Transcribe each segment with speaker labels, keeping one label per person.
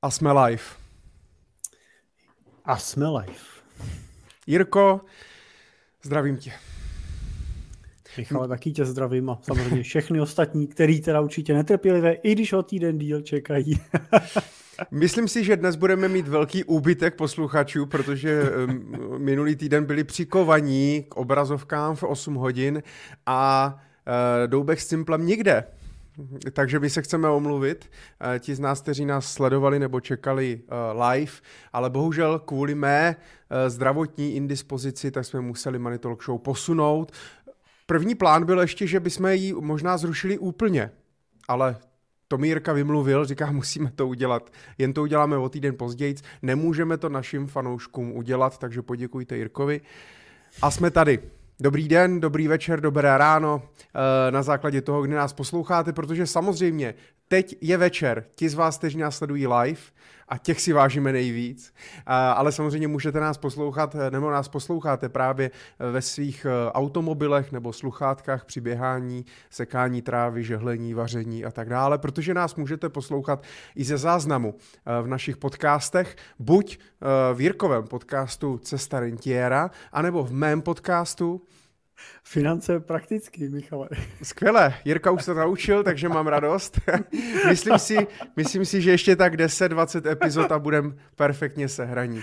Speaker 1: A jsme live.
Speaker 2: A jsme live.
Speaker 1: Jirko, zdravím tě.
Speaker 2: Michale, taky tě zdravím a samozřejmě všechny ostatní, který teda určitě netrpělivé, i když o týden díl čekají.
Speaker 1: Myslím si, že dnes budeme mít velký úbytek posluchačů, protože minulý týden byli přikovaní k obrazovkám v 8 hodin a Doubek s Cimplem nikde. Takže my se chceme omluvit, ti z nás, kteří nás sledovali nebo čekali live, ale bohužel kvůli mé zdravotní indispozici, tak jsme museli Money Talk Show posunout. První plán byl ještě, že bychom ji možná zrušili úplně, ale to mi Jirka vymluvil, říká, musíme to udělat, jen to uděláme o týden později, nemůžeme to našim fanouškům udělat, takže poděkujte Jirkovi. A jsme tady. Dobrý den, dobrý večer, dobré ráno, na základě toho, kdy nás posloucháte, protože samozřejmě teď je večer, ti z vás, kteří nás sledují live a těch si vážíme nejvíc, ale samozřejmě můžete nás poslouchat, nebo nás posloucháte právě ve svých automobilech nebo sluchátkách při běhání, sekání trávy, žehlení, vaření a tak dále, protože nás můžete poslouchat i ze záznamu v našich podcastech, buď v Jirkovém podcastu Cesta rentiéra, anebo v mém podcastu
Speaker 2: Finance prakticky, Michale.
Speaker 1: Skvěle, Jirka už se naučil, takže mám radost. Myslím si, že ještě tak 10-20 epizod a budem perfektně sehraní.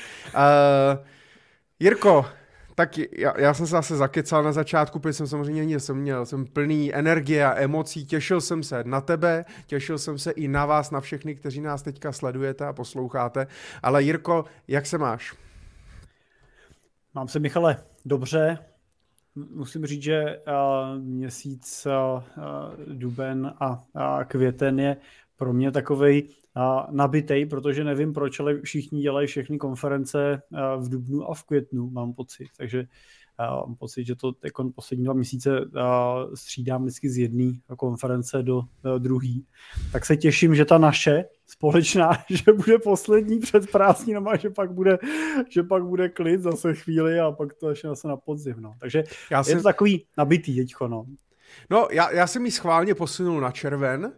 Speaker 1: Jirko, tak já jsem se zase zakecal na začátku, protože jsem samozřejmě jsem plný energie a emocí, těšil jsem se na tebe, těšil jsem se i na vás, na všechny, kteří nás teďka sledujete a posloucháte. Ale Jirko, jak se máš?
Speaker 2: Mám se, Michale, dobře. Musím říct, že měsíc duben a květen je pro mě takovej nabitej, protože nevím proč, ale všichni dělají všechny konference v dubnu a v květnu, mám pocit. Takže mám pocit, že to jako poslední 2 měsíce střídám vždycky z jedné konference do druhé. Tak se těším, že ta naše společná, že bude poslední před prázdninama, že pak bude klid zase chvíli a pak to ještě zase na podzim. No. Takže je to takový nabitý teďko.
Speaker 1: No, já jsem ji schválně posunul na červen,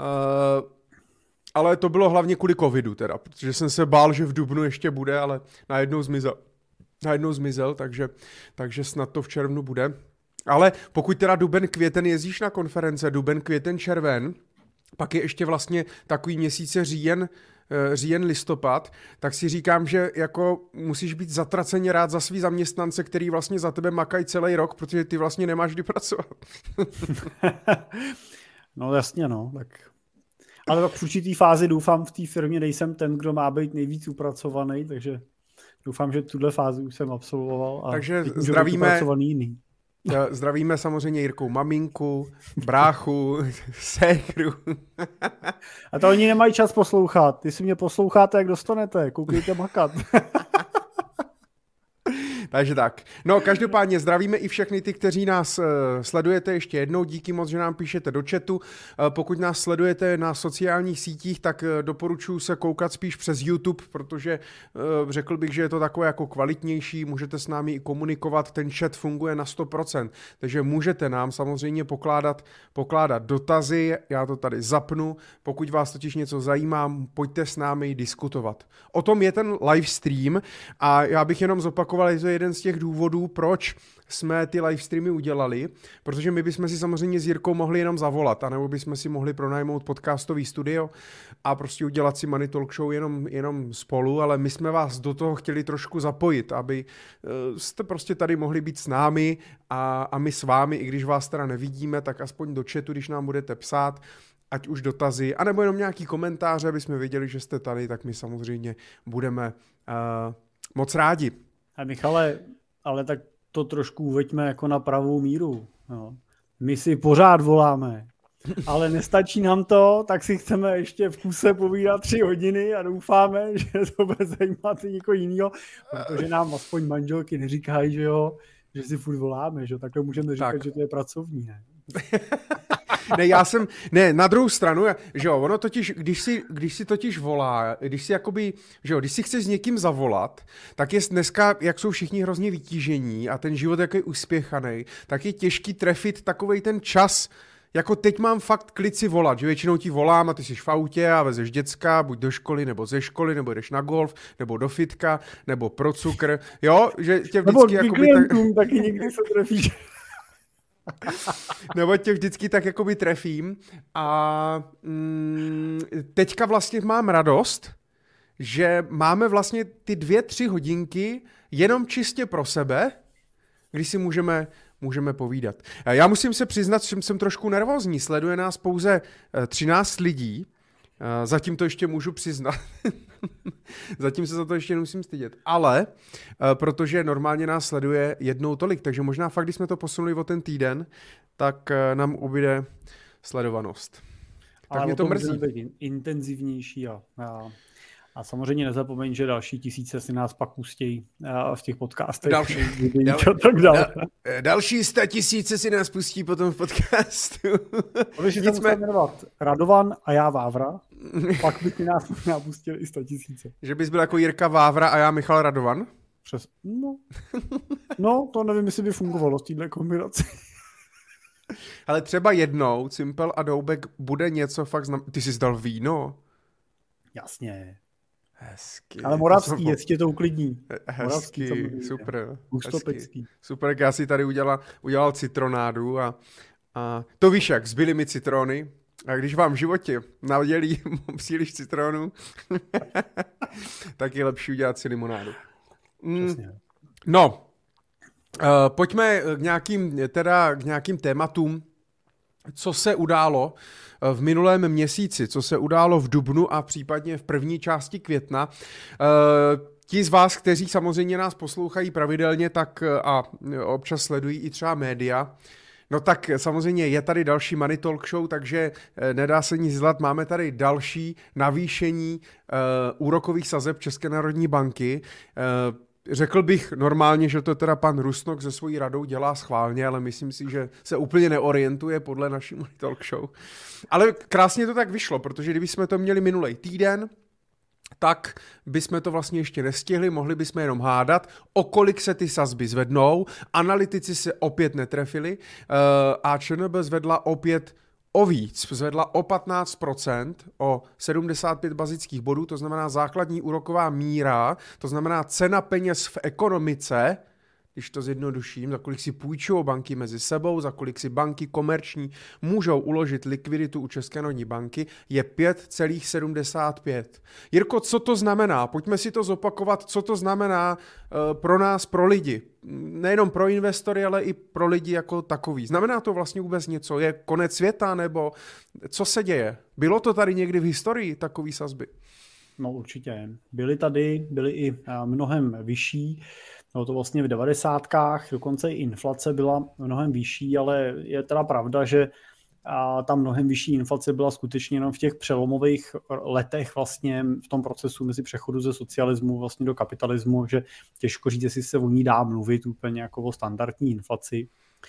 Speaker 1: ale to bylo hlavně kvůli covidu teda, protože jsem se bál, že v dubnu ještě bude, ale najednou zmizel, takže snad to v červnu bude. Ale pokud teda duben, květen jezdíš na konference, duben, květen, červen, pak je ještě vlastně takový měsíce říjen, listopad, tak si říkám, že jako musíš být zatraceně rád za svý zaměstnance, který vlastně za tebe makají celý rok, protože ty vlastně nemáš kdy pracovat.
Speaker 2: No jasně, no, tak. Ale v určitý fázi doufám v té firmě nejsem ten, kdo má být nejvíc upracovaný, takže doufám, že tuhle fázi už jsem absolvoval. A
Speaker 1: takže zdravíme samozřejmě Jirkou maminku, bráchu, ségru.
Speaker 2: A to oni nemají čas poslouchat. Ty si mě posloucháte, jak dostanete. Koukejte makat.
Speaker 1: Takže tak. No, každopádně zdravíme i všechny ty, kteří nás sledujete ještě jednou. Díky moc, že nám píšete do chatu. Pokud nás sledujete na sociálních sítích, tak doporučuji se koukat spíš přes YouTube, protože řekl bych, že je to takové jako kvalitnější. Můžete s námi i komunikovat, ten chat funguje na 100%. Takže můžete nám samozřejmě pokládat dotazy, já to tady zapnu. Pokud vás totiž něco zajímá, pojďte s námi diskutovat. O tom je ten live stream a já bych jenom zopakoval, že to je jeden z těch důvodů, proč jsme ty livestreamy udělali, protože my bychom si samozřejmě s Jirkou mohli jenom zavolat, anebo bychom si mohli pronajmout podcastový studio a prostě udělat si Money Talk Show jenom spolu, ale my jsme vás do toho chtěli trošku zapojit, aby jste prostě tady mohli být s námi a my s vámi, i když vás teda nevidíme, tak aspoň do chatu, když nám budete psát, ať už dotazy, anebo jenom nějaký komentáře, aby jsme věděli, že jste tady, tak my samozřejmě budeme moc rádi.
Speaker 2: A Michale, ale tak to trošku uveďme jako na pravou míru. No. My si pořád voláme, ale nestačí nám to, tak si chceme ještě v kuse povídat 3 hodiny a doufáme, že to bude zajímat i někoho jiného, protože nám aspoň manželky neříkají, že si furt voláme, že takhle můžeme říkat, tak. Že to je pracovní.
Speaker 1: Ne, na druhou stranu, že jo, ono totiž, když si totiž volá, když si chceš s někým zavolat, tak je dneska, jak jsou všichni hrozně vytížení a ten život jako je uspěchaný, tak je těžký trefit takovej ten čas, jako teď mám fakt klid si volat, že většinou ti volám a ty jsi v autě a vezeš děcka, buď do školy, nebo ze školy, nebo jdeš na golf, nebo do fitka, nebo pro cukr, jo, že tě vždycky
Speaker 2: nebo klientům taky někdy se trefíš.
Speaker 1: Nebo tě vždycky tak jakoby trefím a teďka vlastně mám radost, že máme vlastně ty 2-3 hodinky jenom čistě pro sebe, když si můžeme povídat. Já musím se přiznat, že jsem trošku nervózní. Sleduje nás pouze 13 lidí. Zatím to ještě můžu přiznat. Zatím se za to ještě nemusím stydět. Ale protože normálně nás sleduje jednou tolik, takže možná fakt, když jsme to posunuli o ten týden, tak nám ubyde sledovanost. Tak
Speaker 2: ale
Speaker 1: mě to mrzí.
Speaker 2: Být intenzivnější a samozřejmě nezapomeň, že další tisíce si nás pak pustí v těch podcastech.
Speaker 1: Další 100 000 si nás pustí potom v podcastu.
Speaker 2: Když se musíme jmenovat Radovan a já Vávra, pak by si nás napustil i 100 000.
Speaker 1: Že bys byl jako Jirka Vávra a já Michal Radovan?
Speaker 2: No, to nevím, jestli by fungovalo s téhle kombinací.
Speaker 1: Ale třeba jednou Cimpel a Doubek bude něco fakt Ty jsi dal víno?
Speaker 2: Jasně.
Speaker 1: Hezky.
Speaker 2: Ale moravský, jestli tě to uklidní.
Speaker 1: Hezky, super.
Speaker 2: Hustopecký.
Speaker 1: Super, jak já si tady udělal citronádu a to víš jak, zbyly mi citrony a když vám v životě nadělí příliš citronů, tak je lepší udělat si limonádu. No, pojďme k nějakým tématům, co se událo v minulém měsíci, co se událo v dubnu a případně v první části května. Ti z vás, kteří samozřejmě nás poslouchají pravidelně, tak a občas sledují i třeba média, no tak samozřejmě je tady další Money Talk Show, takže nedá se nic dělat. Máme tady další navýšení úrokových sazeb České národní banky. Řekl bych normálně, že to teda pan Rusnok se svojí radou dělá schválně, ale myslím si, že se úplně neorientuje podle naší Money Talk Show. Ale krásně to tak vyšlo, protože kdybychom to měli minulej týden, tak bychom to vlastně ještě nestihli, mohli bychom jenom hádat, o kolik se ty sazby zvednou. Analytici se opět netrefili a ČNB zvedla opět o víc, zvedla o 15%, o 75 bazických bodů, to znamená základní úroková míra, to znamená cena peněz v ekonomice, když to zjednoduším, za kolik si půjčují banky mezi sebou, za kolik si banky komerční můžou uložit likviditu u České národní banky, je 5,75. Jirko, co to znamená? Pojďme si to zopakovat, co to znamená pro nás, pro lidi. Nejenom pro investory, ale i pro lidi jako takový. Znamená to vlastně vůbec něco? Je konec světa, nebo co se děje? Bylo to tady někdy v historii takový sazby?
Speaker 2: No určitě. Byly i mnohem vyšší. No to vlastně v 90kách, dokonce i inflace byla mnohem vyšší, ale je teda pravda, že ta mnohem vyšší inflace byla skutečně jenom v těch přelomových letech vlastně v tom procesu mezi přechodu ze socialismu vlastně do kapitalismu, že těžko říct, jestli se o ní dá mluvit úplně jako o standardní inflaci.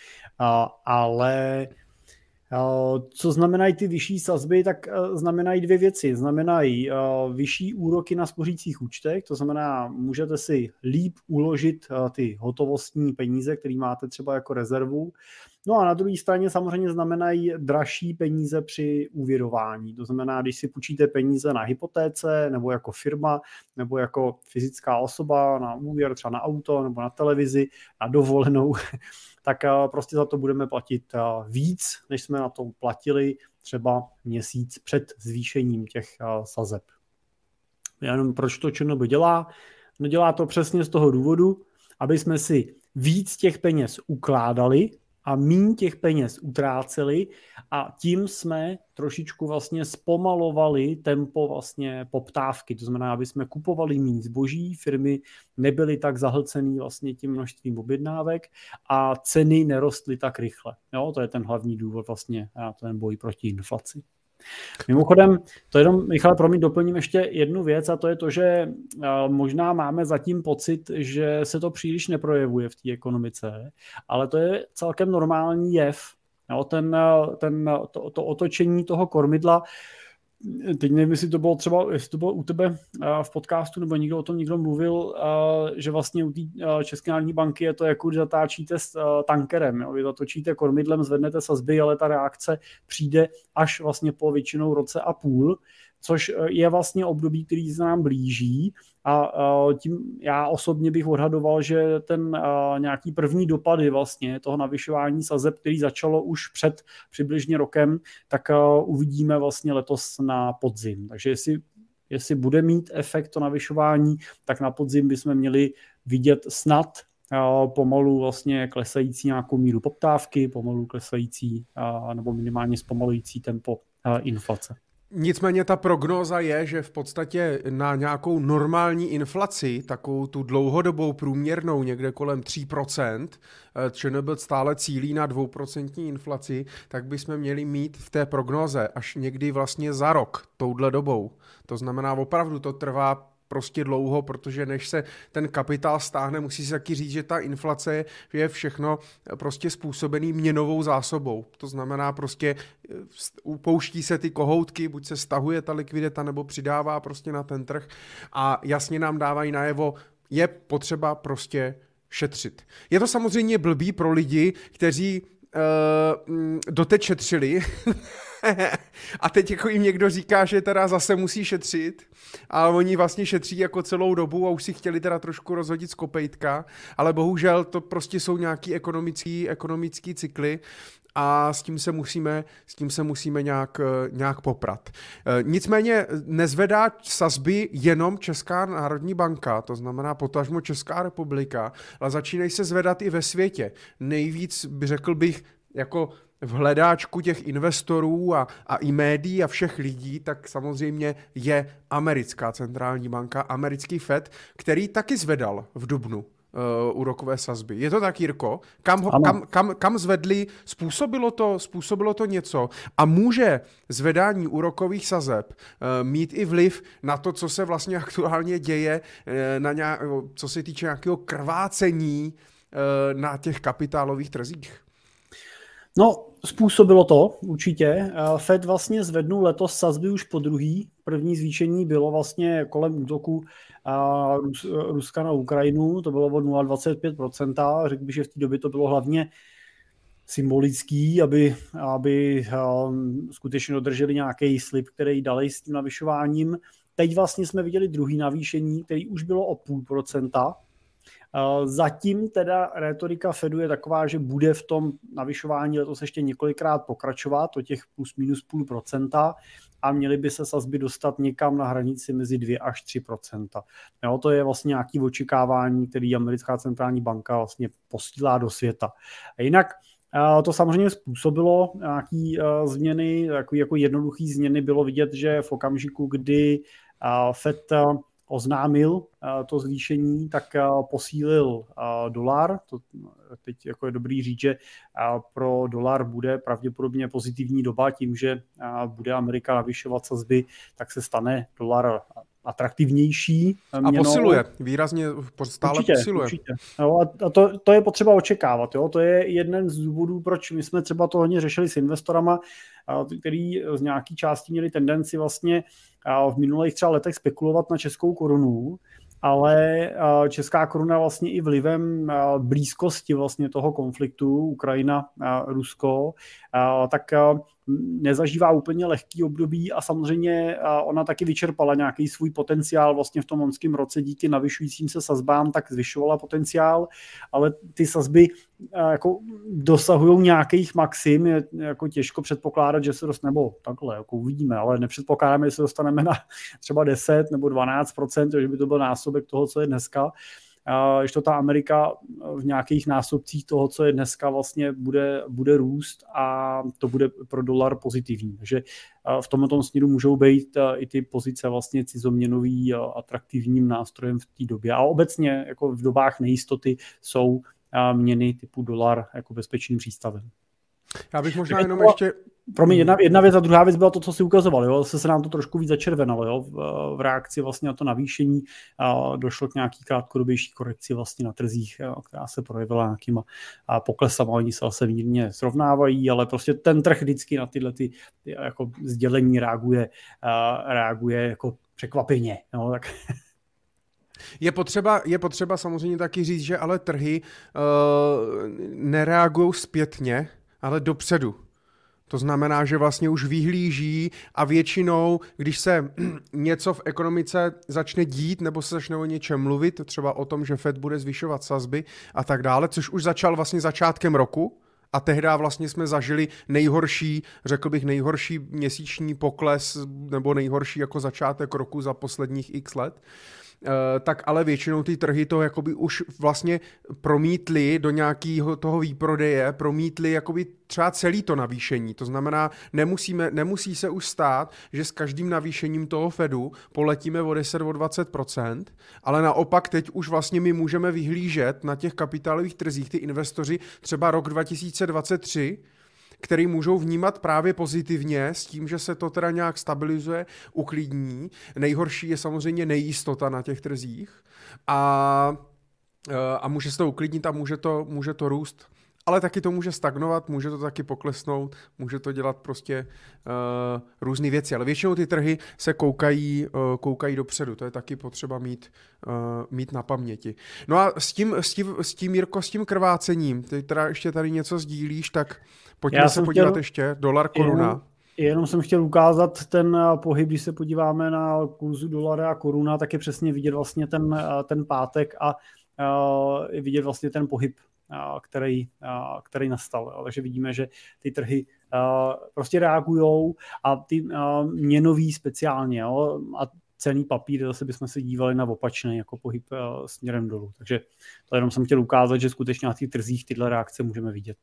Speaker 2: Ale co znamenají ty vyšší sazby, tak znamenají dvě věci. Znamenají vyšší úroky na spořících účtech, to znamená, můžete si líp uložit ty hotovostní peníze, které máte třeba jako rezervu. No a na druhé straně samozřejmě znamenají dražší peníze při úvěrování. To znamená, když si půjčíte peníze na hypotéce, nebo jako firma, nebo jako fyzická osoba na úvěr, třeba na auto, nebo na televizi, na dovolenou, tak prostě za to budeme platit víc, než jsme na to platili třeba měsíc před zvýšením těch sazeb. Jenom proč to ČNB dělá? No dělá to přesně z toho důvodu, aby jsme si víc těch peněz ukládali a míň těch peněz utráceli a tím jsme trošičku vlastně zpomalovali tempo vlastně poptávky. To znamená, aby jsme kupovali míň zboží, firmy nebyly tak zahlcený vlastně tím množstvím objednávek a ceny nerostly tak rychle. Jo, to je ten hlavní důvod vlastně ten boj proti inflaci. Mimochodem, to jenom, Michale, promiň, doplním ještě jednu věc a to je to, že možná máme zatím pocit, že se to příliš neprojevuje v té ekonomice, ale to je celkem normální jev. Jo, to otočení toho kormidla teď nevím, jestli to bylo u tebe v podcastu, nebo někdo o tom mluvil, že vlastně u té České národní banky je to, jako když zatáčíte s tankerem. Jo? Vy zatočíte kormidlem, zvednete sazby, ale ta reakce přijde až vlastně po většinou roce a půl, což je vlastně období, který se nám blíží a tím já osobně bych odhadoval, že ten nějaký první dopady vlastně toho navyšování sazeb, který začalo už před přibližně rokem, tak uvidíme vlastně letos na podzim. Takže jestli bude mít efekt to navyšování, tak na podzim bychom měli vidět snad pomalu vlastně klesající nějakou míru poptávky, pomalu klesající nebo minimálně zpomalující tempo inflace.
Speaker 1: Nicméně ta prognóza je, že v podstatě na nějakou normální inflaci, takovou tu dlouhodobou průměrnou někde kolem 3%, ČNB stále cílí na 2% inflaci, tak bychom měli mít v té prognóze až někdy vlastně za rok touhle dobou. To znamená, opravdu to trvá prostě dlouho, protože než se ten kapitál stáhne, musí se taky říct, že ta inflace je všechno prostě způsobený měnovou zásobou. To znamená prostě upouští se ty kohoutky, buď se stahuje ta likvidita, nebo přidává prostě na ten trh a jasně nám dávají najevo, je potřeba prostě šetřit. Je to samozřejmě blbý pro lidi, kteří doteď šetřili a teď jako jim někdo říká, že teda zase musí šetřit a oni vlastně šetří jako celou dobu a už si chtěli teda trošku rozhodit z kopejtka, ale bohužel to prostě jsou nějaký ekonomický cykly a s tím se musíme nějak poprat. Nicméně nezvedá sazby jenom Česká národní banka, to znamená potažmo Česká republika, ale začínají se zvedat i ve světě. Nejvíc, řekl bych, jako v hledáčku těch investorů a i médií a všech lidí, tak samozřejmě je americká centrální banka, americký Fed, který taky zvedal v dubnu úrokové sazby. Je to tak, Jirko? Kam zvedli? Způsobilo to něco? A může zvedání úrokových sazeb mít i vliv na to, co se vlastně aktuálně děje, co se týče nějakého krvácení na těch kapitálových trzích?
Speaker 2: No, způsobilo to určitě. Fed vlastně zvednul letos sazby už po druhý. První zvýšení bylo vlastně kolem útoku Ruska na Ukrajinu, to bylo o 0,25%. Řekl bych, že v té době to bylo hlavně symbolický, aby skutečně dodrželi nějaký slib, který dali s tím navyšováním. Teď vlastně jsme viděli druhý navýšení, který už bylo o 0,5%. Zatím teda rétorika Fedu je taková, že bude v tom navyšování letos ještě několikrát pokračovat o těch plus minus 0,5% a měly by se sazby dostat někam na hranici mezi 2 až 3%. Jo, to je vlastně nějaké očekávání, který americká centrální banka vlastně posílá do světa. A jinak to samozřejmě způsobilo nějaké změny, jako jednoduché změny bylo vidět, že v okamžiku, kdy Fed oznámil to zvýšení, tak posílil dolar. To teď jako je dobrý říct, že pro dolar bude pravděpodobně pozitivní doba tím, že bude Amerika navyšovat sazby, tak se stane dolar atraktivnější měnou.
Speaker 1: A posiluje, výrazně stále posiluje.
Speaker 2: Určitě. No a to je potřeba očekávat. Jo? To je jeden z důvodů, proč my jsme třeba to hodně řešili s investorama, který z nějaký části měli tendenci vlastně v minulých třeba letech spekulovat na českou korunu, ale česká koruna vlastně i vlivem blízkosti vlastně toho konfliktu Ukrajina-Rusko, tak nezažívá úplně lehký období a samozřejmě ona taky vyčerpala nějaký svůj potenciál vlastně v tom loňském roce díky navyšujícím se sazbám, tak zvyšovala potenciál, ale ty sazby jako dosahují nějakých maxim, je jako těžko předpokládat, že se dostaneme, nebo takhle, jako uvidíme, ale nepředpokládáme, že se dostaneme na třeba 10 nebo 12%, že by to byl násobek toho, co je dneska. Když to ta Amerika v nějakých násobcích toho, co je dneska, vlastně bude růst a to bude pro dolar pozitivní. Takže v tomto směru můžou být i ty pozice vlastně cizoměnový atraktivním nástrojem v té době. A obecně jako v dobách nejistoty jsou měny typu dolar jako bezpečným přístavem.
Speaker 1: Já bych možná jenom ještě...
Speaker 2: Pro mě jedna věc a druhá věc byla to, co si ukazoval. Jo? Se nám to trošku víc začervenalo. Jo? V reakci vlastně na to navýšení došlo k nějaký krátkodobější korekci vlastně na trzích, jo? Která se projevila nějakýma poklesama. Oni se zase mírně srovnávají, ale prostě ten trh vždycky na tyhle ty jako sdělení reaguje jako překvapeně. Jo? Tak...
Speaker 1: Je potřeba samozřejmě taky říct, že ale trhy nereagují zpětně, ale dopředu. To znamená, že vlastně už vyhlíží a většinou, když se něco v ekonomice začne dít nebo se začne o něčem mluvit, třeba o tom, že Fed bude zvyšovat sazby a tak dále, což už začal vlastně začátkem roku a tehdy vlastně jsme zažili řekl bych nejhorší měsíční pokles nebo nejhorší jako začátek roku za posledních x let, tak ale většinou ty trhy to jakoby už vlastně promítly do nějakého toho výprodeje, promítly jakoby třeba celý to navýšení. To znamená, nemusí se už stát, že s každým navýšením toho Fedu poletíme o 10-20%, ale naopak teď už vlastně my můžeme vyhlížet na těch kapitálových trzích ty investoři třeba rok 2023, který můžou vnímat právě pozitivně s tím, že se to teda nějak stabilizuje, uklidní. Nejhorší je samozřejmě nejistota na těch trzích a může se to uklidnit a může to růst. Ale taky to může stagnovat, může to taky poklesnout, může to dělat prostě různé věci. Ale většinou ty trhy se koukají dopředu. To je taky potřeba mít na paměti. No a s tím Jirko, s tím krvácením, ty teda ještě tady něco sdílíš, tak pojďme se podívat ještě. Dolar, koruna.
Speaker 2: Jenom jsem chtěl ukázat ten pohyb, když se podíváme na kurzu dolara a koruna, tak je přesně vidět vlastně ten pátek a vidět vlastně ten pohyb, který nastal. Takže vidíme, že ty trhy prostě reagujou a ty měnový speciálně, jo, a cenný papír, zase bychom se dívali na opačný jako pohyb směrem dolů. Takže to jenom jsem chtěl ukázat, že skutečně na těch trzích tyhle reakce můžeme vidět.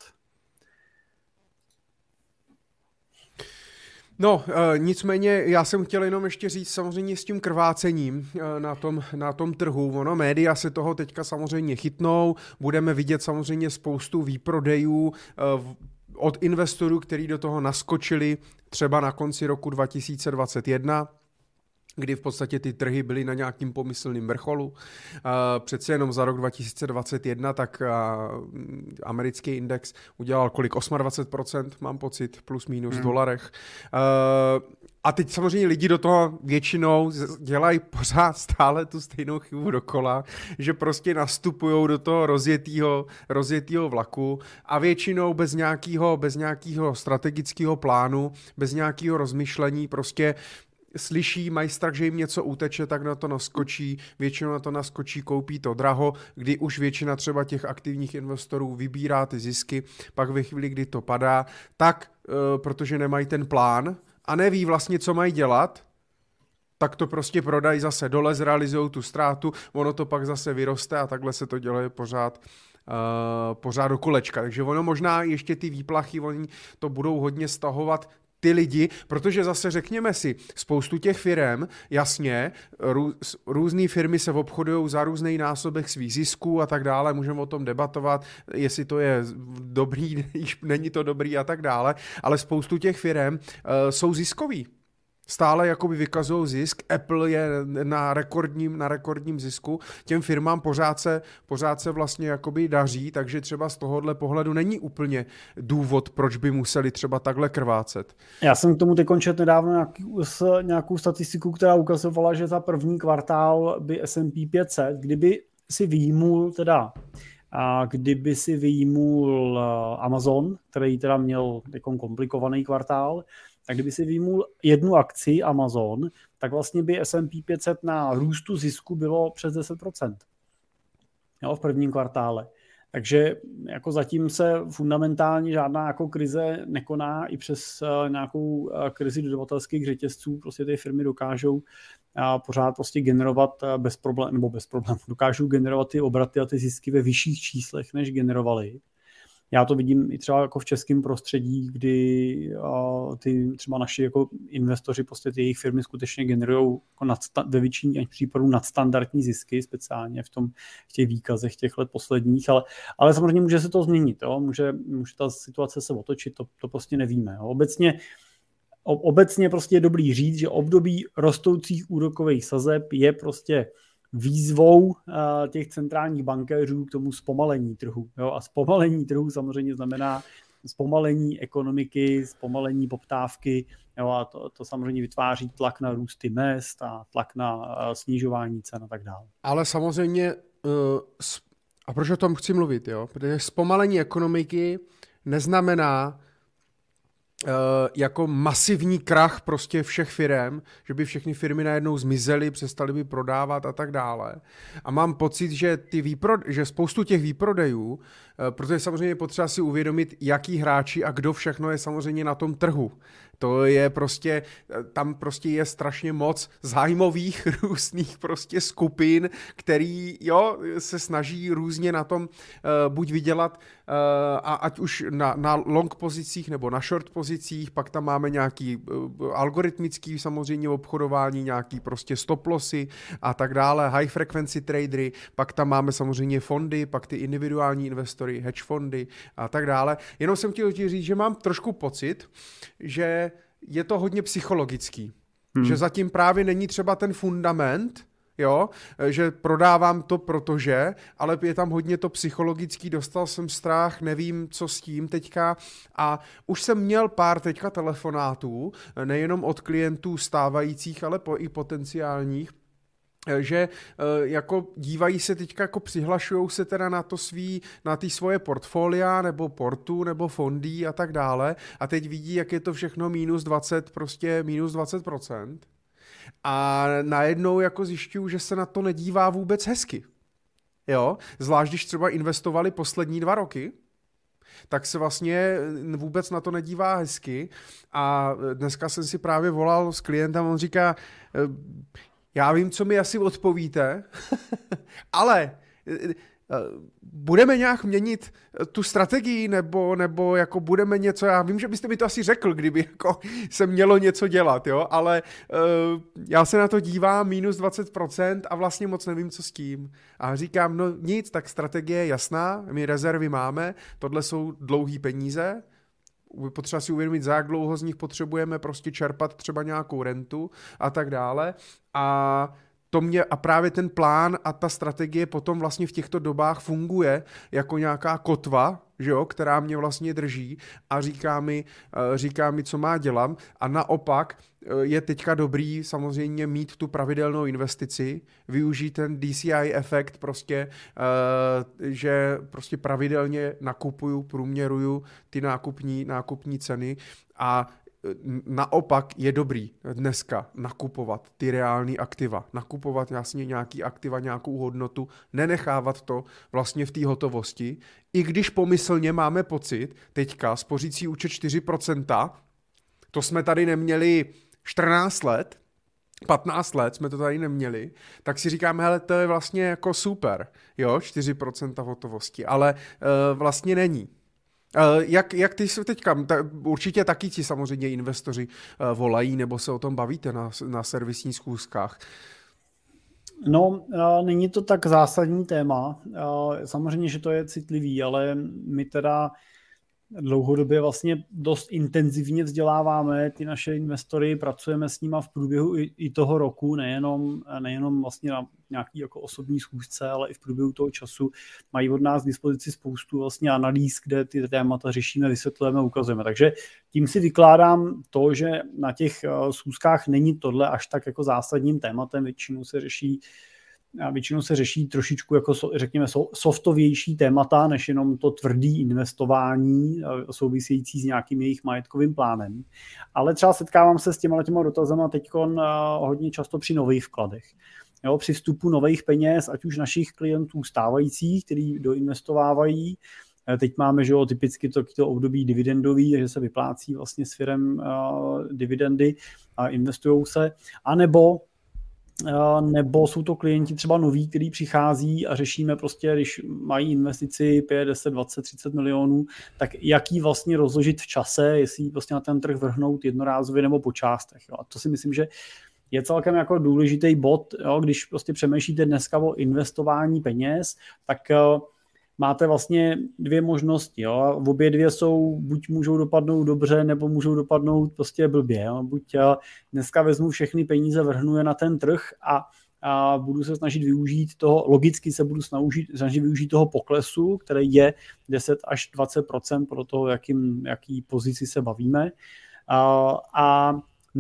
Speaker 1: No, nicméně já jsem chtěl jenom ještě říct samozřejmě s tím krvácením na tom trhu. Ono, média se toho teďka samozřejmě chytnou, budeme vidět samozřejmě spoustu výprodejů od investorů, kteří do toho naskočili třeba na konci roku 2021, kdy v podstatě ty trhy byly na nějakým pomyslným vrcholu. Přece jenom za rok 2021 tak americký index udělal kolik? 28%, mám pocit, plus minus v dolarech. A teď samozřejmě lidi do toho většinou dělají pořád stále tu stejnou chybu dokola, že prostě nastupují do toho rozjetýho vlaku a většinou bez nějakého strategického plánu, bez nějakého rozmyšlení prostě slyší, mají strach, že jim něco uteče, tak na to naskočí, většinou na to naskočí, koupí to draho, kdy už většina třeba těch aktivních investorů vybírá ty zisky, pak ve chvíli, kdy to padá, tak protože nemají ten plán a neví vlastně, co mají dělat, tak to prostě prodají zase dole, zrealizují tu ztrátu, ono to pak zase vyroste a takhle se to dělá pořád do kolečka. Takže ono možná ještě ty výplachy, oni to budou hodně stahovat ty lidi, protože zase řekněme si, spoustu těch firem, jasně, různé firmy se obchodují za různý násobek svých zisků a tak dále, můžeme o tom debatovat, jestli to je dobrý, není to dobrý a tak dále, ale spoustu těch firem jsou ziskový. Stále jakoby vykazují zisk, Apple je na rekordním zisku, těm firmám pořád se vlastně jakoby daří, takže třeba z tohohle pohledu není úplně důvod, proč by museli třeba takhle krvácet.
Speaker 2: Já jsem k tomu teď četl nedávno nějakou statistiku, která ukazovala, že za první kvartál by S&P 500, kdyby si vyjmul Amazon, který teda měl komplikovaný kvartál, tak kdyby si vyjmul jednu akci Amazon, tak vlastně by S&P 500 na růstu zisku bylo přes 10%. Jo, v prvním kvartále. Takže jako zatím se fundamentálně žádná jako krize nekoná i přes nějakou krizi dodavatelských řetězců. Prostě ty firmy dokážou pořád prostě generovat bez problémů, dokážou generovat ty obraty a ty zisky ve vyšších číslech, než generovaly. já to vidím i třeba jako v českém prostředí, kdy ty třeba naši jako investoři, prostě ty jejich firmy skutečně generují jako ve většině případů nadstandardní zisky, speciálně v těch výkazech těch let posledních, ale samozřejmě může se to změnit, jo? Může ta situace se otočit, to prostě nevíme. Jo? Obecně prostě je dobrý říct, že období rostoucích úrokových sazeb je prostě výzvou těch centrálních bankéřů k tomu zpomalení trhu. Jo? A zpomalení trhu samozřejmě znamená zpomalení ekonomiky, zpomalení poptávky, jo? A to samozřejmě vytváří tlak na růsty mezd a tlak na snižování cen a tak dále.
Speaker 1: Ale samozřejmě, a proč o tom chci mluvit, jo? Protože zpomalení ekonomiky neznamená jako masivní krach prostě všech firem, že by všechny firmy najednou zmizely, přestaly by prodávat a tak dále. A mám pocit, že že spoustu těch výprodejů, protože samozřejmě je potřeba si uvědomit, jaký hráči a kdo všechno je samozřejmě na tom trhu. To je prostě, tam prostě je strašně moc zájmových různých prostě skupin, který se snaží různě na tom buď vydělat, a ať už na long pozicích nebo na short pozicích, pak tam máme nějaký algoritmický samozřejmě obchodování, nějaký prostě stop lossy a tak dále, high frequency tradery, pak tam máme samozřejmě fondy, pak ty individuální investory, hedge fondy a tak dále. Jenom jsem chtěl říct, že mám trošku pocit, že je to hodně psychologický. Že zatím právě není třeba ten fundament, jo, že prodávám to protože, ale je tam hodně to psychologický, dostal jsem strach, nevím, co s tím teďka a už jsem měl pár teďka telefonátů, nejenom od klientů stávajících, ale i potenciálních, že jako dívají se teďka, jako přihlašujou se teda na ty svoje portfolia nebo portu nebo fondy a tak dále a teď vidí, jak je to všechno minus 20%. A najednou jako zjišťuju, že se na to nedívá vůbec hezky. Jo? Zvlášť, když třeba investovali poslední 2 roky, tak se vlastně vůbec na to nedívá hezky. A dneska jsem si právě volal s klientem, on říká, já vím, co mi asi odpovíte, ale budeme nějak měnit tu strategii, nebo jako budeme něco, já vím, že byste mi to asi řekl, kdyby jako se mělo něco dělat, jo, ale já se na to dívám minus 20% a vlastně moc nevím, co s tím. A říkám, no nic, tak strategie je jasná, my rezervy máme, tohle jsou dlouhý peníze, potřeba si uvědomit, za jak dlouho z nich potřebujeme prostě čerpat třeba nějakou rentu a tak dále a právě ten plán a ta strategie potom vlastně v těchto dobách funguje jako nějaká kotva, že jo, která mě vlastně drží a říká mi, co má dělat a naopak je teďka dobrý samozřejmě mít tu pravidelnou investici, využít ten DCI efekt prostě, že prostě pravidelně nakupuju, průměruju ty nákupní ceny a naopak je dobrý dneska nakupovat ty reální aktiva, nakupovat jasně nějaký aktiva, nějakou hodnotu, nenechávat to vlastně v té hotovosti, i když pomyslně máme pocit, teďka spořící účet 4%, to jsme tady neměli 14 let, 15 let jsme to tady neměli, tak si říkáme, hele, to je vlastně jako super, jo, 4% hotovosti, ale vlastně není. Jak ty se teďka, určitě taky ti samozřejmě investoři volají nebo se o tom bavíte na servisních schůzkách?
Speaker 2: No, není to tak zásadní téma. Samozřejmě, že to je citlivý, ale my teda dlouhodobě vlastně dost intenzivně vzděláváme ty naše investory, pracujeme s nima v průběhu i toho roku, nejenom vlastně na nějaký jako osobní schůzce, ale i v průběhu toho času mají od nás k dispozici spoustu vlastně analýz, kde ty témata řešíme, vysvětlujeme, ukazujeme. Takže tím si vykládám to, že na těch schůzkách není tohle až tak jako zásadním tématem, většinou se řeší trošičku jako, řekněme, softovější témata, než jenom to tvrdý investování související s nějakým jejich majetkovým plánem. Ale třeba setkávám se s těma dotazama teďkon hodně často při nových vkladech. Jo, při vstupu nových peněz, ať už našich klientů stávajících, kteří doinvestovávají. Teď máme, že jo, typicky to období dividendový, že se vyplácí vlastně s firem dividendy a investujou se. A nebo nebo jsou to klienti třeba noví, kteří přichází a řešíme prostě, když mají investici 5, 10, 20, 30 milionů, tak jak ji vlastně rozložit v čase, jestli ji prostě na ten trh vrhnout jednorázově nebo po částech. Jo. A to si myslím, že je celkem jako důležitý bod, jo, když prostě přemýšlíte dneska o investování peněz, tak máte vlastně dvě možnosti. Jo. Obě dvě jsou, buď můžou dopadnout dobře, nebo můžou dopadnout prostě blbě. Jo. Buď dneska vezmu všechny peníze, vrhnu je na ten trh a budu se snažit využít toho, logicky se budu snažit využít toho poklesu, který je 10 až 20% pro to, jaký pozici se bavíme. A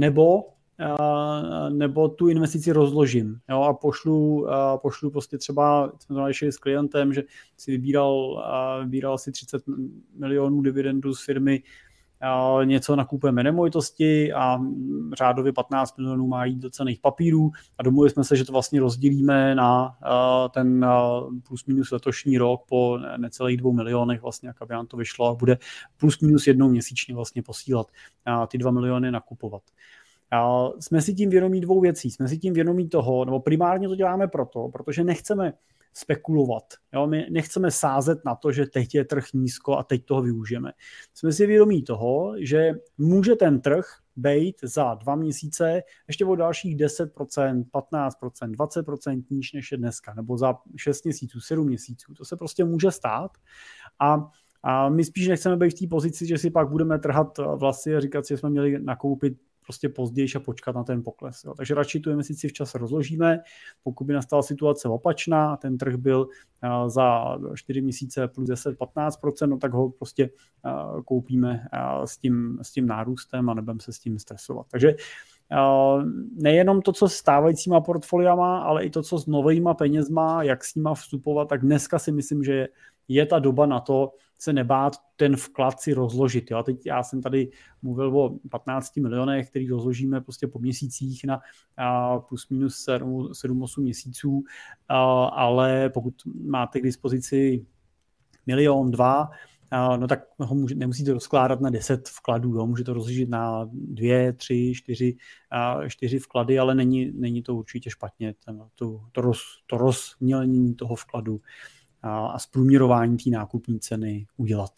Speaker 2: nebo tu investici rozložím, jo, a pošlu prostě třeba, jsme to našli s klientem, že si vybíral si 30 milionů dividendu z firmy, něco nakupujeme nemovitosti a řádově 15 milionů má jít do cenných papírů a domluvili jsme se, že to vlastně rozdělíme na ten plus minus letošní rok po necelých 2 milionech vlastně, jak aby nám to vyšlo a bude plus minus jednou měsíčně vlastně posílat ty 2 miliony nakupovat. Jsme si tím vědomí dvou věcí. Jsme si tím vědomí toho, nebo primárně to děláme protože nechceme spekulovat. Jo? My nechceme sázet na to, že teď je trh nízko a teď toho využijeme. Jsme si vědomí toho, že může ten trh být za 2 měsíce ještě o dalších 10%, 15%, 20% níž než je dneska, nebo za 6 měsíců, 7 měsíců. To se prostě může stát a my spíš nechceme být v té pozici, že si pak budeme trhat vlasy a říkat si, že jsme měli nakoupit prostě později a počkat na ten pokles. Jo. Takže radši tu investici včas rozložíme. Pokud by nastala situace opačná a ten trh byl za 4 měsíce plus 10-15%, no tak ho prostě koupíme s tím nárůstem a nebudeme se s tím stresovat. Takže nejenom to, co s stávajícíma portfoliama, ale i to, co s novejma penězma, jak s nima vstupovat, tak dneska si myslím, že je ta doba na to se nebát ten vklad si rozložit. Jo? Teď já jsem tady mluvil o 15 milionech, který rozložíme prostě po měsících na plus minus 7-8 měsíců, ale pokud máte k dispozici 1, 2 miliony, no tak ho nemusíte rozkládat na 10 vkladů, jo? Můžete to rozložit na 2, 3, 4 vklady, ale není to určitě špatně, to rozmělnění toho vkladu a zprůměrování té nákupní ceny udělat.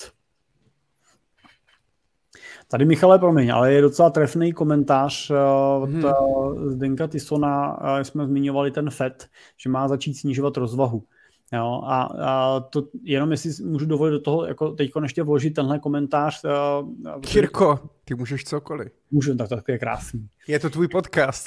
Speaker 2: Tady, Michale, promiň, ale je docela trefný komentář od Zdenka Tysona, jsme zmiňovali ten FED, že má začít snižovat rozvahu. Jo, a to jenom, jestli můžu dovolit do toho, jako teďko ještě vložit tenhle komentář.
Speaker 1: Kirko, ty můžeš cokoliv.
Speaker 2: Můžu, tak to je krásný.
Speaker 1: Je to tvůj podcast.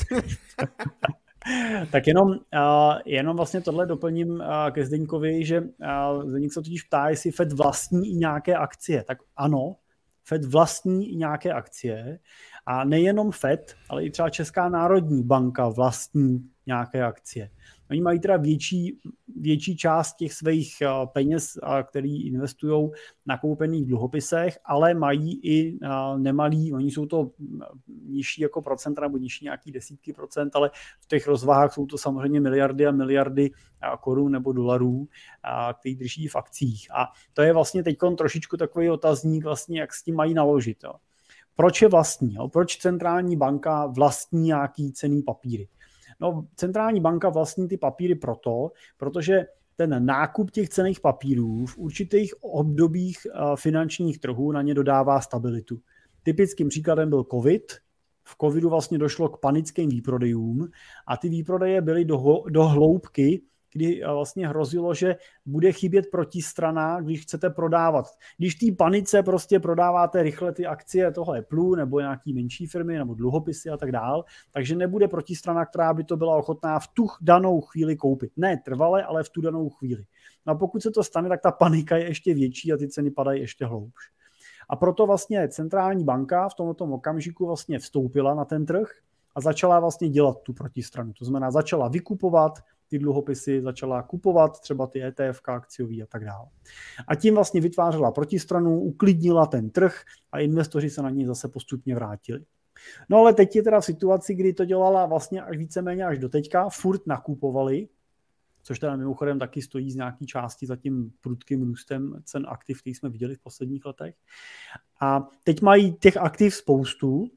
Speaker 2: Tak jenom vlastně tohle doplním ke Zdeňkovi, že Zdeňk se totiž ptá, jestli FED vlastní i nějaké akcie. Tak ano, FED vlastní i nějaké akcie a nejenom FED, ale i třeba Česká národní banka vlastní nějaké akcie. Oni mají teda větší část těch svých peněz, který investují na koupených dluhopisech, ale mají i nemalý, oni jsou to nižší jako procenta nebo nižší nějaký desítky procent, ale v těch rozvahách jsou to samozřejmě miliardy a miliardy korun nebo dolarů, který drží v akcích. A to je vlastně teď trošičku takový otazník, vlastně, jak s tím mají naložit. Jo. Proč je vlastní? Jo? Proč centrální banka vlastní nějaký cenný papíry? No, centrální banka vlastní ty papíry protože ten nákup těch cenných papírů v určitých obdobích finančních trhů na ně dodává stabilitu. Typickým příkladem byl COVID. V covidu vlastně došlo k panickým výprodejům a ty výprodeje byly do hloubky, kdy vlastně hrozilo, že bude chybět protistrana, když chcete prodávat. Když té panice prostě prodáváte rychle ty akcie toho Apple nebo nějaký menší firmy nebo dluhopisy a tak dál, takže nebude protistrana, která by to byla ochotná v tu danou chvíli koupit. Ne trvale, ale v tu danou chvíli. No a pokud se to stane, tak ta panika je ještě větší a ty ceny padají ještě hloubš. A proto vlastně centrální banka v tomto okamžiku vlastně vstoupila na ten trh a začala vlastně dělat tu protistranu. To znamená, začala vykupovat ty dluhopisy, začala kupovat třeba ty ETF akciový a tak dále. A tím vlastně vytvářela protistranu, uklidnila ten trh a investoři se na něj zase postupně vrátili. No ale teď je teda v situaci, kdy to dělala vlastně až víceméně až do teďka, furt nakupovali, což teda mimochodem taky stojí z nějaký části za tím prudkým růstem cen aktiv, který jsme viděli v posledních letech. A teď mají těch aktiv spoustu,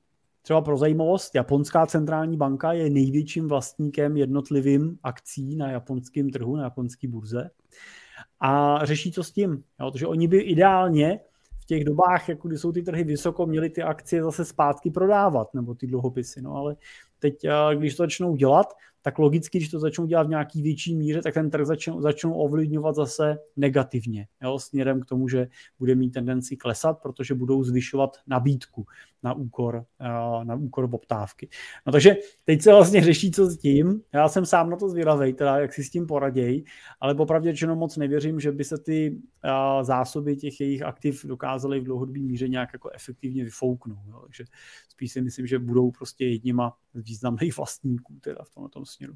Speaker 2: třeba pro zajímavost, japonská centrální banka je největším vlastníkem jednotlivým akcí na japonském trhu, na japonské burze a řeší to s tím, jo, protože oni by ideálně v těch dobách, jako kdy jsou ty trhy vysoko, měli ty akcie zase zpátky prodávat, nebo ty dluhopisy, no ale teď, když to začnou dělat, tak logicky, když to začnou dělat v nějaký větší míře, tak ten trh začnou ovlivňovat zase negativně, jo, směrem k tomu, že bude mít tendenci klesat, protože budou zvyšovat nabídku na úkor poptávky. No takže teď se vlastně řeší, co s tím. Já jsem sám na to zvědavej, teda jak si s tím poraděj, ale popravdě řečeno moc nevěřím, že by se ty zásoby těch jejich aktiv dokázaly v dlouhodobé míře nějak jako efektivně vyfouknout. Jo. Takže spíš si myslím, že budou prostě jedněma z významných vlastníků teda v tomto směru.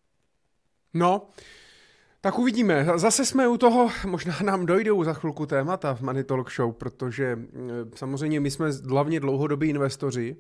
Speaker 1: No, tak uvidíme. Zase jsme u toho, možná nám dojdou za chvilku témata v Money Talk Show, protože samozřejmě my jsme hlavně dlouhodobí investoři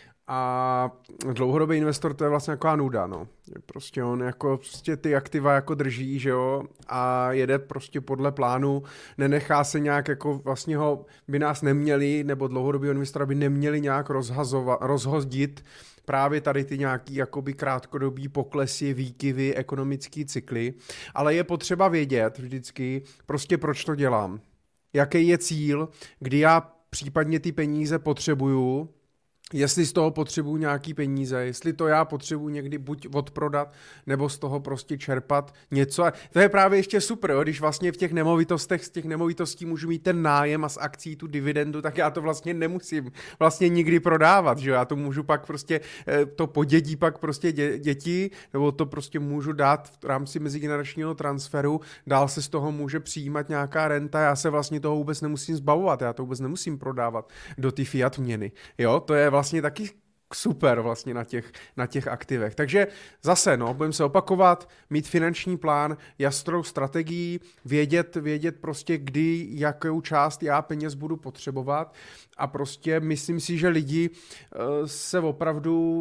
Speaker 1: a dlouhodobý investor to je vlastně taková nuda, no. Prostě on jako prostě ty aktiva jako drží, že jo, a jede prostě podle plánu, nenechá se nějak jako vlastně ho, by nás neměli, nebo dlouhodobý investor by neměli nějak rozhodit právě tady ty nějaký jakoby krátkodobý poklesy, výkyvy, ekonomický cykly, ale je potřeba vědět vždycky prostě proč to dělám. Jaký je cíl, kdy já případně ty peníze potřebuju, jestli z toho potřebuju nějaký peníze, jestli to já potřebuju někdy buď odprodat, nebo z toho prostě čerpat něco. A to je právě ještě super, jo? Když vlastně v těch nemovitostech, z těch nemovitostí můžu mít ten nájem a z akcí tu dividendu, tak já to vlastně nemusím vlastně nikdy prodávat, že jo? Já to můžu pak prostě, to podědí pak prostě děti, nebo to prostě můžu dát v rámci mezigeneračního transferu, dál se z toho může přijímat nějaká renta, já se vlastně toho vůbec nemusím zbavovat, já to vůbec nemusím prodávat do ty fiat měny, jo? To je vlastně taky super vlastně na těch aktivech. Takže zase, no, budeme se opakovat, mít finanční plán, jasnou strategii, vědět prostě, kdy, jakou část já peněz budu potřebovat a prostě myslím si, že lidi se opravdu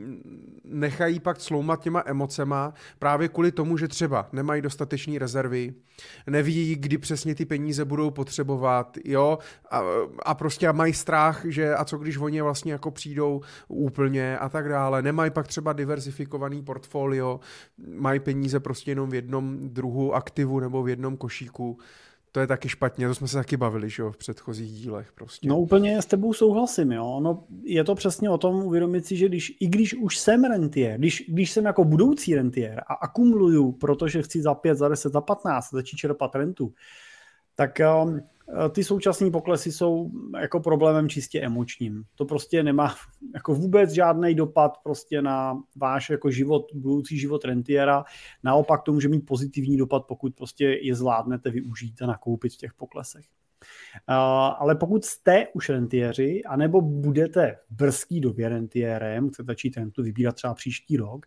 Speaker 1: nechají pak sloumat těma emocema právě kvůli tomu, že třeba nemají dostatečné rezervy, neví, kdy přesně ty peníze budou potřebovat, jo, a prostě mají strach, že a co když oni vlastně jako přijdou úplně a tak dále. Nemají pak třeba diverzifikovaný portfolio, mají peníze prostě jenom v jednom druhu aktivu nebo v jednom košíku. To je taky špatně, to jsme se taky bavili, že jo, v předchozích dílech prostě.
Speaker 2: No úplně s tebou souhlasím, jo. No, je to přesně o tom uvědomit si, že když už jsem rentier, když jsem jako budoucí rentier a akumuluju, protože chci za 5, za 10, za 15 začít čerpat rentu, tak ty současné poklesy jsou jako problémem čistě emočním. To prostě nemá jako vůbec žádný dopad prostě na váš jako život, budoucí život rentiera. Naopak to může mít pozitivní dopad, pokud prostě je zvládnete využít a nakoupit v těch poklesech. Ale pokud jste už rentiéři, anebo budete v brzký době rentiérem, chcete začít rentu vybírat třeba příští rok,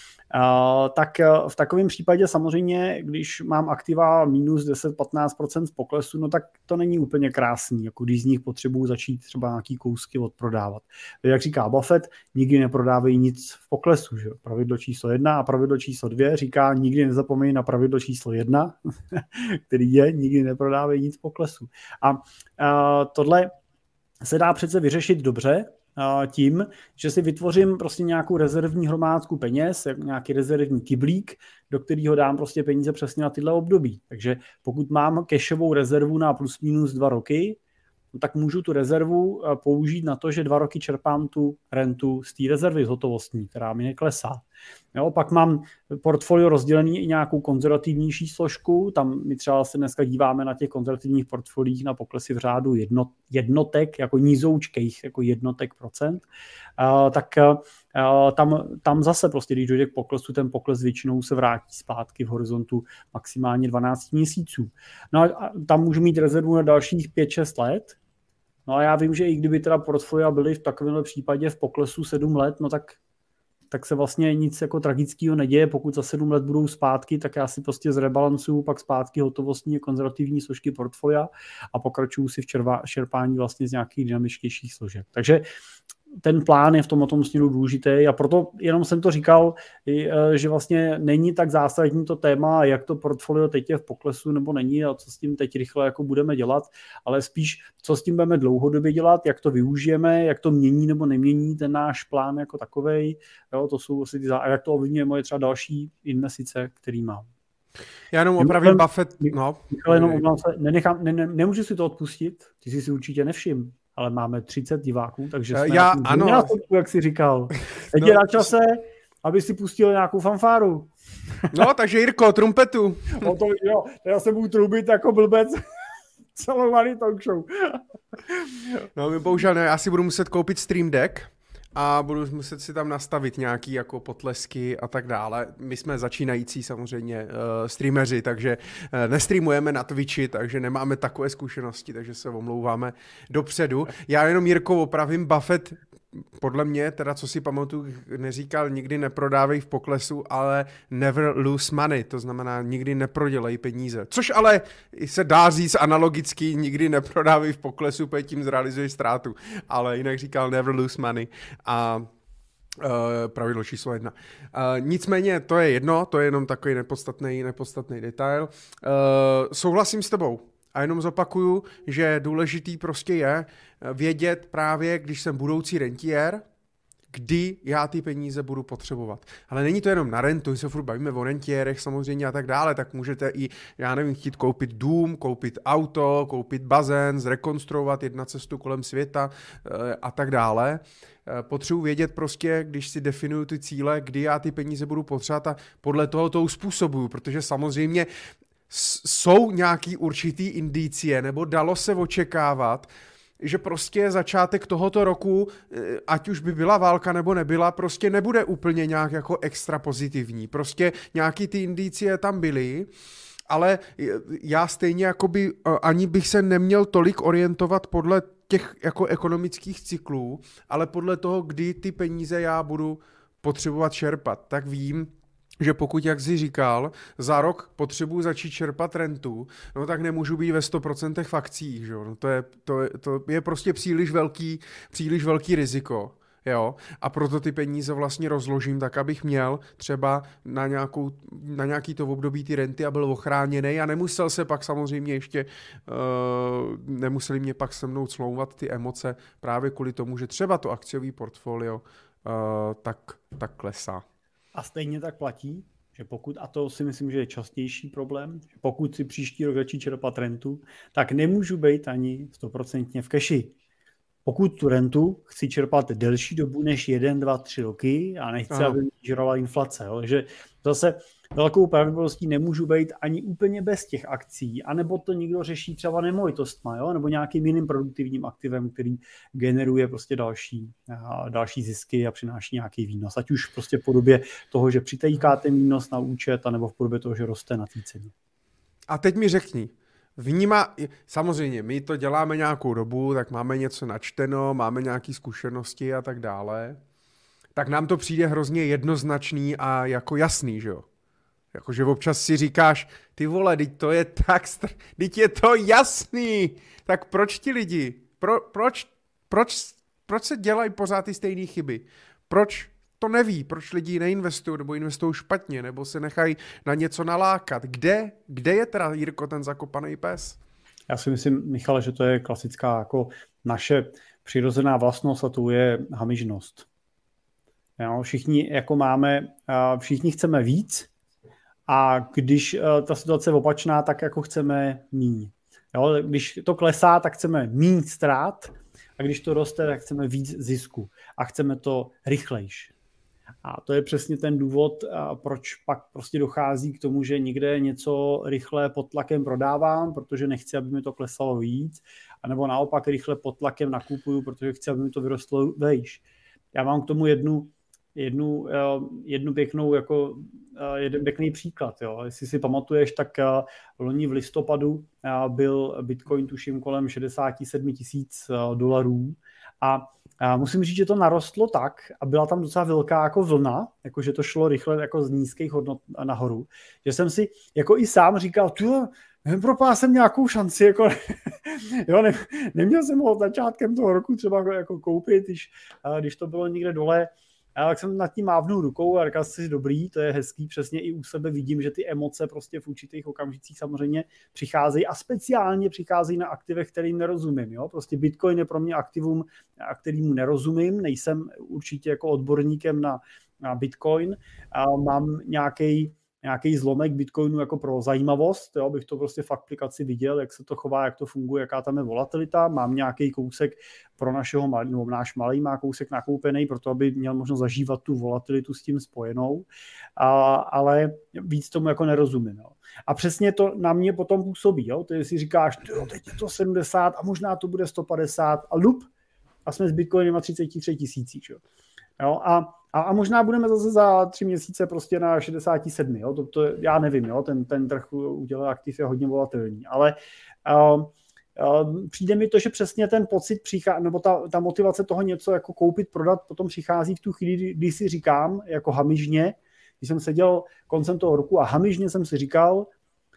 Speaker 2: tak v takovém případě samozřejmě, když mám aktiva minus 10-15% z poklesu, no tak to není úplně krásný, jako když z nich potřebuju začít třeba nějaký kousky odprodávat. Jak říká Buffett, nikdy neprodávají nic v poklesu. Že? Pravidlo číslo 1 a pravidlo číslo 2 říká, nikdy nezapomeň na pravidlo číslo 1, který je, nikdy neprodávají nic v poklesu. A tohle se dá přece vyřešit dobře, tím, že si vytvořím prostě nějakou rezervní hromádku peněz, nějaký rezervní kyblík, do kterého dám prostě peníze přesně na tyhle období. Takže pokud mám cashovou rezervu na plus minus 2 roky, tak můžu tu rezervu použít na to, že 2 roky čerpám tu rentu z té rezervy hotovostní, která mi neklesá. Jo, pak mám portfolio rozdělený i nějakou konzervativnější složku, tam my třeba se dneska díváme na těch konzervativních portfoliích na poklesy v řádu jednotek, jako nízoučkých, jako jednotek procent, tak tam zase prostě, když dojde k poklesu, ten pokles většinou se vrátí zpátky v horizontu maximálně 12 měsíců. No a tam můžu mít rezervu na dalších 5-6 let. No a já vím, že i kdyby teda portfolia byly v takovémhle případě v poklesu 7 let, no tak se vlastně nic jako tragického neděje. Pokud za 7 let budou zpátky, tak já si prostě zrebalancuju pak zpátky hotovostní konzervativní složky portfolia a pokračuju si v čerpání vlastně z nějakých dynamičtějších složek. Takže ten plán je v tom směru důležitý a proto jenom jsem to říkal, že vlastně není tak zásadní to téma, jak to portfolio teď je v poklesu nebo není a co s tím teď rychle jako budeme dělat, ale spíš, co s tím budeme dlouhodobě dělat, jak to využijeme, jak to mění nebo nemění ten náš plán jako takovej, jo, to jsou asi a jak to ovlivňuje moje třeba další investice, který mám.
Speaker 1: Já jenom opravím Buffett,
Speaker 2: nemůžu si to odpustit, ty jsi si určitě nevšim, ale máme 30 diváků, takže jsme jak jsi říkal. Teď je na čase, aby si pustil nějakou fanfáru.
Speaker 1: No, takže Jirko, trumpetu.
Speaker 2: No to jo, já se budu trubit jako blbec celou malý talk show.
Speaker 1: No, my bohužel ne, já si budu muset koupit Stream Deck a budu muset si tam nastavit nějaký jako potlesky a tak dále. My jsme začínající samozřejmě streameři, takže nestreamujeme na Twitchi, takže nemáme takové zkušenosti, takže se omlouváme dopředu. Já jenom Jirko opravím, Buffett podle mě, teda co si pamatuju, neříkal nikdy neprodávej v poklesu, ale never lose money, to znamená nikdy neprodělej peníze. Což ale se dá říct analogicky, nikdy neprodávej v poklesu, protože tím zrealizuješ ztrátu. Ale jinak říkal never lose money a pravidlo číslo 1. Nicméně to je jedno, to je jenom takový nepodstatný detail. Souhlasím s tebou. A jenom zopakuju, že důležitý prostě je vědět právě, když jsem budoucí rentiér, kdy já ty peníze budu potřebovat. Ale není to jenom na rentu, když se furt bavíme o rentiérech samozřejmě a tak dále, tak můžete i, já nevím, chtít koupit dům, koupit auto, koupit bazén, zrekonstruovat, jet na cestu kolem světa a tak dále. Potřebuji vědět prostě, když si definuju ty cíle, kdy já ty peníze budu potřebovat a podle toho to uspůsobuju, protože samozřejmě jsou nějaký určitý indicie, nebo dalo se očekávat, že prostě začátek tohoto roku, ať už by byla válka nebo nebyla, prostě nebude úplně nějak jako extra pozitivní. Prostě nějaký ty indicie tam byly, ale já stejně jakoby ani bych se neměl tolik orientovat podle těch jako ekonomických cyklů, ale podle toho, kdy ty peníze já budu potřebovat čerpat. Tak vím, že pokud, jak jsi říkal, za rok potřebuji začít čerpat rentu, no tak nemůžu být ve 100% v akcích, že? No to je prostě příliš velký riziko. Jo? A proto ty peníze vlastně rozložím tak, abych měl třeba na nějaký to období ty renty a byl ochráněný a nemusel se pak samozřejmě ještě, nemuseli mě pak se mnou clouvat ty emoce právě kvůli tomu, že třeba to akciový portfolio tak klesá.
Speaker 2: A stejně tak platí, že pokud, a to si myslím, že je častější problém, že pokud si příští rok začít čerpat rentu, tak nemůžu být ani 100% v keši. Pokud tu rentu chci čerpat delší dobu než 1, 2, 3 roky a nechci, aby mě žrala inflace. Jo. Takže zase velkou pravděpodobností nemůžu být ani úplně bez těch akcí, anebo to někdo řeší třeba nemovitostma, jo, nebo nějakým jiným produktivním aktivem, který generuje prostě další zisky a přináší nějaký výnos. Ať už prostě v podobě toho, že přitejká ten výnos na účet, anebo v podobě toho, že roste na té ceně.
Speaker 1: A teď mi řekni, samozřejmě, my to děláme nějakou dobu, tak máme něco načteno, máme nějaké zkušenosti a tak dále, tak nám to přijde hrozně jednoznačný a jako jasný, že jo? Jakože občas si říkáš, ty vole, teď je to jasný, tak proč ti lidi, proč se dělají pořád ty stejné chyby? Proč to neví, proč lidi neinvestují nebo investují špatně, nebo se nechají na něco nalákat? Kde je teda, Jirko, ten zakopaný pes?
Speaker 2: Já si myslím, Michale, že to je klasická jako naše přirozená vlastnost a to je hamižnost. Jo, všichni jako všichni chceme víc a když ta situace je opačná, tak jako chceme míň. Jo, když to klesá, tak chceme míň ztrát a když to roste, tak chceme víc zisku a chceme to rychlejš. A to je přesně ten důvod, proč pak prostě dochází k tomu, že někde něco rychle pod tlakem prodávám, protože nechci, aby mi to klesalo víc, anebo naopak rychle pod tlakem nakupuju, protože chci, aby mi to vyrostlo vejš. Já mám k tomu jeden pěkný příklad. Jo. Jestli si pamatuješ, tak loni v listopadu byl Bitcoin tuším kolem $67,000 A musím říct, že to narostlo tak a byla tam docela velká jako vlna, jakože to šlo rychle jako z nízkých hodnot nahoru, že jsem si jako i sám říkal, propál jsem nějakou šanci, jako, jo, neměl jsem ho začátkem toho roku třeba jako koupit, když to bylo někde dole, a tak jsem nad tím mávnul rukou a říkal si, dobrý, to je hezký, přesně i u sebe vidím, že ty emoce prostě v určitých okamžicích samozřejmě přicházejí a speciálně přicházejí na aktivech, kterým nerozumím, jo, prostě Bitcoin je pro mě aktivum, kterýmu nerozumím, nejsem určitě jako odborníkem na Bitcoin, a mám nějaký zlomek Bitcoinu jako pro zajímavost, jo, bych to prostě v aplikaci viděl, jak se to chová, jak to funguje, jaká tam je volatilita. Mám nějaký kousek pro náš malý má kousek nakoupený, proto aby měl možnost zažívat tu volatilitu s tím spojenou, ale víc tomu jako nerozumím. Jo. A přesně to na mě potom působí. Jo. Ty si říkáš, teď je to 70 a možná to bude 150 a lup a jsme s Bitcoinem na 33 000. Jo. A možná budeme zase za 3 měsíce prostě na 67. Jo? To já nevím, jo? Ten trh udělal aktiv je hodně volatilní, ale přijde mi to, že přesně ten pocit nebo ta motivace toho něco jako koupit, prodat, potom přichází v tu chvíli, kdy si říkám, jako hamižně, když jsem seděl koncem toho roku a hamižně jsem si říkal,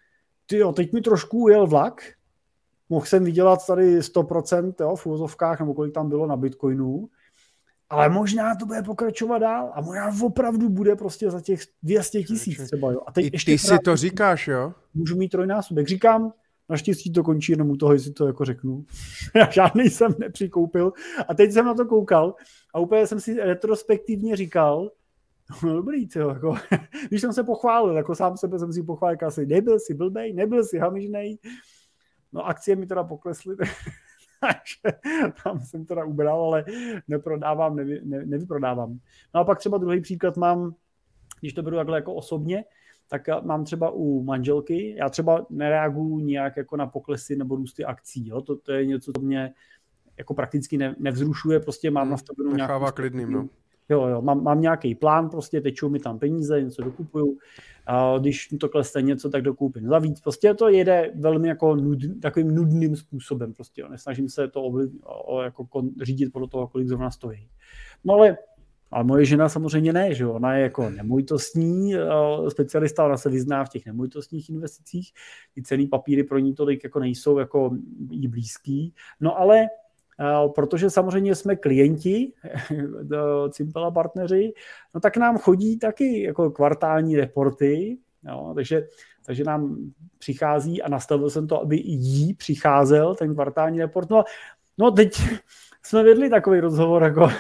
Speaker 2: teď mi trošku ujel vlak, mohl jsem vydělat tady 100%, jo, v úvozovkách, nebo kolik tam bylo na Bitcoinu, ale možná to bude pokračovat dál a možná opravdu bude prostě za těch 200 000 třeba. Jo. A teď
Speaker 1: ještě ty si to říkáš, jo?
Speaker 2: Můžu mít trojnásobek. Říkám, naštěstí to končí jenom u toho, jestli to jako řeknu. Já žádnej jsem nepřikoupil. A teď jsem na to koukal a úplně jsem si retrospektivně říkal, no dobrý, tyjo, jako, když jsem se pochválil, jako sám sebe jsem si pochválil, asi nebyl jsi blbej, nebyl jsi hamižnej. No akcie mi teda poklesly, takže tam jsem teda ubral, ale neprodávám, nevyprodávám. No a pak třeba druhý příklad mám, když to beru takhle jako osobně, tak mám třeba u manželky, já třeba nereaguju nějak jako na poklesy nebo růsty akcí, jo? To je něco, co mě jako prakticky nevzrušuje, prostě mám nastavenou nějakou...
Speaker 1: Nechává klidným, no.
Speaker 2: Jo, mám nějaký plán, prostě tečou mi tam peníze, něco dokupuju, a když to klesne něco, tak dokoupím za víc. Prostě to jede velmi jako takovým nudným způsobem, prostě jo. Nesnažím se to řídit podle toho, kolik zrovna stojí. No ale moje žena samozřejmě ne, že jo, ona je jako nemovitostní specialista, ona se vyzná v těch nemovitostních investicích, ty cenný papíry pro ní tolik jako nejsou jako jí blízký, no ale protože samozřejmě jsme klienti, Cimpel partneři, no tak nám chodí taky jako kvartální reporty, jo, takže nám přichází a nastavil jsem to, aby i jí přicházel ten kvartální report. No teď jsme vedli takový rozhovor, jako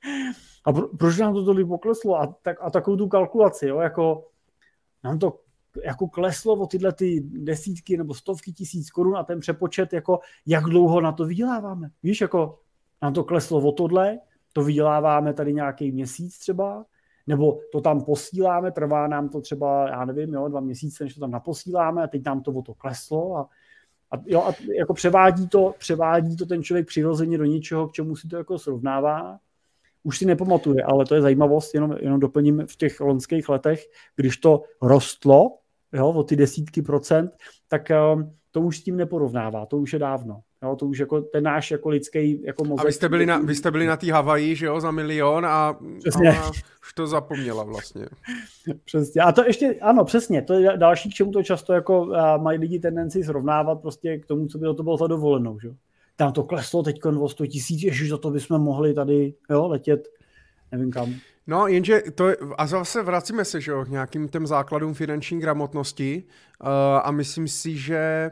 Speaker 2: a proč nám to tolik pokleslo a takovou tu kalkulaci, jo, jako nám to jako kleslo o tyhle ty desítky nebo stovky tisíc korun a ten přepočet, jako jak dlouho na to vyděláváme. Víš, jako nám to kleslo o tohle, to vyděláváme tady nějaký měsíc třeba, nebo to tam posíláme, trvá nám to třeba, já nevím, 2 měsíce, než to tam naposíláme a teď nám to o to kleslo a jako převádí to ten člověk přirozeně do něčeho, k čemu si to jako srovnává. Už si nepamatuje, ale to je zajímavost, jenom doplním v těch loňských letech, když to rostlo, jo, o ty desítky procent, tak to už s tím neporovnává, to už je dávno. Jo, to už jako ten náš jako lidský jako mozek.
Speaker 1: A vy jste byli na té Havaji, že jo, za 1 000 000 a už to zapomněla vlastně.
Speaker 2: Přesně. A to ještě, ano, přesně, to je další, k čemu to často jako mají lidi tendenci srovnávat prostě k tomu, co by to bylo za dovolenou, že jo. Tam to kleslo teď o 100 000, ježiš, za to bychom mohli tady letět, nevím kam.
Speaker 1: No, jenže a zase vracíme se, že jo, k nějakým těm základům finanční gramotnosti a myslím si, že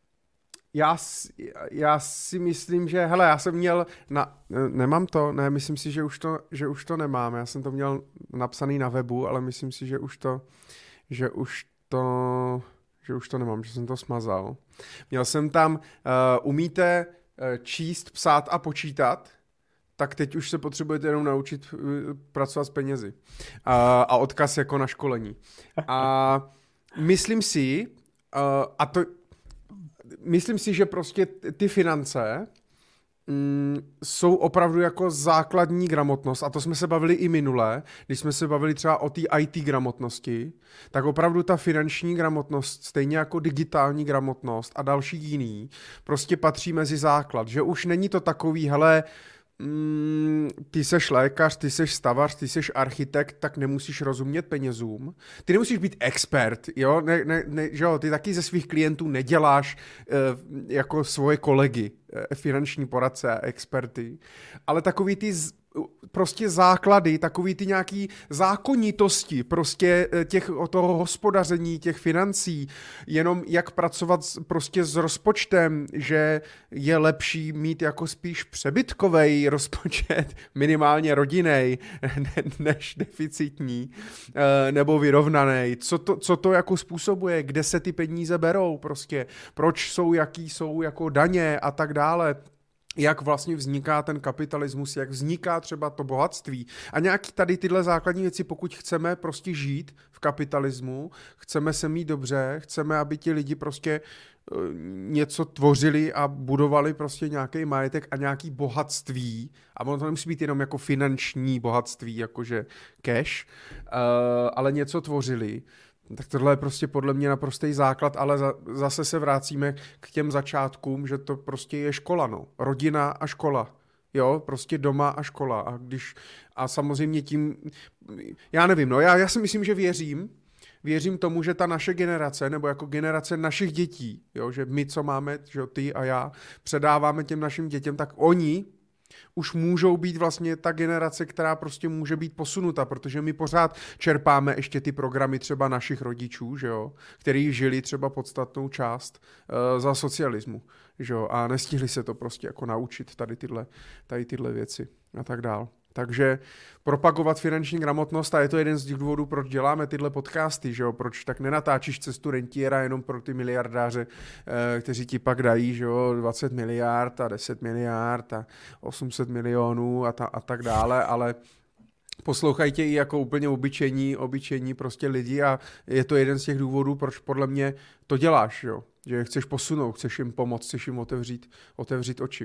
Speaker 1: já si myslím, že hele, já jsem měl nemám to, ne, myslím si, že už to nemám, já jsem to měl napsaný na webu, ale myslím si, že už to nemám, že jsem to smazal. Měl jsem tam, umíte číst, psát a počítat, tak teď už se potřebujete jenom naučit pracovat s penězi. A odkaz jako na školení. A myslím si, že prostě ty finance jsou opravdu jako základní gramotnost, a to jsme se bavili i minule, když jsme se bavili třeba o té IT gramotnosti, tak opravdu ta finanční gramotnost, stejně jako digitální gramotnost a další jiný, prostě patří mezi základ, že už není to takový, hele, ty seš lékař, ty seš stavař, ty seš architekt, tak nemusíš rozumět penězům. Ty nemusíš být expert, jo? Že jo? Ty taky ze svých klientů neděláš jako svoje kolegy, finanční poradce a experty, ale takový ty prostě základy, takový ty nějaký zákonitosti prostě toho hospodaření, těch financí, jenom jak pracovat prostě s rozpočtem, že je lepší mít jako spíš přebytkovej rozpočet, minimálně rodinnej, než deficitní, nebo vyrovnanej. Co to jako způsobuje, kde se ty peníze berou prostě, proč jsou, jaký jsou jako daně a tak dále. Jak vlastně vzniká ten kapitalismus, jak vzniká třeba to bohatství. A nějaký tady tyhle základní věci, pokud chceme prostě žít v kapitalismu, chceme se mít dobře, chceme, aby ti lidi prostě něco tvořili a budovali prostě nějaký majetek a nějaký bohatství. A ono to nemusí být jenom jako finanční bohatství, jakože cash, ale něco tvořili. Tak tohle je prostě podle mě naprostý základ, ale zase se vracíme k těm začátkům, že to prostě je škola, no. Rodina a škola. Jo, prostě doma a škola. A samozřejmě tím, já nevím, no, já si myslím, že věřím tomu, že ta naše generace, nebo jako generace našich dětí, jo, že my, co máme, že ty a já, předáváme těm našim dětem, tak oni už můžou být vlastně ta generace, která prostě může být posunuta, protože my pořád čerpáme ještě ty programy třeba našich rodičů, že jo, který žili třeba podstatnou část za socialismu, že jo, a nestihli se to prostě jako naučit tady tyhle věci a tak dál. Takže propagovat finanční gramotnost, a je to jeden z těch důvodů, proč děláme tyhle podcasty, že jo? Proč tak nenatáčíš cestu rentiera jenom pro ty miliardáře, kteří ti pak dají, že jo, 20 miliard a 10 miliard a 800 milionů a tak dále, ale poslouchají tě i jako úplně obyčejní prostě lidi a je to jeden z těch důvodů, proč podle mě to děláš, jo? Že chceš posunout, chceš jim pomoct, chceš jim otevřít oči.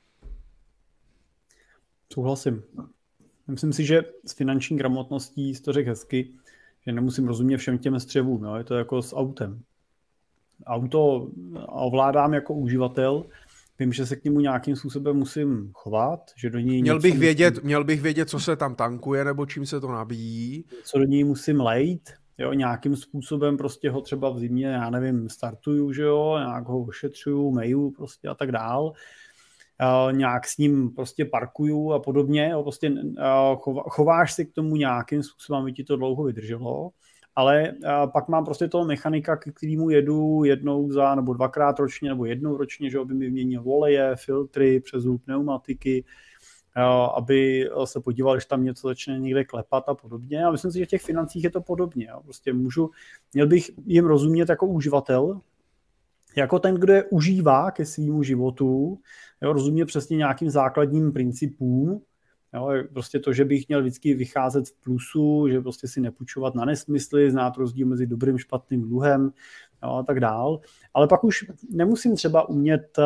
Speaker 2: Souhlasím. Myslím si, že s finanční gramotností jsi to řekl hezky, že nemusím rozumět všem těm střevům. Jo? Je to jako s autem. Auto ovládám jako uživatel, vím, že se k němu nějakým způsobem musím chovat, že do něj
Speaker 1: Měl bych vědět, co se tam tankuje, nebo čím se to nabíjí.
Speaker 2: Co do něj musím lejt, jo? Nějakým způsobem prostě ho třeba v zimě, já nevím, startuju, že jo? Nějak ho ošetřuju, meju prostě a tak dál. Nějak s ním prostě parkuju a podobně, prostě chováš si k tomu nějakým způsobem, aby ti to dlouho vydrželo, ale pak mám prostě toho mechanika, k kterému jedu jednou nebo dvakrát ročně, nebo jednou ročně, že aby mi vyměnil oleje, filtry, přezul pneumatiky, aby se podíval, když tam něco začne někde klepat a podobně. A myslím si, že v těch financích je to podobně. Prostě měl bych jim rozumět jako uživatel, jako ten, kdo je užívá ke svýmu životu, jo, rozumě přesně nějakým základním principům, jo, prostě to, že bych měl vždycky vycházet v plusu, že prostě si nepůjčovat na nesmysly, znát rozdíl mezi dobrým špatným dluhem, jo, a tak dál. Ale pak už nemusím třeba umět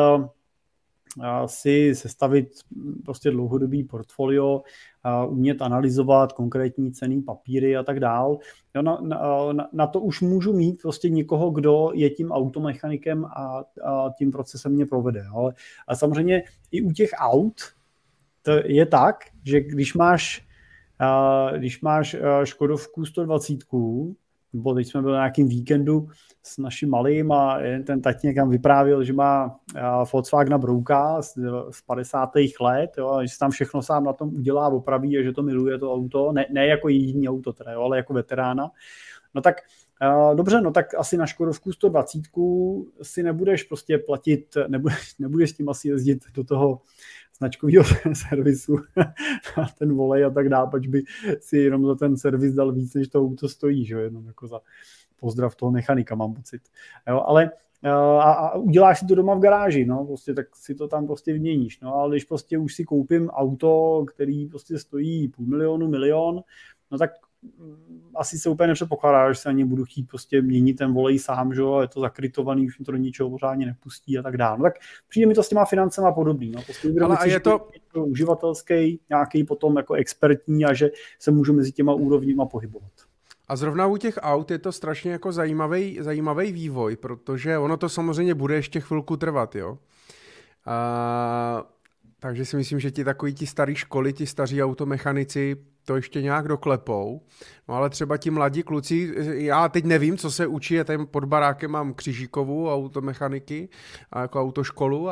Speaker 2: si sestavit prostě dlouhodobý portfolio, umět analyzovat konkrétní cenný papíry a tak dál. Jo, na to už můžu mít prostě někoho, kdo je tím automechanikem a tím procesem mě provede. Jo. A samozřejmě i u těch aut to je tak, že když máš Škodovku 120, nebo teď jsme byli na nějakým víkendu s naším malým a ten tatínek nám vyprávěl, že má Volkswagena Brouka z 50. let, jo, a že si tam všechno sám na tom udělá, opraví a že to miluje to auto, ne jako jediný auto teda, jo, ale jako veterána. No tak dobře, no tak asi na Škodovku 120 si nebudeš prostě platit, nebudeš tím asi jezdit do toho značkového servisu a ten volej a tak dále, pač by si jenom za ten servis dal víc, než to auto stojí, že jo, jenom jako za pozdrav toho mechanika, mám pocit. Jo, ale a uděláš si to doma v garáži, no, prostě tak si to tam prostě vyměníš, no, ale když prostě už si koupím auto, který prostě stojí 500 000, 1 milion, no tak asi se úplně nepředpokládá, že se ani budu chtít prostě měnit ten volej sám, že jo, je to zakrytovaný, už mi to do ničeho pořádně nepustí a tak dále. No tak přijde mi to s těma financema podobný, no, prostě
Speaker 1: ale a je to
Speaker 2: uživatelský, nějaký potom jako expertní a že se můžu mezi těma úrovněma pohybovat.
Speaker 1: A zrovna u těch aut je to strašně jako zajímavý vývoj, protože ono to samozřejmě bude ještě chvilku trvat, jo. Takže si myslím, že ti starý školy, ti staří automechanici to ještě nějak doklepou. No ale třeba ti mladí kluci, já teď nevím, co se učí, já tady pod barákem mám Křižíkovu automechaniky a jako autoškolu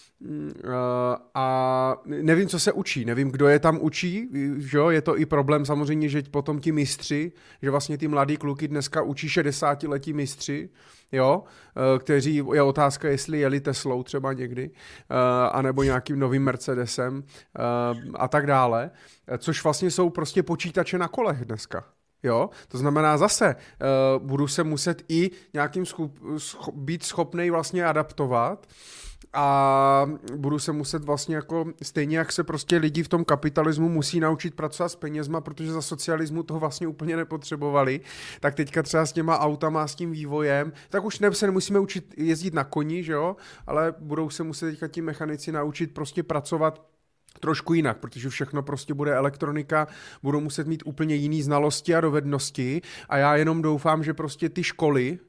Speaker 1: a nevím, co se učí, nevím, kdo je tam učí, že jo? Je to i problém samozřejmě, že potom ti mistři, že vlastně ty mladý kluky dneska učí 60letí mistři, jo, kteří, je otázka, jestli jeli Teslou třeba někdy, anebo nějakým novým Mercedesem a tak dále, což vlastně jsou prostě počítače na kolech dneska. Jo? To znamená zase, budu se muset i nějakým být schopnej vlastně adaptovat a budu se muset vlastně jako, stejně jak se prostě lidi v tom kapitalismu musí naučit pracovat s penězma, protože za socialismu toho vlastně úplně nepotřebovali, tak teďka třeba s těma autama, s tím vývojem, tak už se nemusíme učit jezdit na koni, že jo? Ale budou se muset teďka ti mechanici naučit prostě pracovat trošku jinak, protože všechno prostě bude elektronika, budou muset mít úplně jiný znalosti a dovednosti a já jenom doufám, že prostě ty školy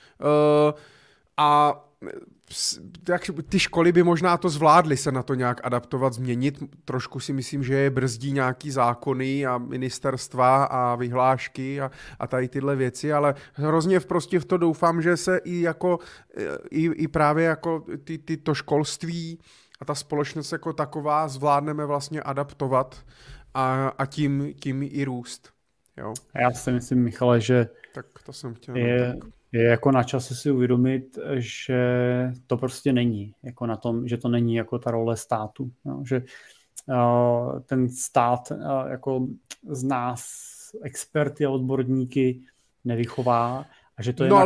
Speaker 1: a ty školy by možná to zvládly se na to nějak adaptovat, změnit. Trošku si myslím, že je brzdí nějaký zákony a ministerstva a vyhlášky a tady tyhle věci, ale hrozně prostě v to doufám, že se i jako i právě jako to školství a ta společnost jako taková zvládneme vlastně adaptovat a tím i růst. Jo?
Speaker 2: A já si myslím, Michale, že
Speaker 1: tak to jsem chtěl
Speaker 2: je jako na čase si uvědomit, že to prostě není, jako na tom, že to není jako ta role státu, no, že ten stát jako z nás experty a odborníky nevychová a že to je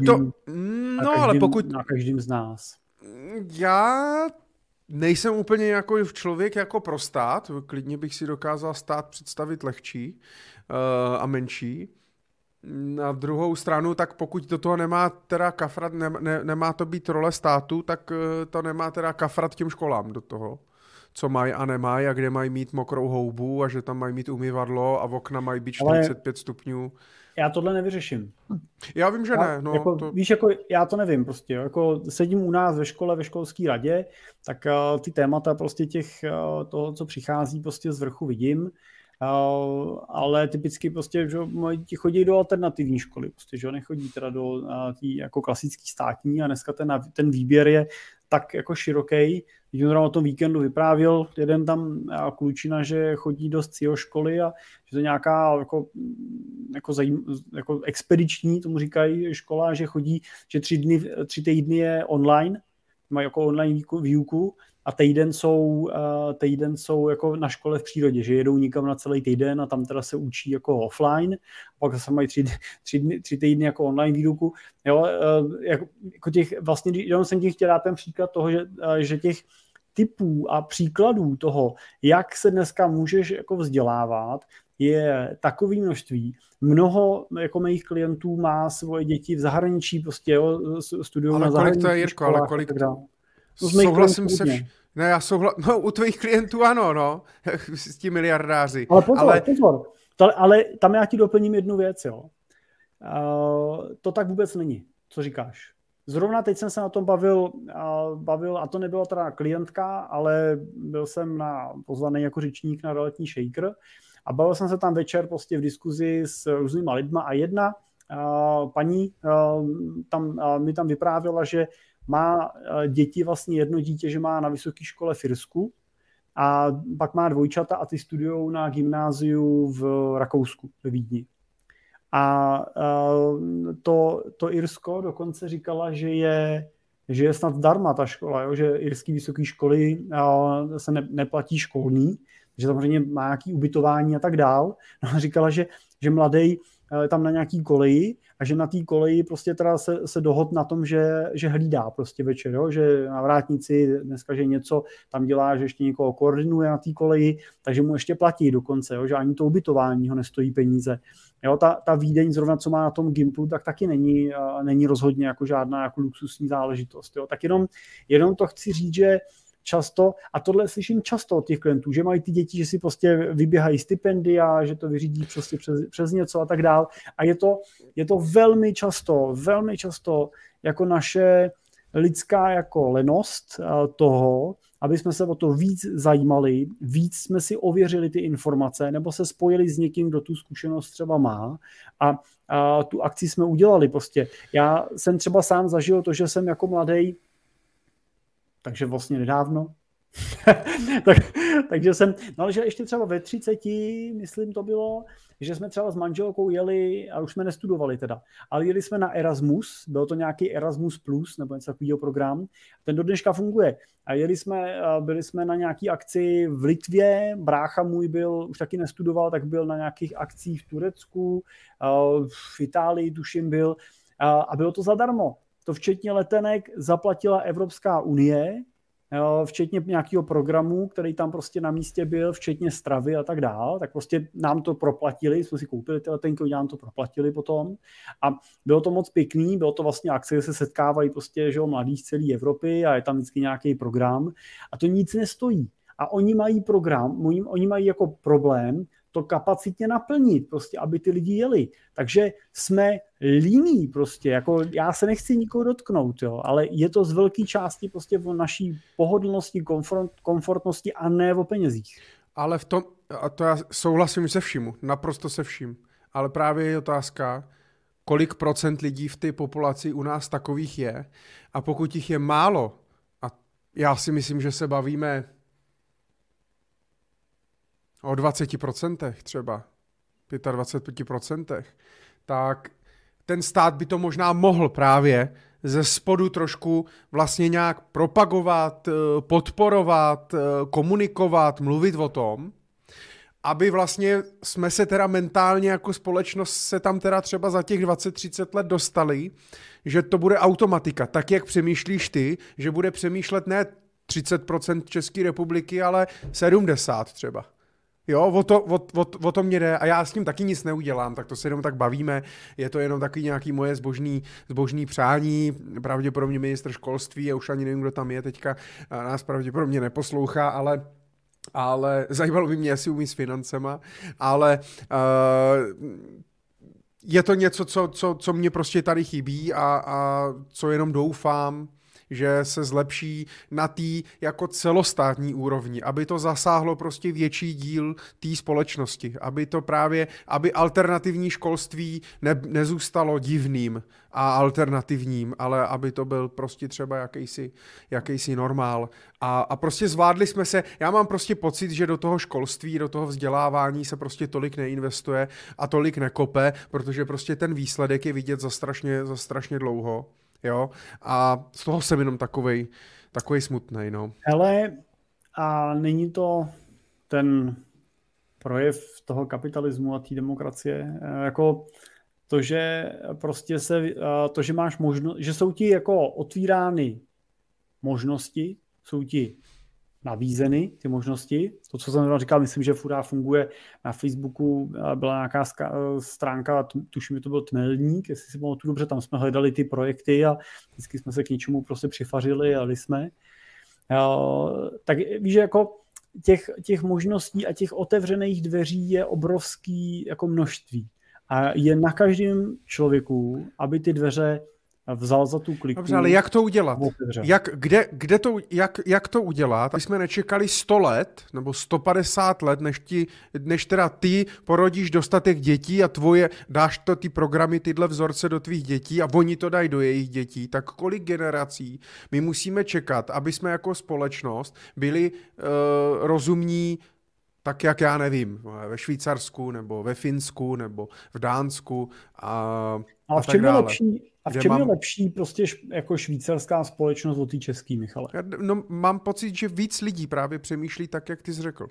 Speaker 2: na každým z nás.
Speaker 1: Já nejsem úplně jako člověk jako pro stát, klidně bych si dokázal stát představit lehčí a menší. Na druhou stranu, tak pokud do toho nemá teda kafrat, nemá to být role státu, tak to nemá teda kafrat těm školám do toho, co mají a nemají a kde mají mít mokrou houbu a že tam mají mít umyvadlo a okna mají být 45 stupňů.
Speaker 2: Já tohle nevyřeším.
Speaker 1: Já vím, že ne. No,
Speaker 2: jako, víš, jako já to nevím prostě. Jako sedím u nás ve škole, ve školské radě, tak ty témata prostě toho, co přichází prostě z vrchu vidím. Ale typicky prostě, že ti chodí do alternativní školy, prostě, že nechodí teda do tý jako klasický státní a dneska ten výběr je tak jako široký. Když on o tom víkendu vyprávěl jeden tam klučina, že chodí do SCIO školy a že to je nějaká jako expediční, tomu říkají škola, že chodí, že 3 týdny je online, mají jako online výuku a týden jsou jako na škole v přírodě, že jedou nikam na celý týden a tam teda se učí jako offline, a pak zase mají 3 týdny jako online výuku. Jo, jako těch, vlastně, jenom jsem ti chtěl dát ten příklad toho, že těch typů a příkladů toho, jak se dneska můžeš jako vzdělávat, je takové množství. Mnoho jako mých klientů má svoje děti v zahraničí, prostě studují na zahraničí.
Speaker 1: Ale kolik to je, Jirko, ale kolik to? Souhlasím se Ne, já no, u tvých klientů ano, no, s tím miliardáři.
Speaker 2: Ale pozor. Ale tam já ti doplním jednu věc, jo. To tak vůbec není, co říkáš. Zrovna teď jsem se na tom bavil, a to nebyla teda klientka, ale byl jsem pozvaný jako řečník na realitní shaker a bavil jsem se tam večer prostě v diskuzi s různýma lidma a jedna paní mi tam vyprávěla, že má děti, vlastně jedno dítě, že má na vysoké škole v Irsku a pak má dvojčata a ty studujou na gymnáziu v Rakousku, ve Vídni. A to Irsko dokonce říkala, že je snad zdarma ta škola, jo? Že irský vysoké školy se neplatí školní, že samozřejmě má nějaké ubytování a tak dál. No a říkala, že mladý tam na nějaký koleji a že na té koleji prostě teda se dohod na tom, že hlídá prostě večer, jo? Že na vrátnici dneska, že něco tam dělá, že ještě někoho koordinuje na té koleji, takže mu ještě platí dokonce, jo? Že ani to ubytování ho nestojí peníze. Jo? Ta Vídeň zrovna, co má na tom Gimplu, tak taky není rozhodně jako žádná jako luxusní záležitost. Jo? Tak jenom to chci říct, že často, a tohle slyším často od těch klientů, že mají ty děti, že si prostě vyběhají stipendia, že to vyřídí prostě přes něco a tak dál. A je to velmi často jako naše lidská jako lenost toho, aby jsme se o to víc zajímali, víc jsme si ověřili ty informace, nebo se spojili s někým, kdo tu zkušenost třeba má a tu akci jsme udělali prostě. Já jsem třeba sám zažil to, že jsem jako mladý, takže vlastně nedávno, takže jsem, no ale že ještě třeba ve 30, myslím to bylo, že jsme třeba s manželkou jeli, a už jsme nestudovali teda, ale jeli jsme na Erasmus, byl to nějaký Erasmus Plus, nebo něco takového program, ten do dneška funguje. A byli jsme na nějaký akci v Litvě, brácha můj byl, už taky nestudoval, tak byl na nějakých akcích v Turecku, v Itálii tuším byl, a bylo to zadarmo. To včetně letenek zaplatila Evropská unie, včetně nějakého programu, který tam prostě na místě byl, včetně stravy a tak dál, tak prostě nám to proplatili, jsme si koupili ty letenky, nám to proplatili potom a bylo to moc pěkný, bylo to vlastně akce, kde se setkávají prostě, že mladí z celé Evropy a je tam vždycky nějaký program a to nic nestojí. A oni mají program, oni mají jako problém to kapacitně naplnit, prostě, aby ty lidi jeli. Takže jsme líní prostě, jako já se nechci nikoho dotknout, jo, ale je to z velké části prostě o naší pohodlnosti, komfortnosti a ne o penězích.
Speaker 1: Ale v tom, a to já souhlasím se vším, naprosto se vším, ale právě je otázka, kolik procent lidí v té populaci u nás takových je a pokud jich je málo, a já si myslím, že se bavíme o 20% třeba, 25%, tak ten stát by to možná mohl právě ze spodu trošku vlastně nějak propagovat, podporovat, komunikovat, mluvit o tom, aby vlastně jsme se teda mentálně jako společnost se tam teda třeba za těch 20-30 let dostali, že to bude automatika, tak jak přemýšlíš ty, že bude přemýšlet ne 30% České republiky, ale 70 třeba. Jo, o to mě jde a já s tím taky nic neudělám, tak to se jenom tak bavíme, je to jenom takový nějaký moje zbožný přání, pravděpodobně ministr školství, a už ani nevím, kdo tam je teďka, nás pravděpodobně neposlouchá, ale zajímalo by mě, jestli umí s financema, ale je to něco, co mě prostě tady chybí a co jenom doufám, že se zlepší na té jako celostátní úrovni, aby to zasáhlo prostě větší díl té společnosti, aby alternativní školství nezůstalo divným a alternativním, ale aby to byl prostě třeba jakýsi normál. A prostě zvládli jsme se, já mám prostě pocit, že do toho školství, do toho vzdělávání se prostě tolik neinvestuje a tolik nekope, protože prostě ten výsledek je vidět za strašně dlouho. Jo, a z toho jsem jenom takovej smutnej, no.
Speaker 2: Hele, a není to ten projev toho kapitalismu a té demokracie, jako to, že prostě to, že máš možnost, že jsou ti jako otvírány možnosti, jsou ti nabízeny ty možnosti. To, co jsem říkal, myslím, že furt funguje na Facebooku, byla nějaká stránka, tuším, že to byl Tmelník, jestli si pamatuju dobře, tam jsme hledali ty projekty a vždycky jsme se k něčemu prostě přifařili a jeli jsme. Tak víš, že jako těch možností a těch otevřených dveří je obrovský jako množství. A je na každém člověku, aby ty dveře vzal za tu kliku.
Speaker 1: Dobře, ale jak to udělat? Jak to udělat? My jsme nečekali 100 let nebo 150 let, než teda ty porodíš dostatek dětí a dáš to ty programy, tyhle vzorce do tvých dětí a oni to dají do jejich dětí. Tak kolik generací my musíme čekat, aby jsme jako společnost byli rozumní, tak jak já nevím, ve Švýcarsku nebo ve Finsku nebo v Dánsku a
Speaker 2: v čem je lepší? A v čem je lepší prostě jako švýcarská společnost od té český, Michale?
Speaker 1: No, mám pocit, že víc lidí právě přemýšlí tak, jak ty jsi řekl.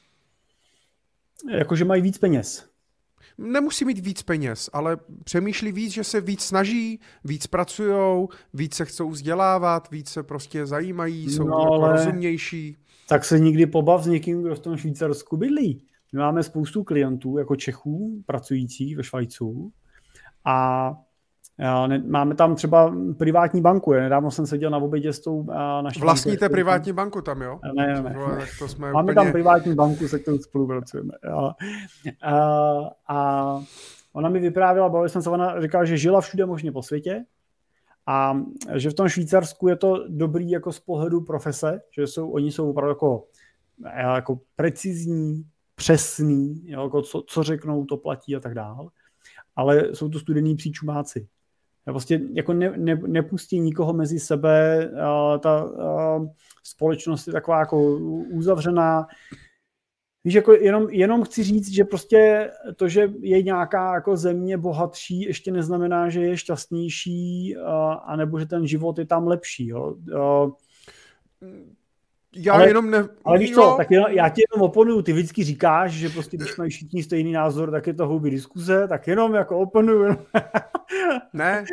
Speaker 2: Jakože mají víc peněz.
Speaker 1: Nemusí mít víc peněz, ale přemýšlí víc, že se víc snaží, víc pracujou, víc se chcou vzdělávat, víc se prostě zajímají, jsou jako rozumnější.
Speaker 2: Tak se nikdy pobav s někým, kdo v tom Švýcarsku bydlí. My máme spoustu klientů, jako Čechů, pracujících ve Švajcu a máme tam třeba privátní banku. Nedávno jsem seděl na obědě s tou naší...
Speaker 1: Vlastníte privátní banku tam, jo?
Speaker 2: Ne.
Speaker 1: Tak to jsme
Speaker 2: máme tam privátní banku, se kterou spolupracujeme. A ona mi vyprávěla, bavili jsme se, ona říkala, že žila všude možně po světě A že v tom Švýcarsku je to dobrý jako z pohledu profese, že oni jsou opravdu jako precizní, přesný, jo, jako co řeknou, to platí a tak dál. Ale jsou to studený psí čumáci. Prostě jako nepustí nikoho mezi sebe, ta společnost je taková jako uzavřená. Víš, jako jenom chci říct, že prostě to, že je nějaká jako země bohatší, ještě neznamená, že je šťastnější, anebo že ten život je tam lepší. Jo. Ale víš co, tak já ti jenom oponuju, ty vždycky říkáš, že prostě když mají všichni stejný názor, tak je to houby diskuze, tak jenom jako oponuju.
Speaker 1: Ne.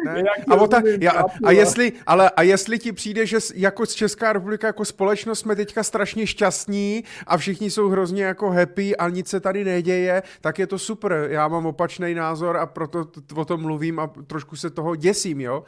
Speaker 1: A jestli ti přijde, že jako Česká republika, jako společnost jsme teďka strašně šťastní a všichni jsou hrozně jako happy a nic se tady neděje, tak je to super. Já mám opačný názor a proto o tom mluvím a trošku se toho děsím, jo?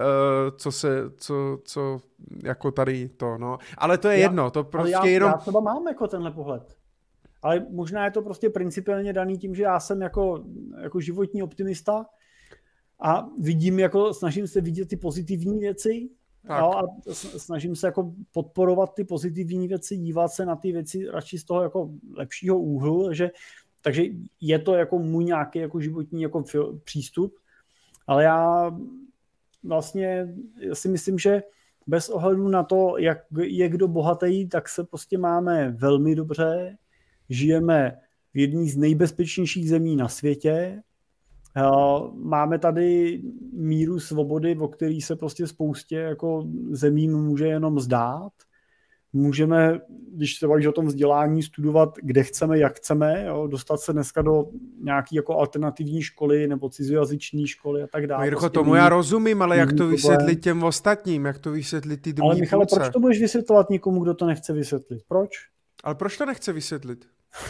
Speaker 1: Co jako tady to, no. Ale to je jedno, to prostě jenom...
Speaker 2: Já třeba mám jako tenhle pohled. Ale možná je to prostě principiálně daný tím, že já jsem jako životní optimista a snažím se vidět ty pozitivní věci, jo, a snažím se jako podporovat ty pozitivní věci, dívat se na ty věci radši z toho jako lepšího úhlu, takže je to jako můj nějaký jako životní jako přístup, ale já vlastně si myslím, že bez ohledu na to, jak je kdo bohatý, tak se prostě máme velmi dobře, žijeme v jedné z nejbezpečnějších zemí na světě, máme tady míru svobody, o který se prostě spoustě jako zemím může jenom zdát. Můžeme, když se bavíš o tom vzdělání, studovat, kde chceme, jak chceme, jo, dostat se dneska do nějaký jako alternativní školy nebo cizojazyční školy a tak dále.
Speaker 1: Jirko, prostě tomu já rozumím, ale jak to vysvětlit těm ostatním, jak to vysvětlit ty druhý půlce?
Speaker 2: Ale Michale, proč to budeš vysvětlovat někomu, kdo to nechce vysvětlit? Proč?
Speaker 1: Ale proč to nechce vysvětlit?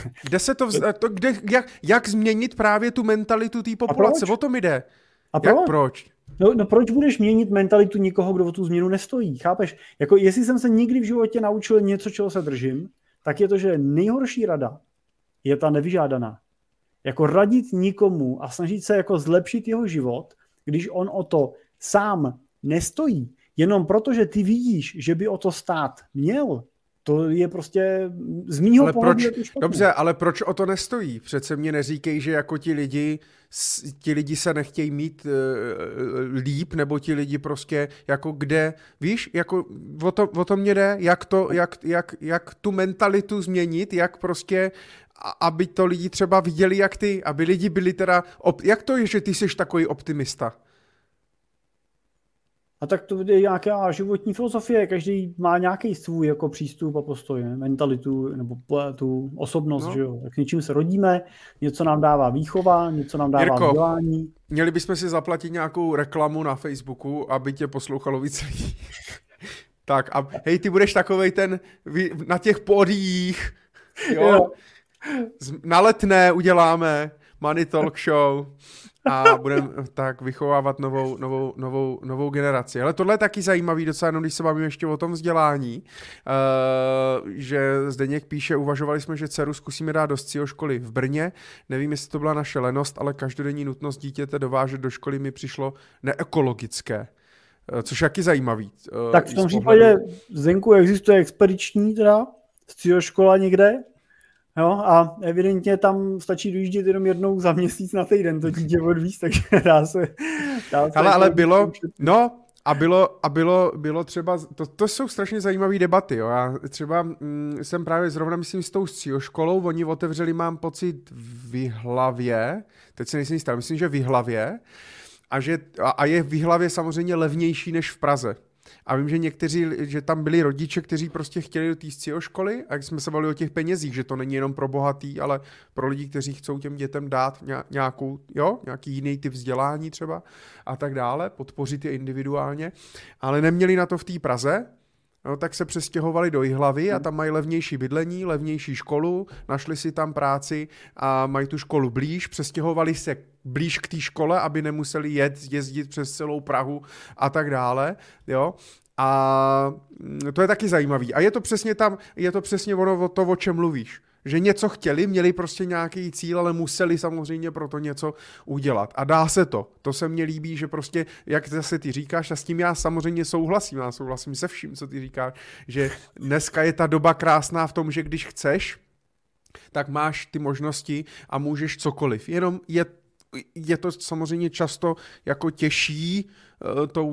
Speaker 1: Jak změnit právě tu mentalitu té populace? O tom jde.
Speaker 2: A proč?
Speaker 1: Jak proč?
Speaker 2: No proč budeš měnit mentalitu někoho, kdo o tu změnu nestojí? Chápeš? Jako jestli jsem se nikdy v životě naučil něco, čeho se držím, tak je to, že nejhorší rada je ta nevyžádaná. Jako radit nikomu a snažit se jako zlepšit jeho život, když on o to sám nestojí, jenom proto, že ty vidíš, že by o to stát měl, to je prostě z mýho pohledu.
Speaker 1: Dobře, ale proč o to nestojí? Přece mě neříkej, že jako ti lidi se nechtějí mít líp, nebo ti lidi prostě jako kde, víš, jako o to mě jde, jak tu mentalitu změnit, jak prostě, aby to lidi třeba viděli jak ty, aby lidi byli teda, jak to je, že ty jsi takový optimista?
Speaker 2: A tak to je nějaká životní filozofie, každý má nějaký svůj jako přístup a postoj, ne? Mentalitu nebo tu osobnost, že jo. Tak něčím se rodíme, něco nám dává výchova, něco nám dává vzdělání.
Speaker 1: Měli bychom si zaplatit nějakou reklamu na Facebooku, aby tě poslouchalo víc lidí. Tak a hej, ty budeš takovej ten na těch pódiích, jo. Na Letné uděláme Money Talk Show a budeme tak vychovávat novou generaci. Ale tohle je taky zajímavý docela, jenom když se bavíme ještě o tom vzdělání, že Zdeněk píše, uvažovali jsme, že dceru zkusíme dát do SCIO školy v Brně. Nevím, jestli to byla naše lenost, ale každodenní nutnost dítěte dovážet do školy mi přišlo neekologické. Což je taky zajímavý.
Speaker 2: Tak v tom případě, Zdenku, existuje expediční teda SCIO škola někde? Jo, a evidentně tam stačí dojíždět jenom jednou za měsíc na týden to dítě odvízt, takže dá se
Speaker 1: ale bylo, no a bylo třeba, to jsou strašně zajímavé debaty, jo. Já třeba jsem právě zrovna, myslím, s tou SCIO školou, oni otevřeli, mám pocit, v Jihlavě, teď se nejsem jistý, myslím, že v Jihlavě, a je v Jihlavě samozřejmě levnější než v Praze. A vím, že tam byli rodiče, kteří prostě chtěli do té SCIO školy, a jak jsme se bavili o těch penězích, že to není jenom pro bohatý, ale pro lidi, kteří chcou těm dětem dát nějaký jiný typ vzdělání třeba a tak dále, podpořit je individuálně, ale neměli na to v té Praze, no, tak se přestěhovali do Jihlavy a tam mají levnější bydlení, levnější školu, našli si tam práci a mají tu školu blíž, přestěhovali se blíž k té škole, aby nemuseli jezdit přes celou Prahu a tak dále, jo. A to je taky zajímavý. A je to přesně ono to, o čem mluvíš. že něco chtěli, měli prostě nějaký cíl, ale museli samozřejmě pro to něco udělat. A dá se to. To se mně líbí, že prostě, jak zase ty říkáš, a s tím já samozřejmě souhlasím. Já souhlasím se vším, co ty říkáš, že dneska je ta doba krásná v tom, že když chceš, tak máš ty možnosti a můžeš cokoliv. Jenom je to samozřejmě často jako těžší to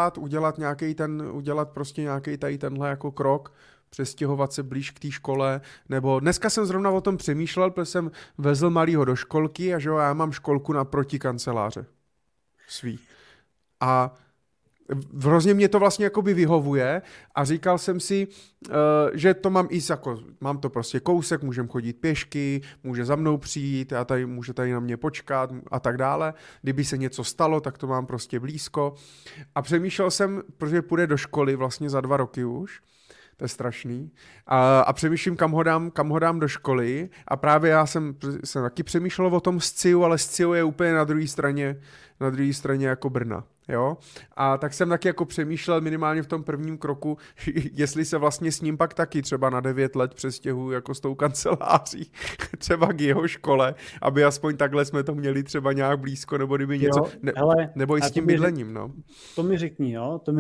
Speaker 1: udělat prostě nějaký tady tenhle jako krok, přestěhovat se blíž k té škole, nebo dneska jsem zrovna o tom přemýšlel, protože jsem vezl malýho do školky a že jo, já mám školku naproti kanceláře svý. A hrozně mě to vlastně jakoby vyhovuje a říkal jsem si, že to mám i jako, mám to prostě kousek, můžem chodit pěšky, může za mnou přijít, může tady na mě počkat a tak dále. Kdyby se něco stalo, tak to mám prostě blízko. A přemýšlel jsem, protože půjde do školy vlastně za 2 roky už, to je strašný. A přemýšlím, kam ho dám do školy a právě já jsem taky přemýšlel o tom Sciu, ale Sciu je úplně na druhé straně jako Brna. Jo? A tak jsem taky jako přemýšlel minimálně v tom prvním kroku, jestli se vlastně s ním pak taky třeba na 9 let přestěhuji jako s tou kanceláří třeba k jeho škole, aby aspoň takhle jsme to měli třeba nějak blízko, nebo kdyby něco, nebo i s tím bydlením. No.
Speaker 2: To mi řekni,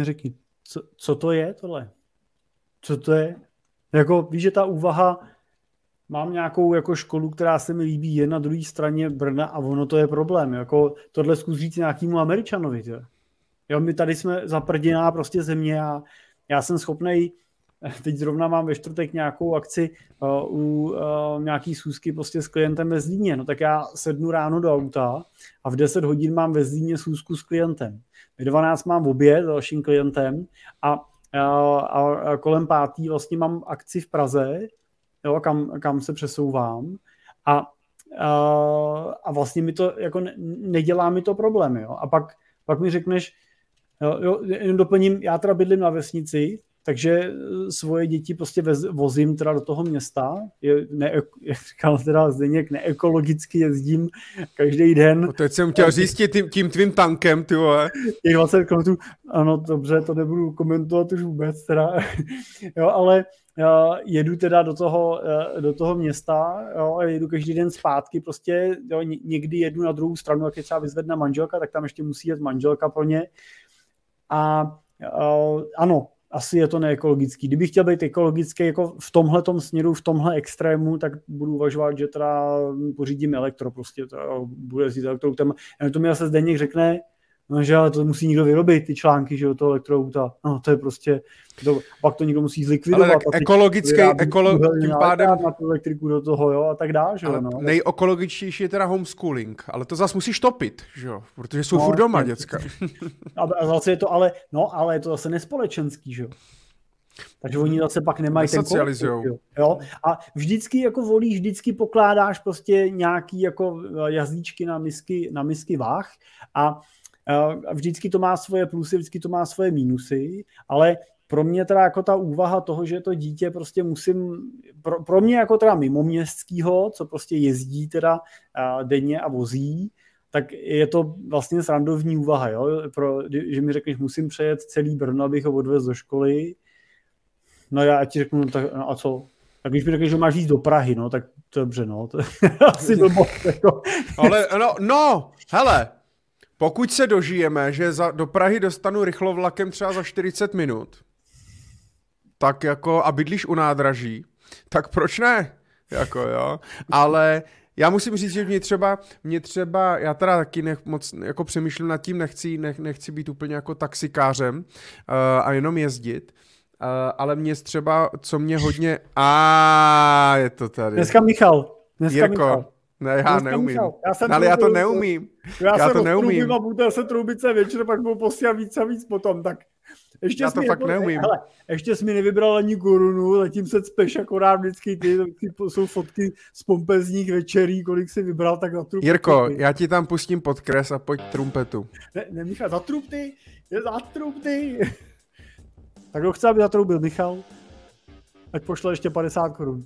Speaker 2: co to je tohle? Co to je? Jako, víš, že ta úvaha, mám nějakou jako školu, která se mi líbí, je na druhé straně Brna a ono to je problém. Jako, tohle zkus říct nějakému Američanovi. Jo, my tady jsme zaprděná prostě země a já jsem schopnej, teď zrovna mám ve čtvrtek nějakou akci u nějaký schůzky prostě s klientem ve Zlíně. No tak já sednu ráno do auta a v 10 hodin mám ve Zlíně schůzku s klientem. V 12 mám oběd s dalším klientem a kolem 5. vlastně mám akci v Praze, jo, kam se přesouvám a vlastně mi to jako nedělá mi to problém, jo. A pak mi řekneš, jo, jen doplním, já teda bydlím na vesnici, takže svoje děti prostě vozím teda do toho města, jak říkal teda Zdeněk, neekologicky jezdím každý den.
Speaker 1: No teď jsem chtěl říct tím tvým tankem, ty vole.
Speaker 2: Těch 20 km, ano, dobře, to nebudu komentovat už vůbec teda, jo, ale jedu teda do toho města, jo, a jedu každý den zpátky, prostě, jo, někdy jedu na druhou stranu, jak je třeba vyzvedne manželka, tak tam ještě musí jet manželka pro ně. A ano, asi je to neekologický. Kdybych chtěl být ekologický jako v tomhletom směru, v tomhle extrému, tak budu uvažovat, že teda pořídím elektro, prostě bude jezdit elektroautem. A to mi zase Zdeněk řekne, no, že ale to musí někdo vyrobit, ty články, že toho elektroauta. No, to je prostě, pak to někdo musí zlikvidovat.
Speaker 1: Ale tak ekologický, tím pádem
Speaker 2: na tu elektriku do toho, jo, a tak dále, že jo. No.
Speaker 1: Nejekologičtější je teda homeschooling, ale to zase musíš topit, že jo, protože jsou furt doma děcka.
Speaker 2: A zase je to, ale je to zase nespolečenský, že jo. Takže oni zase pak nemají ten kolektiv, jo. A vždycky jako volíš, vždycky pokládáš prostě nějaký jako jazyčky na misky váh a vždycky to má svoje plusy, vždycky to má svoje mínusy, ale pro mě teda jako ta úvaha toho, že to dítě prostě pro mě jako teda mimoměstskýho, co prostě jezdí teda denně a vozí, tak je to vlastně srandovní úvaha, jo? Že mi řekneš, musím přejet celý Brno, abych ho odvezl do školy. No já ti řeknu, no a co? Tak když mi řekneš, že máš jít do Prahy, no tak dobře, no. To asi blbost, jako.
Speaker 1: Ale hele, pokud se dožijeme, že do Prahy dostanu rychlovlakem třeba za 40 minut, tak jako a bydlíš u nádraží, tak proč ne? Jako jo, ale já musím říct, že mě třeba já teda taky moc jako přemýšlím nad tím, nechci být úplně jako taxikářem a jenom jezdit, ale mě třeba, co mě hodně, je to tady.
Speaker 2: Dneska Michal.
Speaker 1: Jirko. Ne, já neumím. Ale já to neumím.
Speaker 2: Já to neumím. A budu se troubit večer, pak budu posílat víc a víc potom, tak ještě
Speaker 1: já to fakt neumím.
Speaker 2: Hele, ještě jsi mi nevybral ani korunu, letím se cpeš akorát vždycky ty jsou fotky z pompezních večerí, kolik jsi vybral, tak zatrup.
Speaker 1: Jirko, já ti tam pustím podkres a pojď trumpetu.
Speaker 2: Ne, Michal, zatrup ty. Tak kdo chce, aby zatroubil, Michal? Ať pošle ještě 50 korun.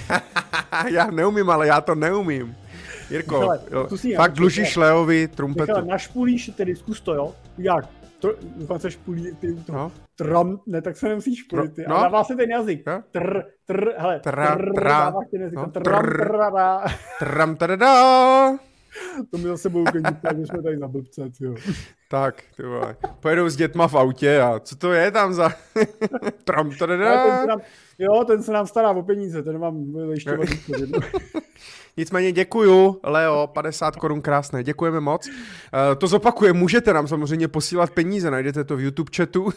Speaker 1: Já neumím, ale já to neumím. Jirko, Michale, fakt dlužíš Leovi trumpetu.
Speaker 2: Michale, našpulíš, tedy zkus to, jo? Jak? dokonce špulí ty to tram, ne, tak se nemusí špulit, no, a dává se ten jazyk.
Speaker 1: No.
Speaker 2: Hele,
Speaker 1: dáváš
Speaker 2: ten jazyk,
Speaker 1: tram, tadadá.
Speaker 2: To mi zase budou klidit, že jsme tady za blbce, jo.
Speaker 1: Tak, ty vole. Pojedou s dětma v autě a co to je tam za tram, tadadá.
Speaker 2: Ten se nám stará o peníze, ten mám ještě
Speaker 1: Nicméně děkuju, Leo, 50 korun krásné, děkujeme moc. To zopakuje, můžete nám samozřejmě posílat peníze, najdete to v YouTube chatu.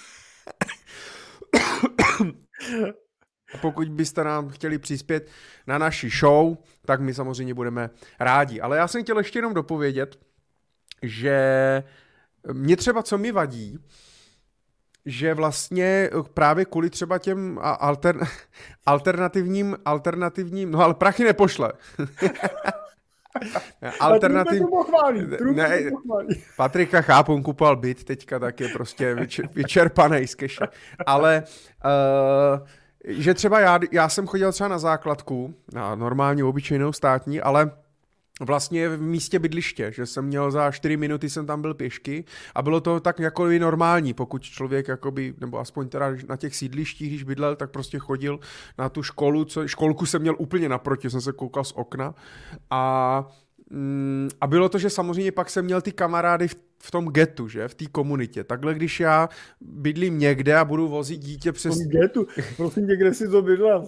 Speaker 1: A pokud byste nám chtěli přispět na naši show, tak my samozřejmě budeme rádi. Ale já jsem chtěl ještě jenom dopovědět, že mě třeba co mi vadí, že vlastně právě kvůli třeba těm alternativním, no ale prachy nepošle. Patrika chápu, on kupoval byt teďka, tak je prostě vyčerpanej z keše. Ale že třeba já jsem chodil třeba na základku, na normálně obyčejnou státní, ale vlastně v místě bydliště, že jsem měl za 4 minuty jsem tam byl pěšky a bylo to tak jako normální, pokud člověk jakoby, nebo aspoň teda na těch sídlištích, když bydlel, tak prostě chodil na tu školku jsem měl úplně naproti, jsem se koukal z okna a bylo to, že samozřejmě pak jsem měl ty kamarády v tom getu, že, v té komunitě. Takhle, když já bydlím někde a budu vozit dítě přes...
Speaker 2: V tom getu? Prosím tě, kde jsi to bydlel?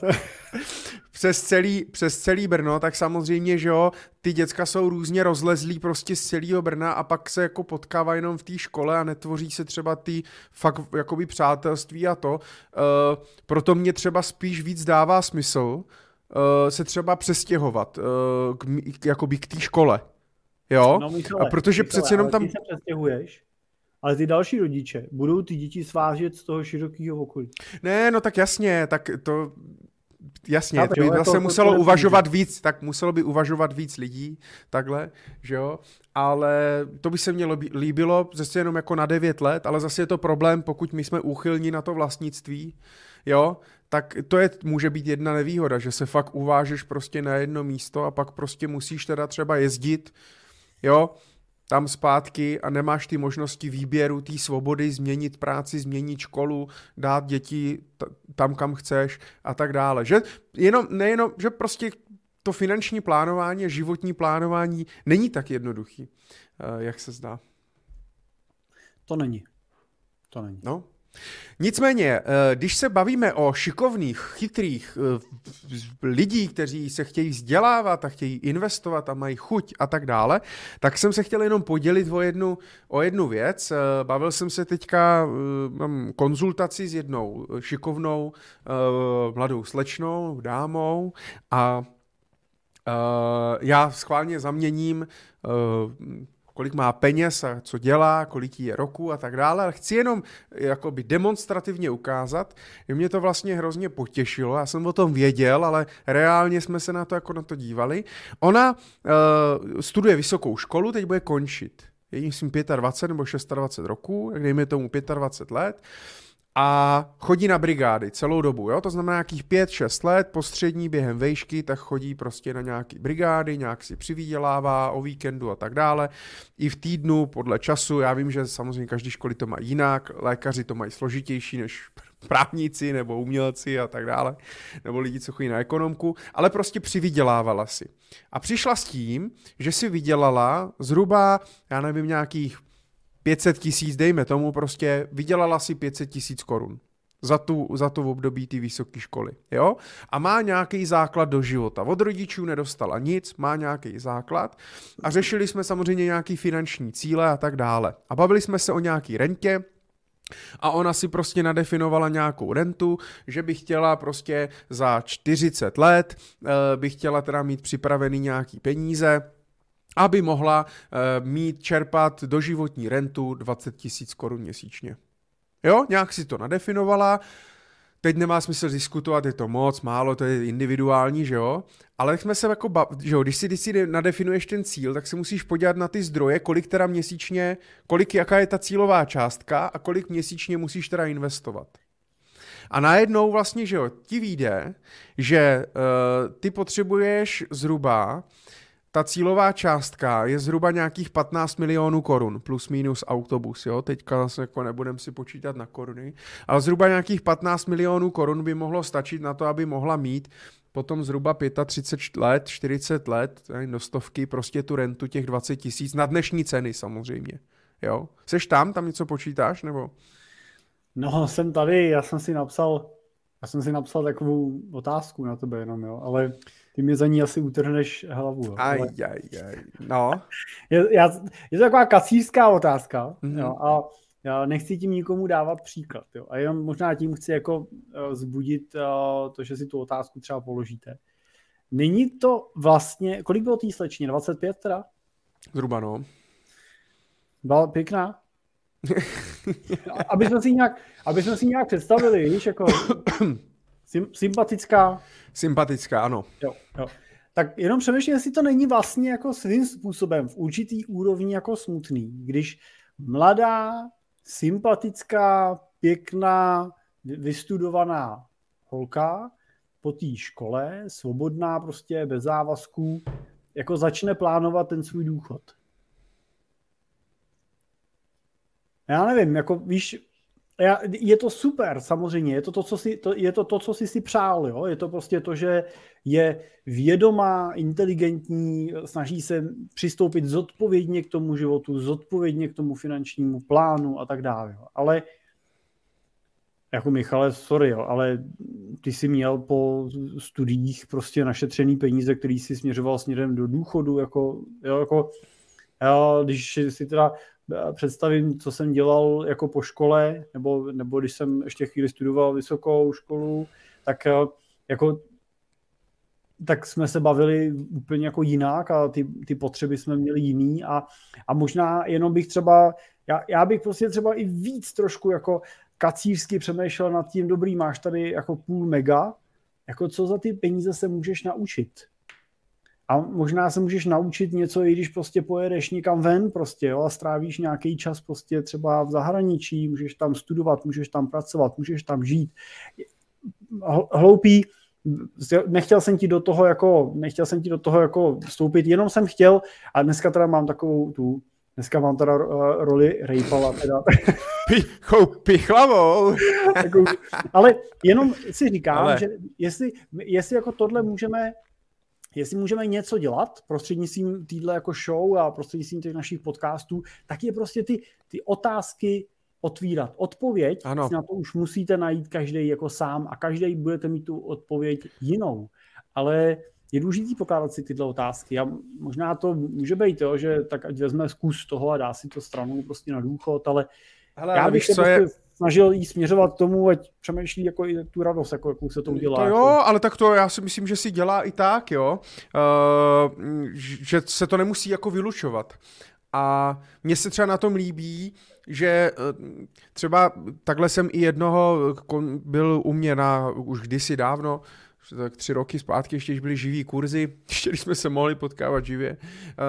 Speaker 1: přes celý Brno, tak samozřejmě, že jo, ty děcka jsou různě rozlezlí prostě z celého Brna a pak se jako potkávají jenom v té škole a netvoří se třeba ty fakt jakoby přátelství a to. Proto mě třeba spíš víc dává smysl se třeba přestěhovat jakoby k té škole. Jo?
Speaker 2: No,
Speaker 1: protože přece jenom tam...
Speaker 2: Ty se přestěhuješ, ale ty další rodiče budou ty děti svážet z toho širokého okolí.
Speaker 1: Ne, no tak jasně, tak to... Jasně, to by zase muselo uvažovat víc, tak muselo by uvažovat víc lidí, takhle, že jo, ale to by se mně líbilo zase jenom jako na 9 let, ale zase je to problém, pokud my jsme úchylní na to vlastnictví, jo, tak to může být jedna nevýhoda, že se fakt uvážeš prostě na jedno místo a pak prostě musíš teda třeba jezdit, jo, tam zpátky a nemáš ty možnosti výběru, té svobody, změnit práci, změnit školu, dát děti tam, kam chceš a tak dále. Že nejenom, že prostě to finanční plánování a životní plánování není tak jednoduchý, jak se zdá.
Speaker 2: To není.
Speaker 1: No. Nicméně, když se bavíme o šikovných, chytrých lidí, kteří se chtějí vzdělávat a chtějí investovat a mají chuť a tak dále, tak jsem se chtěl jenom podělit o jednu věc. Bavil jsem se teďka, mám konzultaci s jednou šikovnou mladou slečnou, dámou a já schválně zaměním kolik má peněz a co dělá, kolik jí je roku a tak dále, ale chci jenom jakoby demonstrativně ukázat, že mě to vlastně hrozně potěšilo, já jsem o tom věděl, ale reálně jsme se na to dívali. Ona studuje vysokou školu, teď bude končit. Je jí, myslím, 25 nebo 26 roků, jak dejme tomu 25 let, a chodí na brigády celou dobu, jo? To znamená nějakých 5-6 let, po střední během vejšky, tak chodí prostě na nějaký brigády, nějak si přivydělává o víkendu a tak dále. I v týdnu, podle času, já vím, že samozřejmě každý školy to má jinak, lékaři to mají složitější než právníci nebo umělci a tak dále, nebo lidi, co chodí na ekonomku, ale prostě přivydělávala si. A přišla s tím, že si vydělala zhruba, já nevím, nějakých 500 000, dejme tomu, prostě vydělala si 500 000 korun za tu období té vysoké školy, jo? A má nějaký základ do života. Od rodičů nedostala nic, má nějaký základ a řešili jsme samozřejmě nějaký finanční cíle a tak dále. A bavili jsme se o nějaký rentě a ona si prostě nadefinovala nějakou rentu, že by chtěla prostě za 40 let, by chtěla teda mít připravený nějaký peníze, aby mohla čerpat doživotní rentu 20 000 korun měsíčně. Jo, nějak si to nadefinovala, teď nemá smysl diskutovat, je to moc, málo, to je individuální, že jo, ale jsme se jako že jo, když si nadefinuješ ten cíl, tak se musíš podívat na ty zdroje, kolik teda měsíčně, jaká je ta cílová částka a kolik měsíčně musíš teda investovat. A najednou vlastně, že jo, ti vyjde, že ty potřebuješ zhruba ta cílová částka je zhruba nějakých 15 milionů korun, plus minus autobus, jo, teďka zase jako nebudem si počítat na koruny, ale zhruba nějakých 15 milionů korun by mohlo stačit na to, aby mohla mít potom zhruba 35 let, 40 let, do stovky, prostě tu rentu těch 20 000 na dnešní ceny samozřejmě, jo. Seš tam něco počítáš, nebo?
Speaker 2: No, jsem tady, já jsem si napsal takovou otázku na tebe jenom, jo, ale ty mě za ní asi utrhneš hlavu. Jo.
Speaker 1: No.
Speaker 2: Je to taková kacířská otázka, jo, a já nechci tím nikomu dávat příklad, jo, a jenom možná tím chci jako zbudit to, že si tu otázku třeba položíte. Není to vlastně, kolik bylo tý slečně, 25 teda?
Speaker 1: Zhruba, no.
Speaker 2: Byla pěkná? aby jsme si nějak představili, víš, jako sympatická.
Speaker 1: Sympatická, ano.
Speaker 2: Jo. Tak jenom přemýšlím, jestli to není vlastně jako svým způsobem v určitý úrovni jako smutný, když mladá, sympatická, pěkná, vystudovaná holka po té škole, svobodná prostě, bez závazků, jako začne plánovat ten svůj důchod. Já nevím, jako víš, je to super, samozřejmě, je to to, co jsi si přál, jo? Je to prostě to, že je vědomá, inteligentní, snaží se přistoupit zodpovědně k tomu životu, zodpovědně k tomu finančnímu plánu a tak dále. Jo? Ale jako Michale, sorry, jo, ale ty jsi měl po studiích prostě našetřený peníze, který si směřoval směrem do důchodu, když si teda představím, co jsem dělal jako po škole, nebo když jsem ještě chvíli studoval vysokou školu, tak jsme se bavili úplně jako jinak a ty potřeby jsme měli jiný a možná jenom bych třeba, já bych prostě třeba i víc trošku jako kacířsky přemýšlel nad tím, dobrý, máš tady jako 0,5 mega, jako co za ty peníze se můžeš naučit. A možná se můžeš naučit něco, i když prostě pojedeš někam ven prostě, jo, a strávíš nějaký čas prostě třeba v zahraničí, můžeš tam studovat, můžeš tam pracovat, můžeš tam žít. Hloupý, nechtěl jsem ti do toho jako vstoupit, jenom jsem chtěl, a dneska teda mám dneska mám teda roli rejpala teda.
Speaker 1: Pichlavou.
Speaker 2: Ale jenom si říkám, že jestli jako tohle jestli můžeme něco dělat prostřednictvím týhle jako show a prostřednictvím těch našich podcastů, tak je prostě ty otázky otvírat. Odpověď, na to už musíte najít každý jako sám a každý budete mít tu odpověď jinou. Ale je důležitý pokládat si tyhle otázky a možná to může být, jo, že tak ať vezme zkus toho a dá si to stranou prostě na důchod, ale já bych se prostě snažil jí směřovat k tomu, ať přemýšlí jako i tu radost, jakou se to udělá.
Speaker 1: To jo, ale tak to já si myslím, že si dělá i tak, jo, že se to nemusí jako vylučovat. A mně se třeba na tom líbí, že třeba takhle jsem i jednoho, byl u mě už kdysi dávno, tak 3 roky zpátky, ještě když byly živý kurzy, ještě když jsme se mohli potkávat živě,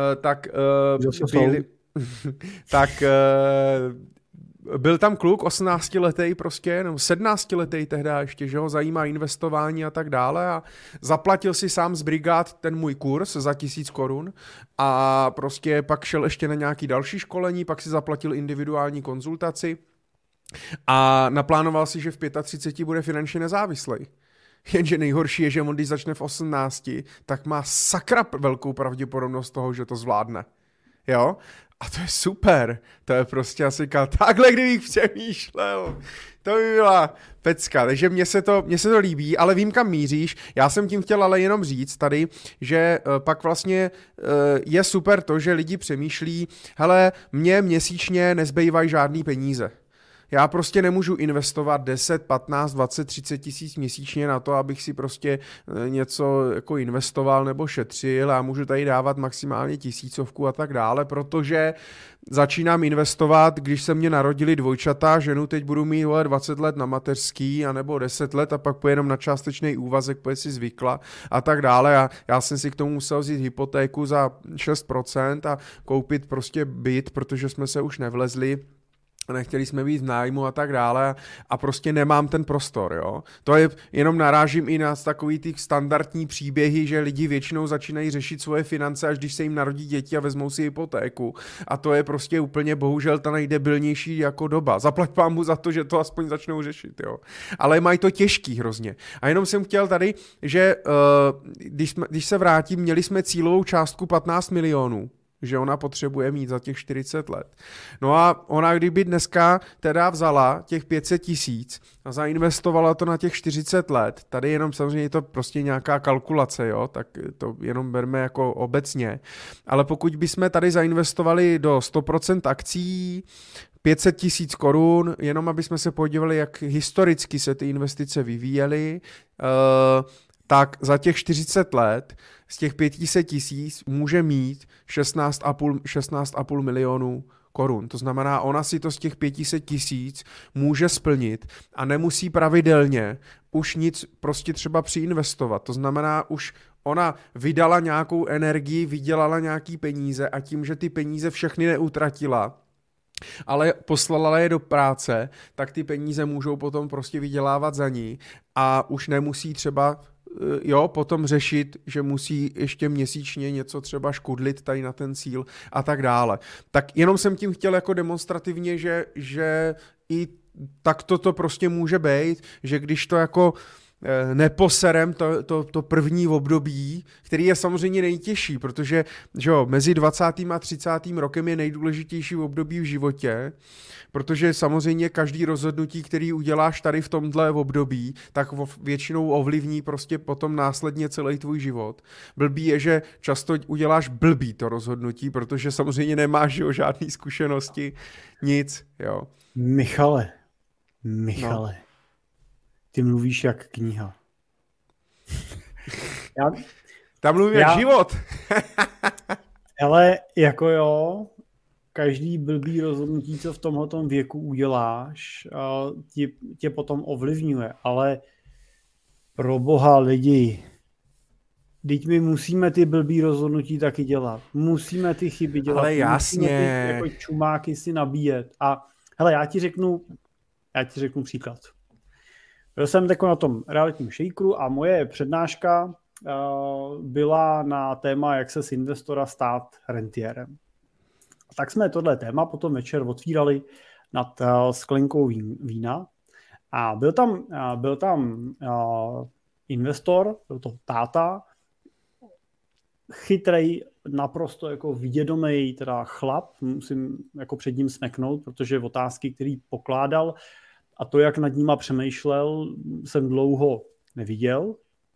Speaker 1: byl tam kluk 18letý prostě, nebo 17letý tehdy ještě, že ho zajímá investování a tak dále a zaplatil si sám z brigád ten můj kurz za 1000 korun a prostě pak šel ještě na nějaký další školení, pak si zaplatil individuální konzultaci a naplánoval si, že v 35 bude finančně nezávislej. Jenže nejhorší je, že on když začne v 18, tak má sakra velkou pravděpodobnost toho, že to zvládne. Jo? A to je super. To je prostě asi takhle, kdybych přemýšlel. To by byla pecka. Takže mně se to líbí, ale vím, kam míříš. Já jsem tím chtěl ale jenom říct tady, že pak vlastně je super to, že lidi přemýšlí, hele, mně měsíčně nezbývají žádný peníze. Já prostě nemůžu investovat 10, 15, 20, 30 tisíc měsíčně na to, abych si prostě něco jako investoval nebo šetřil a můžu tady dávat maximálně 1000 a tak dále, protože začínám investovat, když se mě narodili dvojčata, ženu teď budu mít 20 let na mateřský anebo 10 let a pak pojedem na částečný úvazek, protože si zvykla a tak dále a já jsem si k tomu musel vzít hypotéku za 6% a koupit prostě byt, protože jsme se už nevlezli nechtěli jsme být v nájmu a tak dále a prostě nemám ten prostor, jo. To je, jenom narážím i na takový ty standardní příběhy, že lidi většinou začínají řešit svoje finance, až když se jim narodí děti a vezmou si hypotéku a to je prostě úplně bohužel ta nejdebilnější jako doba. Zaplať pámu za to, že to aspoň začnou řešit, jo. Ale mají to těžký hrozně. A jenom jsem chtěl tady, že když se vrátím, měli jsme cílovou částku 15 milionů, že ona potřebuje mít za těch 40 let. No a ona kdyby dneska teda vzala těch 500 000 a zainvestovala to na těch 40 let, tady jenom samozřejmě je to prostě nějaká kalkulace, jo, tak to jenom berme jako obecně, ale pokud bychom tady zainvestovali do 100% akcí, 500 000 korun, jenom aby jsme se podívali, jak historicky se ty investice vyvíjely, tak za těch 40 let z těch 500 000 může mít 16,5 milionů korun. To znamená, ona si to z těch 500 000 může splnit a nemusí pravidelně už nic prostě třeba přiinvestovat. To znamená, už ona vydala nějakou energii, vydělala nějaký peníze a tím, že ty peníze všechny neutratila, ale poslala je do práce, tak ty peníze můžou potom prostě vydělávat za ní a už nemusí třeba potom řešit, že musí ještě měsíčně něco třeba škudlit tady na ten cíl a tak dále. Tak jenom jsem tím chtěl jako demonstrativně, že i tak to prostě může být, že když to jako neposerem to první období, který je samozřejmě nejtěžší, protože že jo, mezi 20. a 30. rokem je nejdůležitější období v životě, protože samozřejmě každý rozhodnutí, který uděláš tady v tomhle období, tak většinou ovlivní prostě potom následně celý tvůj život. Blbý je, že často uděláš blbý to rozhodnutí, protože samozřejmě nemáš žádný zkušenosti, nic, jo.
Speaker 2: Michale. No. Ty mluvíš jak kniha.
Speaker 1: Tam mluví jak život.
Speaker 2: Ale jako jo, každý blbý rozhodnutí, co v tomhletom věku uděláš, tě potom ovlivňuje. Ale pro boha lidi, teď my musíme ty blbý rozhodnutí taky dělat. Musíme ty chyby dělat.
Speaker 1: Ale jasně.
Speaker 2: Musíme ty jako čumáky si nabíjet. A hele, já ti řeknu příklad. Byl jsem tako na tom realitním shakeru a moje přednáška byla na téma, jak se z investora stát rentiérem. Tak jsme tohle téma potom večer otvírali nad sklenkou vína a byl tam investor, byl to táta, chytrej, naprosto jako vědomý teda chlap, musím jako před ním smeknout, protože otázky, který pokládal a to, jak nad nima přemýšlel, jsem dlouho neviděl.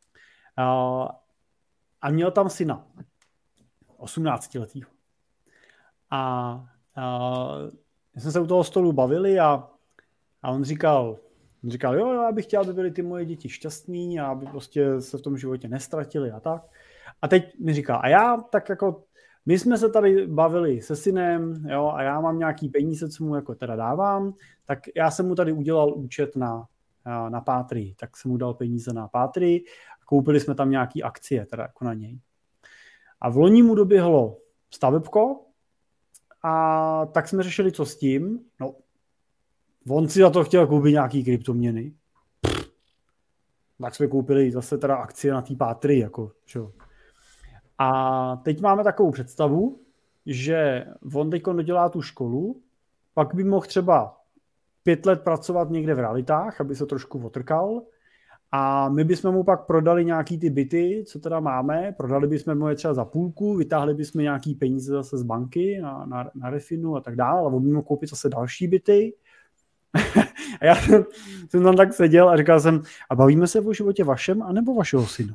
Speaker 2: A měl tam syna, 18letýho. A jsme se u toho stolu bavili a on říkal, jo, já bych chtěl, aby byly ty moje děti šťastný a aby prostě se v tom životě nestratili a tak. A teď mi říká, a já tak jako, my jsme se tady bavili se synem, jo, a já mám nějaký peníze, co mu jako teda dávám, tak já jsem mu tady udělal účet na Patrii, tak jsem mu dal peníze na Patrii a koupili jsme tam nějaký akcie teda jako na něj. A v loni mu doběhlo stavebko a tak jsme řešili, co s tím. No, on si za to chtěl koupit nějaký kryptoměny. Tak jsme koupili zase teda akcie na té Patrii, jako, čo. A teď máme takovou představu, že on teď dodělá tu školu, pak by mohl třeba 5 let pracovat někde v realitách, aby se trošku otrkal a my bychom mu pak prodali nějaký ty byty, co teda máme, prodali bychom mu je třeba za půlku, vytáhli bychom nějaký peníze zase z banky na refinu a tak dále, ale on by mohl koupit zase další byty. A já jsem tam tak seděl a říkal jsem, a bavíme se o životě vašem anebo vašeho syna?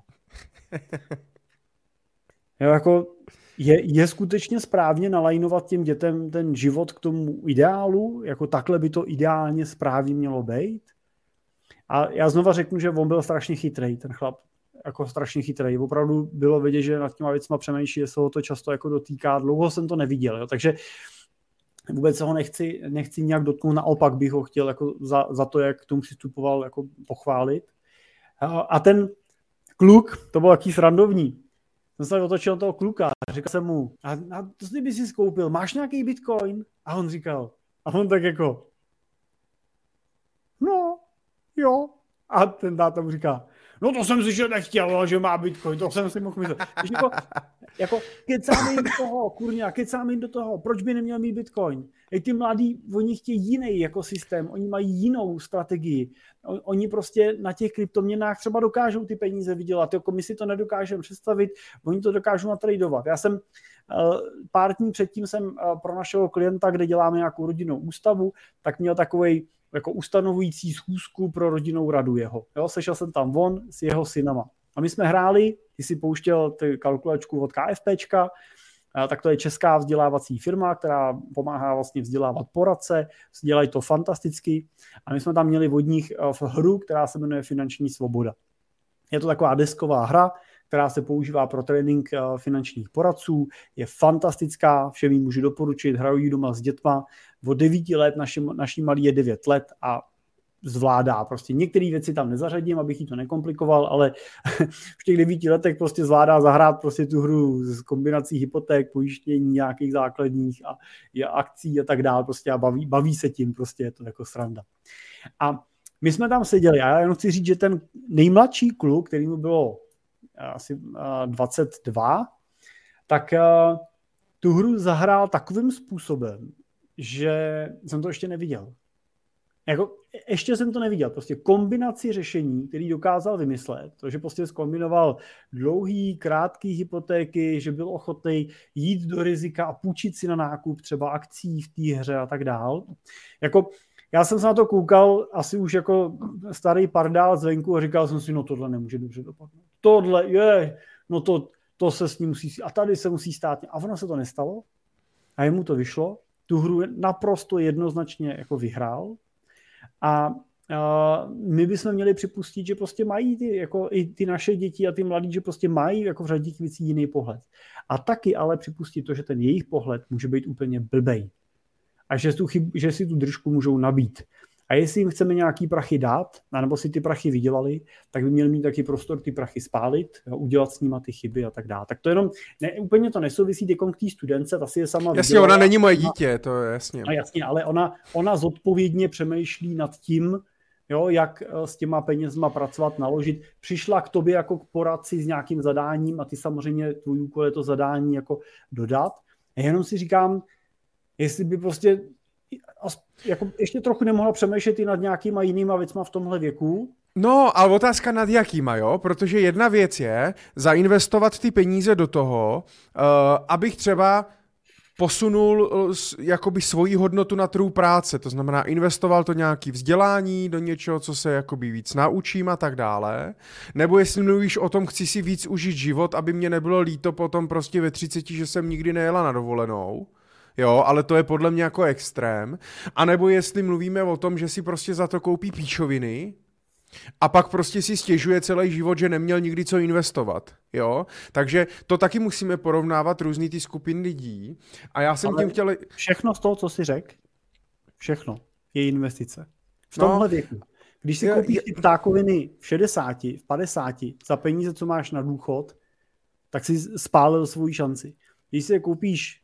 Speaker 2: Jo, jako je skutečně správně nalajnovat těm dětem ten život k tomu ideálu, jako takhle by to ideálně správně mělo být. A já znova řeknu, že on byl strašně chytrej, ten chlap, jako strašně chytrej. Opravdu bylo vidět, že nad těma věcma přemýšlí, že se ho to často jako dotýká. Dlouho jsem to neviděl, jo. Takže vůbec se ho nechci nějak dotknout, naopak bych ho chtěl jako za to, jak k tomu přistupoval, jako pochválit. A ten kluk, to byl taký srandovní. Jsem se otočil na toho kluka a říkal jsem mu, a to by si skoupil, máš nějaký bitcoin? A on říkal, A on tak jako, no, jo. A ten táta mu říká, no to jsem si že nechtěl, že má Bitcoin, to jsem si mohl myslet. Jako kecáme jim do toho, kurňa, kecáme jim do toho, proč by neměl mít Bitcoin? Ty mladí, oni chtějí jiný jako systém, oni mají jinou strategii. Oni prostě na těch kryptoměnách třeba dokážou ty peníze vydělat, jako my si to nedokážeme představit, oni to dokážou natradovat. Já jsem pár dní předtím jsem pro našeho klienta, kde děláme nějakou rodinnou ústavu, tak měl takovej jako ustanovující schůzku pro rodinnou radu jeho. Jo, sešel jsem tam on s jeho synama. A my jsme hráli, ty si pouštěl ty kalkulačku od KFPčka, tak to je česká vzdělávací firma, která pomáhá vlastně vzdělávat poradce, dělají to fantasticky. A my jsme tam měli od nich v hru, která se jmenuje Finanční svoboda. Je to taková desková hra, která se používá pro trénink finančních poradců, je fantastická, všem ji můžu doporučit, hraju ji doma s dětma, od 9 let, naší malý je 9 let a zvládá. Prostě některé věci tam nezařadím, abych jí to nekomplikoval, ale v těch 9 letech prostě zvládá zahrát prostě tu hru s kombinací hypoték, pojištění nějakých základních a akcí a tak dále prostě a baví se tím, prostě je to jako sranda. A my jsme tam seděli a já jenom chci říct, že ten nejmladší kluk, který mu bylo asi 22, tak tu hru zahrál takovým způsobem, že jsem to ještě neviděl. Jako, ještě jsem to neviděl. Prostě kombinaci řešení, který dokázal vymyslet, to, že prostě zkombinoval dlouhý, krátký hypotéky, že byl ochotný jít do rizika a půjčit si na nákup třeba akcí v té hře a tak dál. Jako, já jsem se na to koukal asi už jako starý pardál zvenku a říkal jsem si, no tohle nemůže dobře dopadnout. Tohle je, no to se s ním musí, a tady se musí stát. A ono se to nestalo a jemu to vyšlo. Tu hru naprosto jednoznačně jako vyhrál a my bychom měli připustit, že prostě mají i ty naše děti a ty mladí, že prostě mají jako v řadě věcí jiný pohled. A taky ale připustit to, že ten jejich pohled může být úplně blbej. A že si tu držku můžou nabít. A jestli jim chceme nějaký prachy dát, anebo si ty prachy vydělali, tak by měli mít taky prostor ty prachy spálit, udělat s nima ty chyby a tak dále. Tak to jenom, úplně to nesouvisí k té studence, ta si je sama
Speaker 1: jasně, ona není moje dítě, to je jasně.
Speaker 2: No jasně, ale ona zodpovědně přemýšlí nad tím, jo, jak s těma penězma pracovat, naložit. Přišla k tobě jako k poradci s nějakým zadáním a ty samozřejmě tvůj úkol je to zadání jako dodat. A jenom si říkám, jestli by prostě jako ještě trochu nemohla přemýšlet i nad nějakýma jinýma věcma v tomhle věku.
Speaker 1: No, ale otázka nad jakýma, jo? Protože jedna věc je zainvestovat ty peníze do toho, abych třeba posunul jakoby svoji hodnotu na trhu práce, to znamená investoval to nějaký vzdělání do něčeho, co se jakoby víc naučím a tak dále, nebo jestli mluvíš o tom, chci si víc užít život, aby mě nebylo líto potom prostě ve 30, že jsem nikdy nejela na dovolenou, jo, ale to je podle mě jako extrém, a nebo jestli mluvíme o tom, že si prostě za to koupí píčoviny, a pak prostě si stěžuje celý život, že neměl nikdy co investovat, jo? Takže to taky musíme porovnávat různý ty skupiny lidí. A já jsem tím chtěl...
Speaker 2: Všechno z toho, co jsi řekl, všechno je investice. V tomhle věku. Když si koupíš ty ptákoviny v 60, v 50 za peníze, co máš na důchod, tak si spálil svou šanci. Když si je koupíš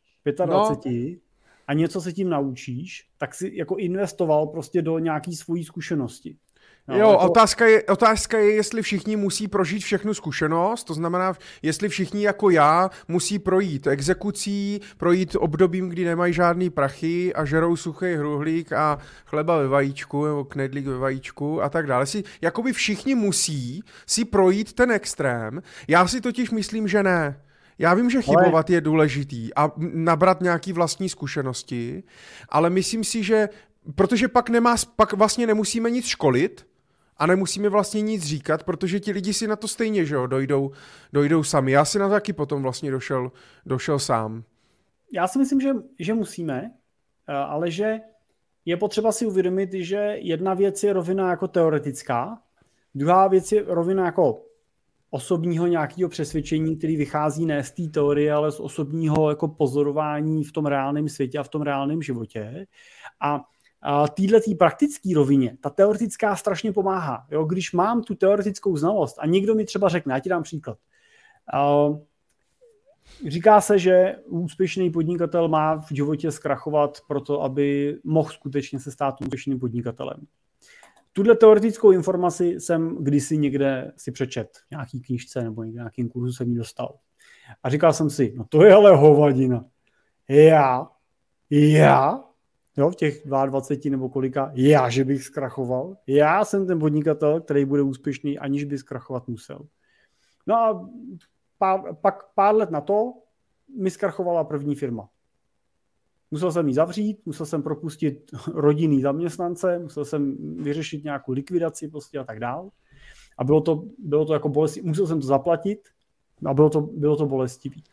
Speaker 2: 25 a něco se tím naučíš, tak si jako investoval prostě do nějaký svojí zkušenosti.
Speaker 1: No, jo, otázka je, jestli všichni musí prožít všechnu zkušenost, to znamená, jestli všichni jako já musí projít exekucí, projít obdobím, kdy nemají žádný prachy a žerou suchý hruhlík a chleba ve vajíčku nebo knedlík ve vajíčku a tak dále. Jakoby všichni musí si projít ten extrém. Já si totiž myslím, že ne. Já vím, že chybovat je důležitý a nabrat nějaký vlastní zkušenosti, ale myslím si, že protože pak vlastně nemusíme nic školit a nemusíme vlastně nic říkat, protože ti lidi si na to stejně, že jo, dojdou sami. Já si na to taky potom vlastně došel sám.
Speaker 2: Já si myslím, že musíme, ale že je potřeba si uvědomit, že jedna věc je rovina jako teoretická, druhá věc je rovina jako osobního nějakého přesvědčení, který vychází ne z té teorie, ale z osobního jako pozorování v tom reálném světě a v tom reálném životě. A této praktické rovině, ta teoretická strašně pomáhá. Jo? Když mám tu teoretickou znalost a někdo mi třeba řekne, já ti dám příklad, Říká se, že úspěšný podnikatel má v životě zkrachovat proto, aby mohl skutečně se stát úspěšným podnikatelem. Tuhle teoretickou informaci jsem kdysi někde si přečet, v nějaký knížce nebo v nějakým kurzu jsem ji dostal. A říkal jsem si, no to je ale hovadina. Já, jo, v těch 22 nebo kolika, že bych zkrachoval. Já jsem ten podnikatel, který bude úspěšný, aniž by zkrachovat musel. No a pak pár let na to mi zkrachovala první firma. Musel jsem ji zavřít, musel jsem propustit rodinný zaměstnance, musel jsem vyřešit nějakou likvidaci prostě a tak dál. A bylo to jako bolestivé. Musel jsem to zaplatit a bylo to bolestivý.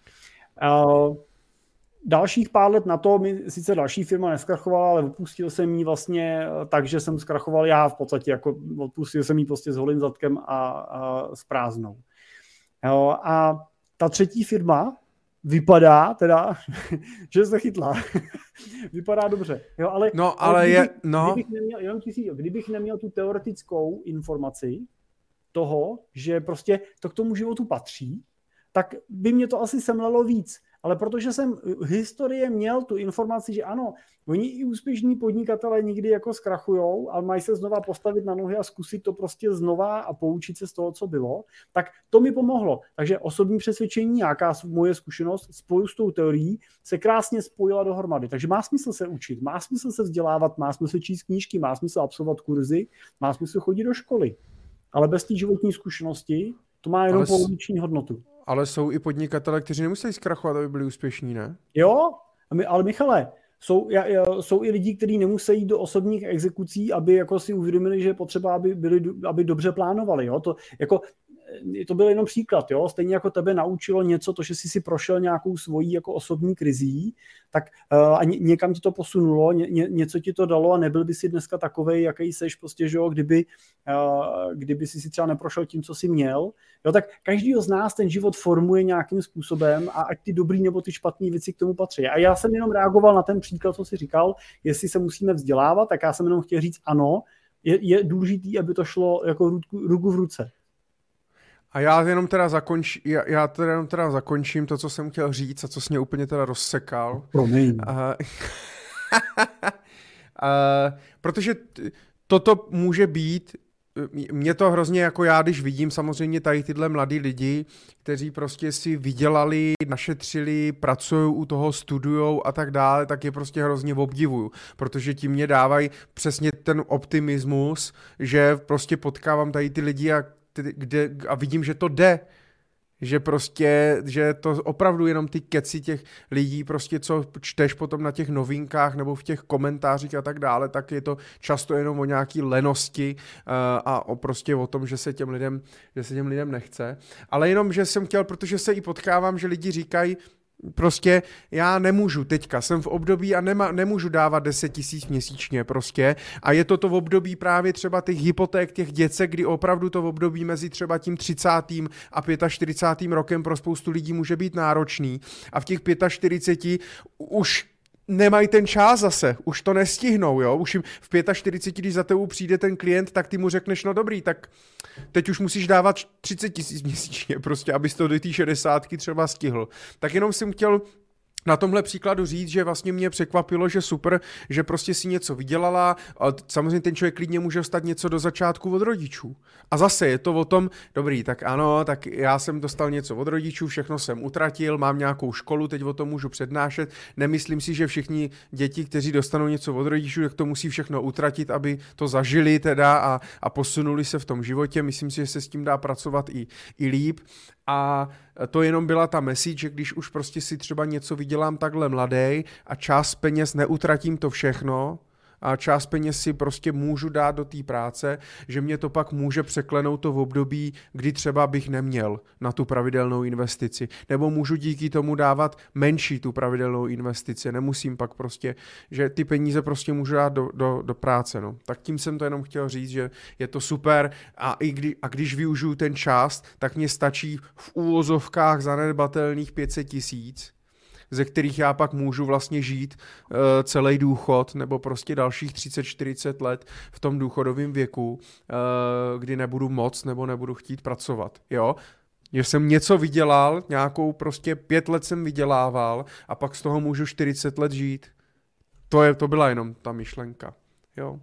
Speaker 2: Dalších pár let na to mi sice další firma neskrachovala, ale opustil jsem ji vlastně tak, že jsem zkrachoval já v podstatě, jako odpustil jsem ji prostě s holým zadkem a s prázdnou. A ta třetí firma vypadá teda, že se chytla. Vypadá dobře. Jo, ale kdybych neměl tu teoretickou informaci toho, že prostě to k tomu životu patří, tak by mě to asi semlelo víc. Ale protože jsem v historii měl tu informaci, že ano, oni i úspěšní podnikatelé nikdy jako zkrachujou, ale mají se znova postavit na nohy a zkusit to prostě znova a poučit se z toho, co bylo, tak to mi pomohlo. Takže osobní přesvědčení, nějaká moje zkušenost spolu s tou teorií se krásně spojila dohromady. Takže má smysl se učit, má smysl se vzdělávat, má smysl číst knížky, má smysl absolvovat kurzy, má smysl chodit do školy. Ale bez té životní zkušenosti to má jenom poloviční hodnotu.
Speaker 1: Ale jsou i podnikatelé, kteří nemusí zkrachovat, aby byli úspěšní, ne?
Speaker 2: Jo, ale Michale, jsou i lidi, kteří nemusí jít do osobních exekucí, aby jako si uvědomili, že je potřeba, aby dobře plánovali. Jo? To byl jenom příklad. Jo? Stejně jako tebe naučilo něco, to, že jsi si prošel nějakou svojí jako osobní krizí, tak a někam ti to posunulo, něco ti to dalo a nebyl by si dneska takovej, jaký seš, prostě, že jo, kdyby si třeba neprošel tím, co jsi měl. Jo, tak každýho z nás ten život formuje nějakým způsobem a ať ty dobrý nebo ty špatné věci k tomu patří. A já jsem jenom reagoval na ten příklad, co jsi říkal, jestli se musíme vzdělávat, tak já jsem jenom chtěl říct ano, je důležitý, aby to šlo jako ruku v ruce.
Speaker 1: A já jenom teda zakončím to, co jsem chtěl říct a co jsi mě úplně teda rozsekal.
Speaker 2: Promiň.
Speaker 1: Protože toto může být, mě to hrozně jako já, když vidím samozřejmě tady tyhle mladý lidi, kteří prostě si vydělali, našetřili, pracují u toho, studujou a tak dále, tak je prostě hrozně obdivuju, protože ti mě dávají přesně ten optimismus, že prostě potkávám tady ty lidi a vidím, že to jde, že to opravdu jenom ty keci těch lidí, prostě co čteš potom na těch novinkách nebo v těch komentářích a tak dále, tak je to často jenom o nějaký lenosti a prostě o tom, že se těm lidem nechce. Ale jenom, že jsem chtěl, protože se i potkávám, že lidi říkají, prostě já nemůžu teďka, jsem v období a nemůžu dávat 10 000 měsíčně prostě a je to v období právě třeba těch hypoték, těch děcek, kdy opravdu to v období mezi třeba tím 30. a 45. rokem pro spoustu lidí může být náročný a v těch 45 už nemají ten čas zase, už to nestihnou, jo, už jim v 45, když za tebou přijde ten klient, tak ty mu řekneš, no dobrý, tak teď už musíš dávat 30 000 měsíčně prostě, abys to do té 60 třeba stihl. Tak jenom jsem chtěl na tomhle příkladu říct, že vlastně mě překvapilo, že super, že prostě si něco vydělala a samozřejmě ten člověk klidně může dostat něco do začátku od rodičů. A zase je to o tom, dobrý, tak ano, tak já jsem dostal něco od rodičů, všechno jsem utratil, mám nějakou školu, teď o tom můžu přednášet. Nemyslím si, že všichni děti, kteří dostanou něco od rodičů, tak to musí všechno utratit, aby to zažili teda a posunuli se v tom životě. Myslím si, že se s tím dá pracovat i líp. A to jenom byla ta message, že když už prostě si třeba něco vydělám takhle mladej a část peněz neutratím to všechno a část peněz si prostě můžu dát do té práce, že mě to pak může překlenout to v období, kdy třeba bych neměl na tu pravidelnou investici. Nebo můžu díky tomu dávat menší tu pravidelnou investici. Nemusím pak prostě, že ty peníze prostě můžu dát do práce. No. Tak tím jsem to jenom chtěl říct, že je to super a když využiju ten čas, tak mě stačí v úvozovkách zanedbatelných 500 000, ze kterých já pak můžu vlastně žít celý důchod nebo prostě dalších 30-40 let v tom důchodovém věku, kdy nebudu moc nebo nebudu chtít pracovat. Jo? Že jsem něco vydělal, nějakou prostě 5 let jsem vydělával a pak z toho můžu 40 let žít. To byla jenom ta myšlenka. Jo.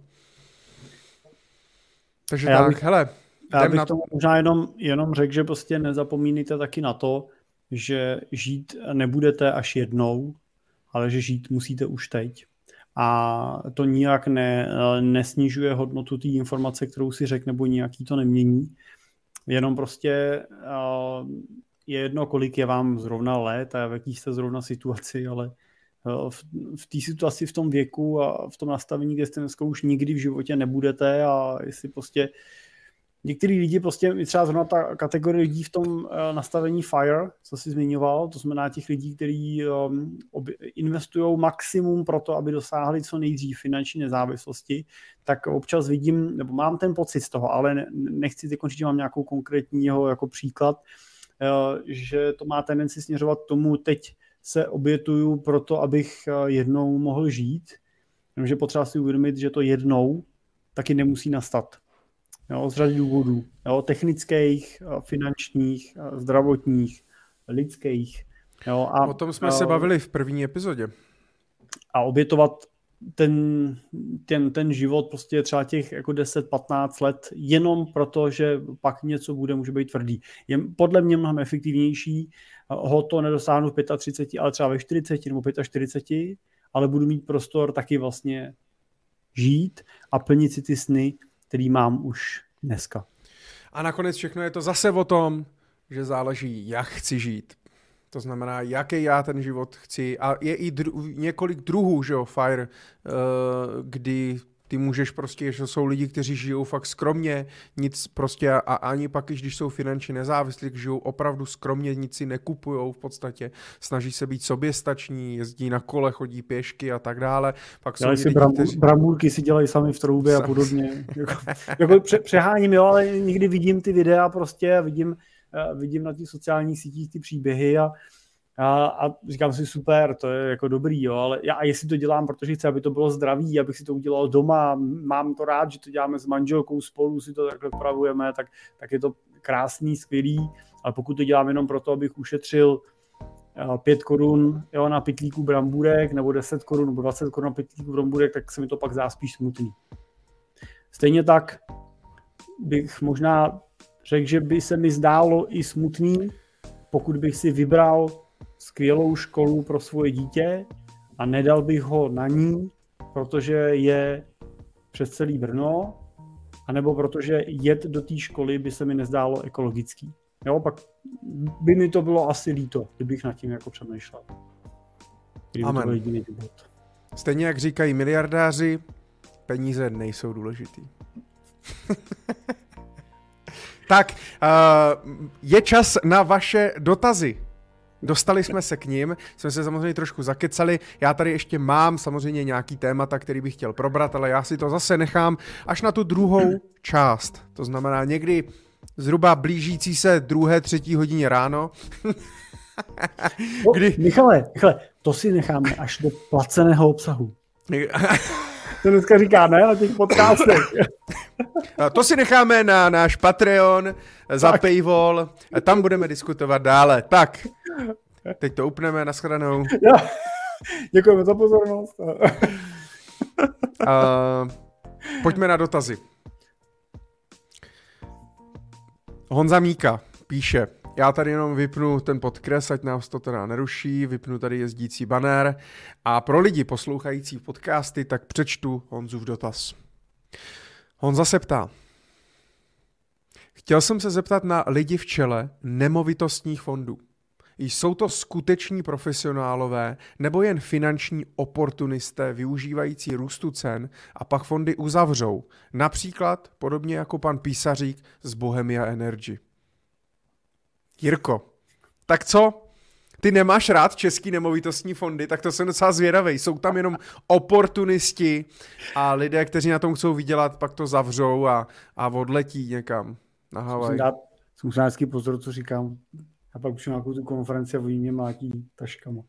Speaker 1: Takže tak, hele.
Speaker 2: Já bych tomu možná jenom řekl, že prostě nezapomínejte taky na to, že žít nebudete až jednou, ale že žít musíte už teď. A to nijak nesnižuje hodnotu té informace, kterou si řekl, nebo nijak jí to nemění. Jenom prostě je jedno, kolik je vám zrovna let a v jaký jste zrovna situaci, ale v té situaci, v tom věku a v tom nastavení, kde jste dneska už nikdy v životě nebudete a jestli prostě některý lidi prostě, třeba zrovna ta kategorie lidí v tom nastavení FIRE, co jsi zmiňoval, to znamená těch lidí, kteří investují maximum pro to, aby dosáhli co nejdřív finanční nezávislosti, tak občas vidím, nebo mám ten pocit z toho, ale nechci teď říct, že mám nějakou konkrétního jako příklad, že to má tendenci směřovat k tomu, teď se obětuju pro to, abych jednou mohl žít, jenomže potřeba si uvědomit, že to jednou taky nemusí nastat. Jo, z řady důvodů. Jo, technických, finančních, zdravotních, lidských. Jo,
Speaker 1: o tom jsme se bavili v první epizodě.
Speaker 2: A obětovat ten život prostě třeba těch jako 10-15 let jenom proto, že pak něco může být tvrdý. Je podle mě mnohem efektivnější ho to nedosáhnout v 35, ale třeba ve 40 nebo 45, ale budu mít prostor taky vlastně žít a plnit si ty sny, který mám už dneska.
Speaker 1: A nakonec všechno je to zase o tom, že záleží, jak chci žít. To znamená, jaký já ten život chci. A je i několik druhů, že jo, FIRE, kdy ty můžeš prostě, že jsou lidi, kteří žijou fakt skromně, nic prostě a ani pak, když jsou finančně nezávislí, žijou opravdu skromně, nic si nekupujou v podstatě, snaží se být soběstační, jezdí na kole, chodí pěšky a tak dále. Pak
Speaker 2: jsou si bramůrky si dělají sami v troubě a podobně. jako přeháním, jo, ale někdy vidím ty videa prostě a vidím na těch sociálních sítích ty příběhy a říkám si super, to je jako dobrý, jo, ale já jestli to dělám, protože chci, aby to bylo zdravý, abych si to udělal doma, mám to rád, že to děláme s manželkou spolu, si to takhle upravujeme, tak je to krásný, skvělý, ale pokud to dělám jenom proto, abych ušetřil 5 korun na pytlíku brambůrek, nebo 10 korun, nebo 20 korun na pytlíku brambůrek, tak se mi to pak zdá spíš smutný. Stejně tak bych možná řekl, že by se mi zdálo i smutný, pokud bych si vybral skvělou školu pro svoje dítě a nedal bych ho na ní, protože je přes celý Brno, anebo protože jet do té školy by se mi nezdálo ekologický. Jo, pak by mi to bylo asi líto, kdybych nad tím jako přemýšlel.
Speaker 1: Amen. Stejně jak říkají miliardáři, peníze nejsou důležitý. Tak, je čas na vaše dotazy. Dostali jsme se k nim, jsme se samozřejmě trošku zakecali. Já tady ještě mám samozřejmě nějaký témata, který bych chtěl probrat, ale já si to zase nechám až na tu druhou část. To znamená někdy zhruba blížící se 2., 3. hodině ráno.
Speaker 2: Kdy... Michale, to si necháme až do placeného obsahu. To dneska říká, ne, na těch podcastech.
Speaker 1: To si necháme na náš Patreon za paywall, tam budeme diskutovat dále. Tak, teď to upneme, nashledanou.
Speaker 2: Děkujeme za pozornost.
Speaker 1: Pojďme na dotazy. Honza Míka píše, já tady jenom vypnu ten podkres, ať nás to teda neruší, vypnu tady jezdící banner a pro lidi poslouchající podcasty, tak přečtu Honzův dotaz. Honza se ptá, chtěl jsem se zeptat na lidi v čele nemovitostních fondů. Jsou to skuteční profesionálové nebo jen finanční oportunisté využívající růstu cen a pak fondy uzavřou, například podobně jako pan Písařík z Bohemia Energy. Jirko, tak co? Ty nemáš rád český nemovitostní fondy, tak to jsem docela zvědavej. Jsou tam jenom oportunisti a lidé, kteří na tom chcou vydělat, pak to zavřou a odletí někam na Havaj.
Speaker 2: Musím vždycky pozor, co říkám. A pak přijdu nějakou tu konferenci a oni mě mlátí taškama.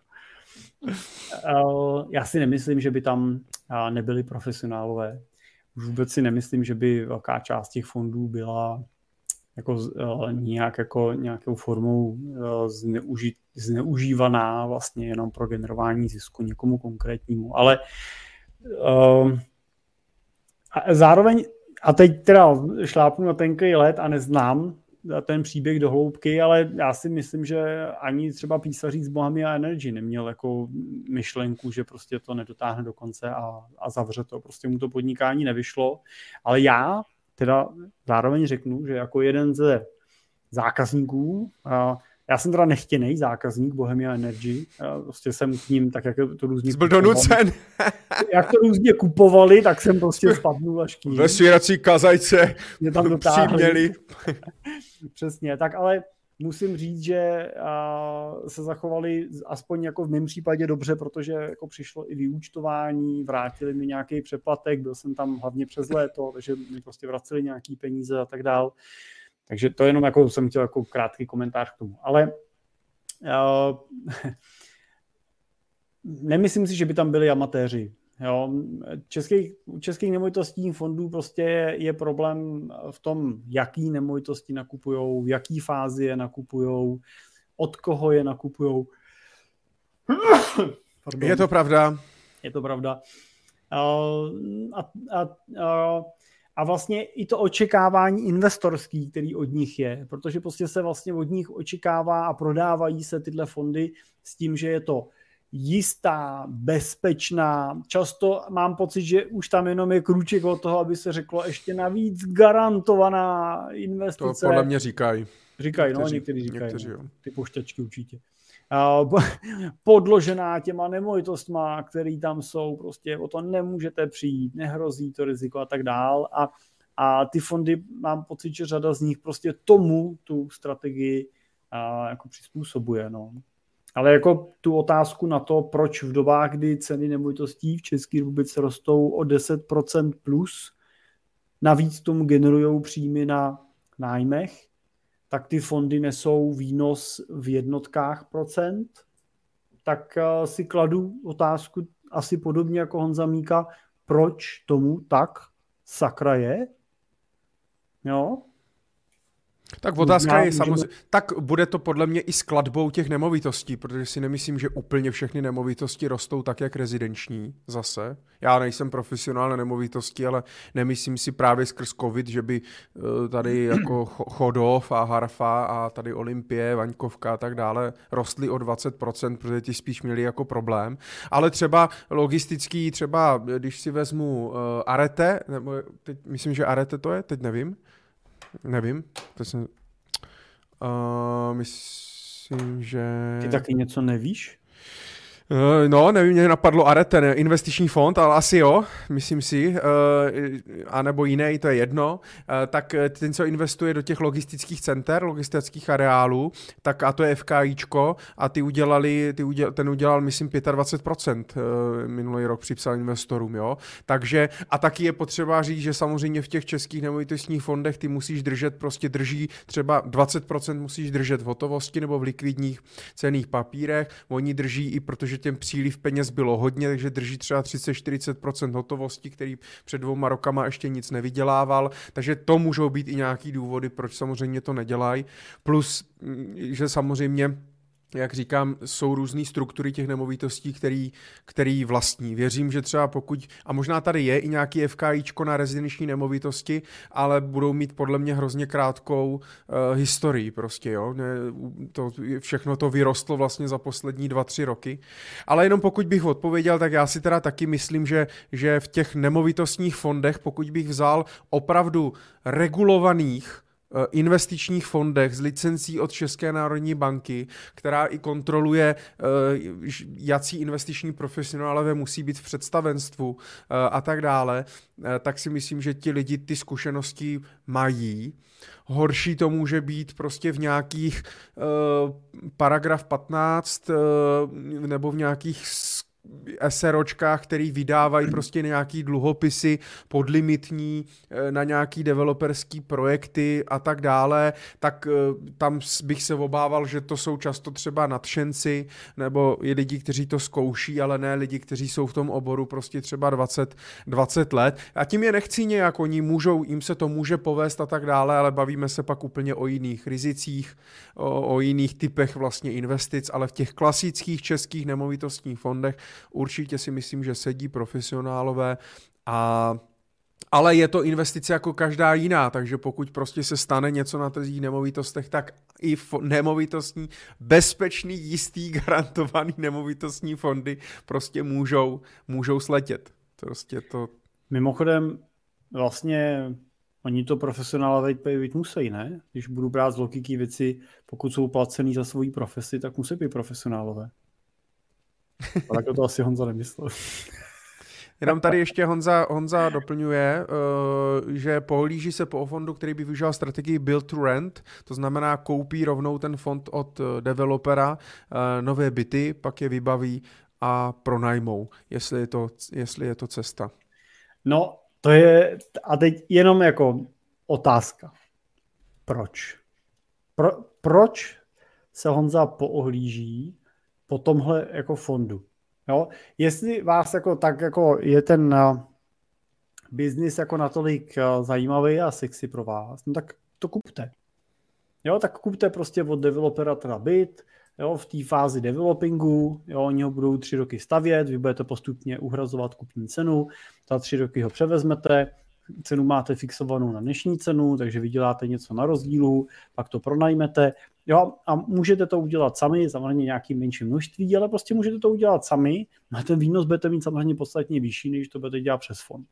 Speaker 2: Já si nemyslím, že by tam nebyli profesionálové. Už vůbec si nemyslím, že by velká část těch fondů byla jako nijak jako nějakou formou zneužívaná vlastně jenom pro generování zisku někomu konkrétnímu. Ale zároveň, a teď teda šlápnu na tenký led a neznám ten příběh do hloubky, ale já si myslím, že ani třeba písařík z Bohemia Energy neměl jako myšlenku, že prostě to nedotáhne do konce a zavře to. Prostě mu to podnikání nevyšlo. Ale já teda zároveň řeknu, že jako jeden ze zákazníků, já jsem teda nechtěnej zákazník Bohemia Energy, prostě jsem k ním tak, jak to různě
Speaker 1: byl donucen.
Speaker 2: Jak to různě kupovali, tak jsem prostě spadnul až k ním.
Speaker 1: Ve svěrací kazajce
Speaker 2: mě tam
Speaker 1: přiměli.
Speaker 2: Přesně, tak ale musím říct, že se zachovali aspoň jako v mém případě dobře, protože jako přišlo i vyúčtování, vrátili mi nějaký přeplatek, byl jsem tam hlavně přes léto, takže mi prostě vraceli nějaký peníze a tak dál. Takže to jenom jako jsem chtěl jako krátký komentář k tomu. Ale nemyslím si, že by tam byli amatéři. Jo, českých nemovitostních fondů prostě je problém v tom, jaký nemovitosti nakupujou, v jaký fázi je nakupujou, od koho je nakupujou.
Speaker 1: Je to pravda.
Speaker 2: Je to pravda. A vlastně i to očekávání investorský, který od nich je, protože prostě se vlastně od nich očekává a prodávají se tyhle fondy s tím, že je to jistá, bezpečná. Často mám pocit, že už tam jenom je krůček od toho, aby se řeklo ještě navíc garantovaná investice.
Speaker 1: To podle mě říkají.
Speaker 2: Říkají, někteří říkají.
Speaker 1: Někteří,
Speaker 2: no, ty pošťačky určitě. Podložená těma nemovitostma, které tam jsou, prostě o to nemůžete přijít, nehrozí to riziko a tak dál. A ty fondy, mám pocit, že řada z nich prostě tomu tu strategii jako přizpůsobuje. No. Ale jako tu otázku na to, proč v dobách, kdy ceny nemovitostí v České republice rostou o 10% plus, navíc tomu generují příjmy na nájmech, tak ty fondy nesou výnos v jednotkách procent, tak si kladu otázku asi podobně jako Honza Míka, proč tomu tak sakra je? Jo?
Speaker 1: Tak otázka je samozřejmě, tak bude to podle mě i skladbou těch nemovitostí, protože si nemyslím, že úplně všechny nemovitosti rostou tak, jak rezidenční zase. Já nejsem profesionál na nemovitosti, ale nemyslím si právě skrz covid, že by tady jako Chodov a Harfa a tady Olympie, Vaňkovka a tak dále rostly o 20%, protože ti spíš měli jako problém. Ale třeba logistický, třeba když si vezmu Arete, nebo teď, myslím, že Arete to je, teď Nevím, to jsem... myslím, že...
Speaker 2: Ty taky něco nevíš?
Speaker 1: No, nevím, mě napadlo Arete, investiční fond, ale asi jo, myslím si, anebo jiný, to je jedno, tak ten, co investuje do těch logistických center, logistických areálů, tak a to je FKIčko a ten udělal, myslím, 25% minulý rok připsal investorům, jo, takže a taky je potřeba říct, že samozřejmě v těch českých nemovitostních fondech ty musíš držet, prostě drží třeba 20% musíš držet v hotovosti nebo v likvidních cenných papírech, oni drží i protože těm příliv peněz bylo hodně, takže drží třeba 30-40% hotovosti, který před 2 rokama ještě nic nevydělával, takže to můžou být i nějaký důvody, proč samozřejmě to nedělají. Plus, že samozřejmě, jak říkám, jsou různé struktury těch nemovitostí, který vlastní. Věřím, že třeba pokud, a možná tady je i nějaký FKIčko na rezidenční nemovitosti, ale budou mít podle mě hrozně krátkou historii prostě, jo. Všechno to vyrostlo vlastně za poslední 2-3 roky. Ale jenom pokud bych odpověděl, tak já si teda taky myslím, že v těch nemovitostních fondech, pokud bych vzal opravdu regulovaných investičních fondech s licencí od České národní banky, která i kontroluje, jací investiční profesionálové musí být v představenstvu a tak dále, tak si myslím, že ti lidi ty zkušenosti mají. Horší to může být prostě v nějakých paragraf 15 nebo v nějakých SROčkách, který vydávají prostě nějaký dluhopisy podlimitní na nějaký developerský projekty a tak dále, tak tam bych se obával, že to jsou často třeba nadšenci nebo i lidi, kteří to zkouší, ale ne lidi, kteří jsou v tom oboru prostě třeba 20 let. A tím je nechci nějak, jim se to může povést a tak dále, ale bavíme se pak úplně o jiných rizicích, o jiných typech vlastně investic, ale v těch klasických českých nemovitostních fondech určitě si myslím, že sedí profesionálové, ale je to investice jako každá jiná, takže pokud prostě se stane něco na trzích nemovitostech, tak i nemovitostní, bezpečný, jistý, garantovaný nemovitostní fondy prostě můžou sletět. Prostě to...
Speaker 2: Mimochodem, vlastně oni to profesionálové být musí, ne? Když budu brát z logiky věci, pokud jsou placený za svoji profesi, tak musí být profesionálové. A tak to asi Honza nemyslel.
Speaker 1: Jenom tady ještě Honza doplňuje, že pohlíží se po fondu, který by využíval strategii build to rent, to znamená koupí rovnou ten fond od developera nové byty, pak je vybaví a pronajmou, jestli je to cesta.
Speaker 2: No, to je, a teď jenom jako otázka. Proč? Proč se Honza poohlíží po tomhle jako fondu? Jo? Jestli vás jako tak jako je ten biznis jako natolik zajímavý a sexy pro vás, no tak to kupte. Jo, tak kupte prostě od developera teda byt, jo, v té fázi developingu, jo, oni ho budou 3 roky stavět, vy budete postupně uhrazovat kupní cenu, za 3 roky ho převezmete, cenu máte fixovanou na dnešní cenu, takže vyděláte něco na rozdílu, pak to pronajmete, jo, a můžete to udělat sami, samozřejmě nějakým menším množství, ale prostě můžete to udělat sami, a ten výnos budete mít samozřejmě podstatně vyšší, než to budete dělat přes fond.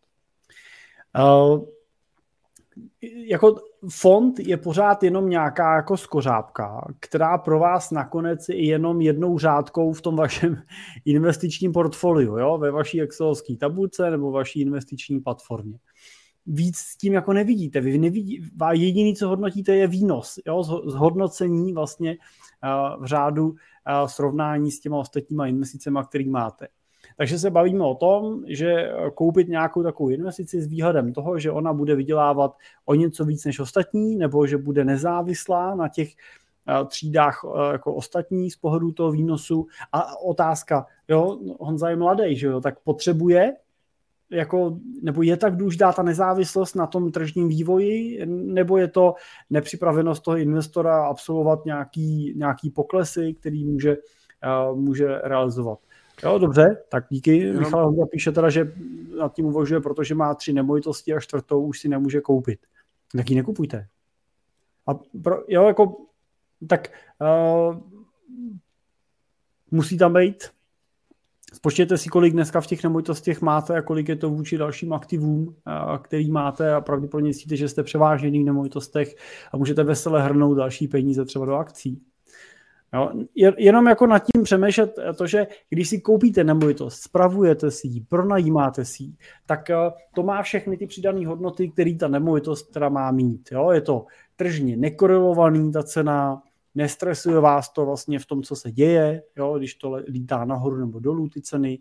Speaker 2: Jako fond je pořád jenom nějaká jako skořápka, která pro vás nakonec je jenom jednou řádkou v tom vašem investičním portfoliu, jo? Ve vaší excelovské tabulce nebo vaší investiční platformě. Víc s tím jako nevidíte. Jediný, co hodnotíte, je výnos. Jo? Zhodnocení vlastně v řádu srovnání s těma ostatníma investicemi, který máte. Takže se bavíme o tom, že koupit nějakou takovou investici s výhledem toho, že ona bude vydělávat o něco víc než ostatní, nebo že bude nezávislá na těch třídách jako ostatní z pohledu toho výnosu. A otázka, jo, Honza je mladý, že jo, tak potřebuje, jako, nebo je tak důležitá ta nezávislost na tom tržním vývoji, nebo je to nepřipravenost toho investora absolvovat nějaký poklesy, který může realizovat. Jo, dobře, tak díky. Michal Honza píše teda, že nad tím uvažuje, protože má 3 nemovitosti a 4. už si nemůže koupit. Tak ji nekupujte. Jo, jako, tak musí tam být. Spočtěte si, kolik dneska v těch nemovitostech máte a kolik je to vůči dalším aktivům, který máte a pravděpodobně zjistíte, že jste převážený v nemovitostech a můžete vesele hrnout další peníze třeba do akcí. Jo, jenom jako nad tím přemýšlet to, že když si koupíte nemovitost, spravujete si ji, pronajímáte si ji, tak to má všechny ty přidané hodnoty, které ta nemovitost teda má mít. Jo? Je to tržně nekorelovaný ta cena, nestresuje vás to vlastně v tom, co se děje, jo? Když to lítá nahoru nebo dolů ty ceny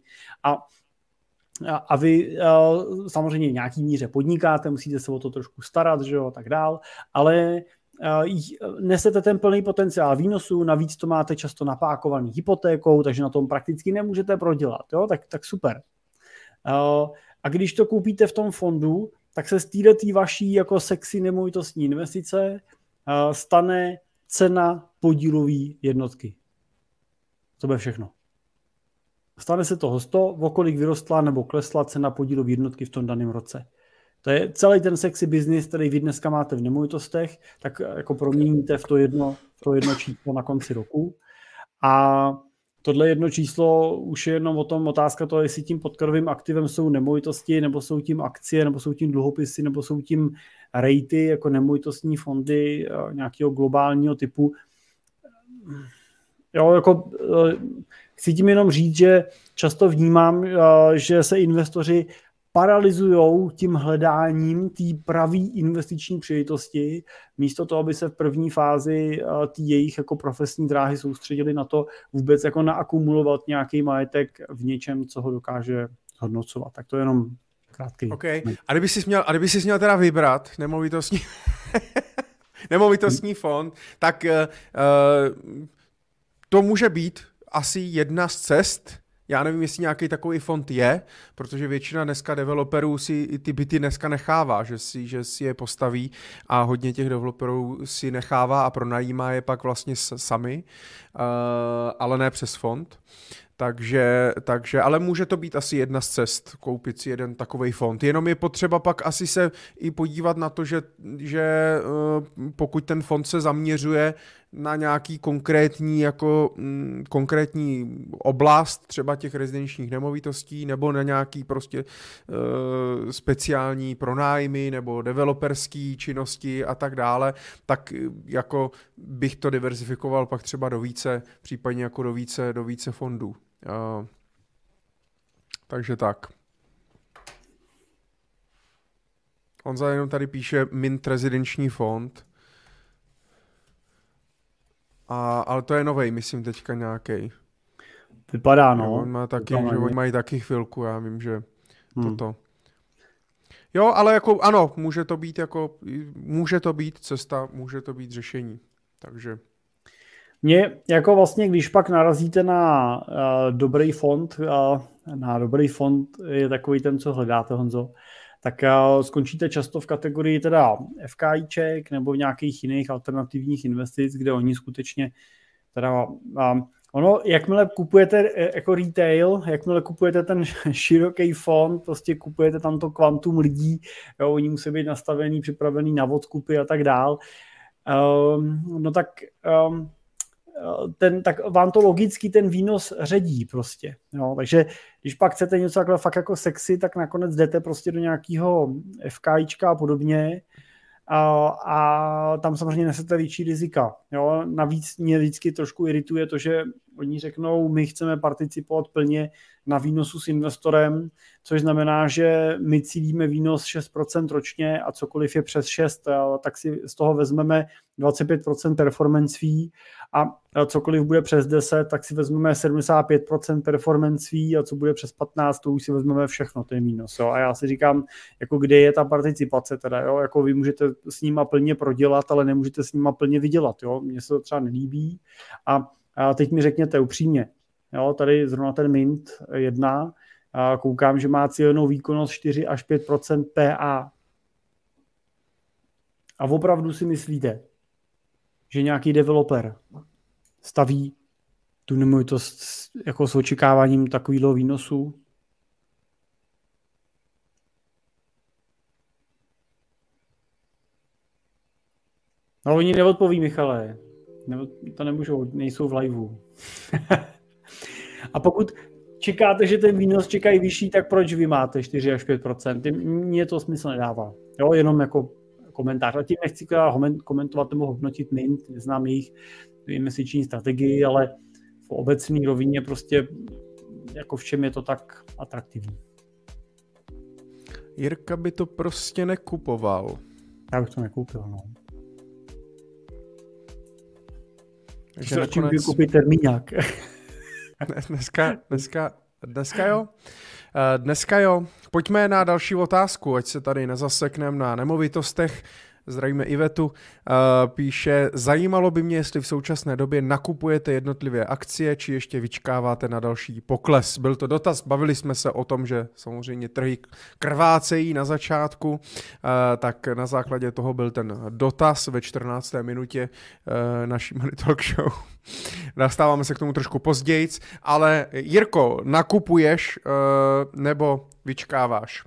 Speaker 2: a vy samozřejmě v nějaký míře podnikáte, musíte se o to trošku starat, že jo, tak dál, ale nesete ten plný potenciál výnosu, navíc to máte často napákovaný hypotékou, takže na tom prakticky nemůžete prodělat, jo? Tak super. A když to koupíte v tom fondu, tak se z této vaší jako sexy nemovitostní investice stane cena podílové jednotky. To bude všechno. Stane se toho 100, o kolik vyrostla nebo klesla cena podílové jednotky v tom daném roce. To je celý ten sexy business, který vy dneska máte v nemovitostech, tak jako proměníte v to jedno číslo na konci roku. A tohle jedno číslo už je jenom o tom otázka toho, jestli tím podkladovým aktivem jsou nemovitosti, nebo jsou tím akcie, nebo jsou tím dluhopisy, nebo jsou tím rejty, jako nemovitostní fondy nějakého globálního typu. Jo, jako chci tím jenom říct, že často vnímám, že se investoři paralyzujou tím hledáním té pravé investiční příležitosti, místo toho, aby se v první fázi té jejich jako profesní dráhy soustředili na to vůbec jako naakumulovat nějaký majetek v něčem, co ho dokáže hodnocovat. Tak to je jenom krátký.
Speaker 1: Okay. A kdyby jsi měl teda vybrat nemovitostní fond, tak to může být asi jedna z cest. Já nevím, jestli nějaký takový fond je, protože většina dneska developerů si ty byty dneska nechává, že si je postaví a hodně těch developerů si nechává a pronajímá je pak vlastně sami, ale ne přes fond. Takže, ale může to být asi jedna z cest, koupit si jeden takovej fond. Jenom je potřeba pak asi se i podívat na to, že pokud ten fond se zaměřuje na nějaký konkrétní oblast, třeba těch rezidenčních nemovitostí, nebo na nějaký prostě speciální pronájmy, nebo developerský činnosti a tak dále, tak jako bych to diverzifikoval pak třeba případně jako do více fondů. Takže tak. Honza jenom tady píše Mint rezidenční fond. Ale to je novej, myslím teďka nějakej.
Speaker 2: Vypadá, no.
Speaker 1: On má taky, že oni mají taky chvilku, já vím, že toto. Jo, ale jako ano, může to být cesta, může to být řešení. Takže
Speaker 2: Mně jako vlastně, když pak narazíte na dobrý fond je takový ten, co hledáte, Honzo, tak skončíte často v kategorii teda FKIček nebo v nějakých jiných alternativních investic, kde oni skutečně teda jakmile kupujete jako retail, jakmile kupujete ten široký fond, prostě kupujete tam to kvantum lidí, jo, oni musí být nastavený, připravený na odkupy a tak dál, tak vám to logicky ten výnos ředí prostě. Jo. Takže když pak chcete něco takhle fakt jako sexy, tak nakonec jdete prostě do nějakého FKIčka a podobně a tam samozřejmě nesete větší rizika. Jo. Navíc mě vždycky trošku irituje to, že oni řeknou, my chceme participovat plně na výnosu s investorem, což znamená, že my cílíme výnos 6% ročně a cokoliv je přes 6, tak si z toho vezmeme 25% performance fee a cokoliv bude přes 10, tak si vezmeme 75% performance fee a co bude přes 15, to už si vezmeme všechno, to je výnos. Jo. A já si říkám, jako kde je ta participace teda, jo? Jako vy můžete s nima plně prodělat, ale nemůžete s nima plně vydělat. Jo? Mně se to třeba nelíbí a teď mi řekněte upřímně, jo, tady zrovna ten Mint 1, koukám, že má cílenou výkonnost 4 až 5% PA. A opravdu si myslíte, že nějaký developer staví tu nemovitost jako s očekáváním takovýhle výnosu? No oni neodpoví, Michale. To nemůžou, nejsou v liveu. A pokud čekáte, že ten výnos čekají vyšší, tak proč vy máte 4 až 5%? Mně to smysl nedává. Jo, jenom jako komentář. A tím nechci komentovat nebo hodnotit Mint, neznám jejich investiční strategii, ale v obecné rovině prostě jako v čem je to tak atraktivní.
Speaker 1: Jirka by to prostě nekupoval.
Speaker 2: Já bych to nekoupil, no.
Speaker 1: Takže
Speaker 2: radši můžu koupit termíňák.
Speaker 1: Dneska jo. Pojďme na další otázku, ať se tady nezasekneme na nemovitostech. Zdravíme Ivetu. Píše, zajímalo by mě, jestli v současné době nakupujete jednotlivé akcie, či ještě vyčkáváte na další pokles. Byl to dotaz, bavili jsme se o tom, že samozřejmě trhy krvácejí na začátku, tak na základě toho byl ten dotaz ve 14. minutě naší Money Talk Show. Dostáváme se k tomu trošku později, ale Jirko, nakupuješ nebo vyčkáváš?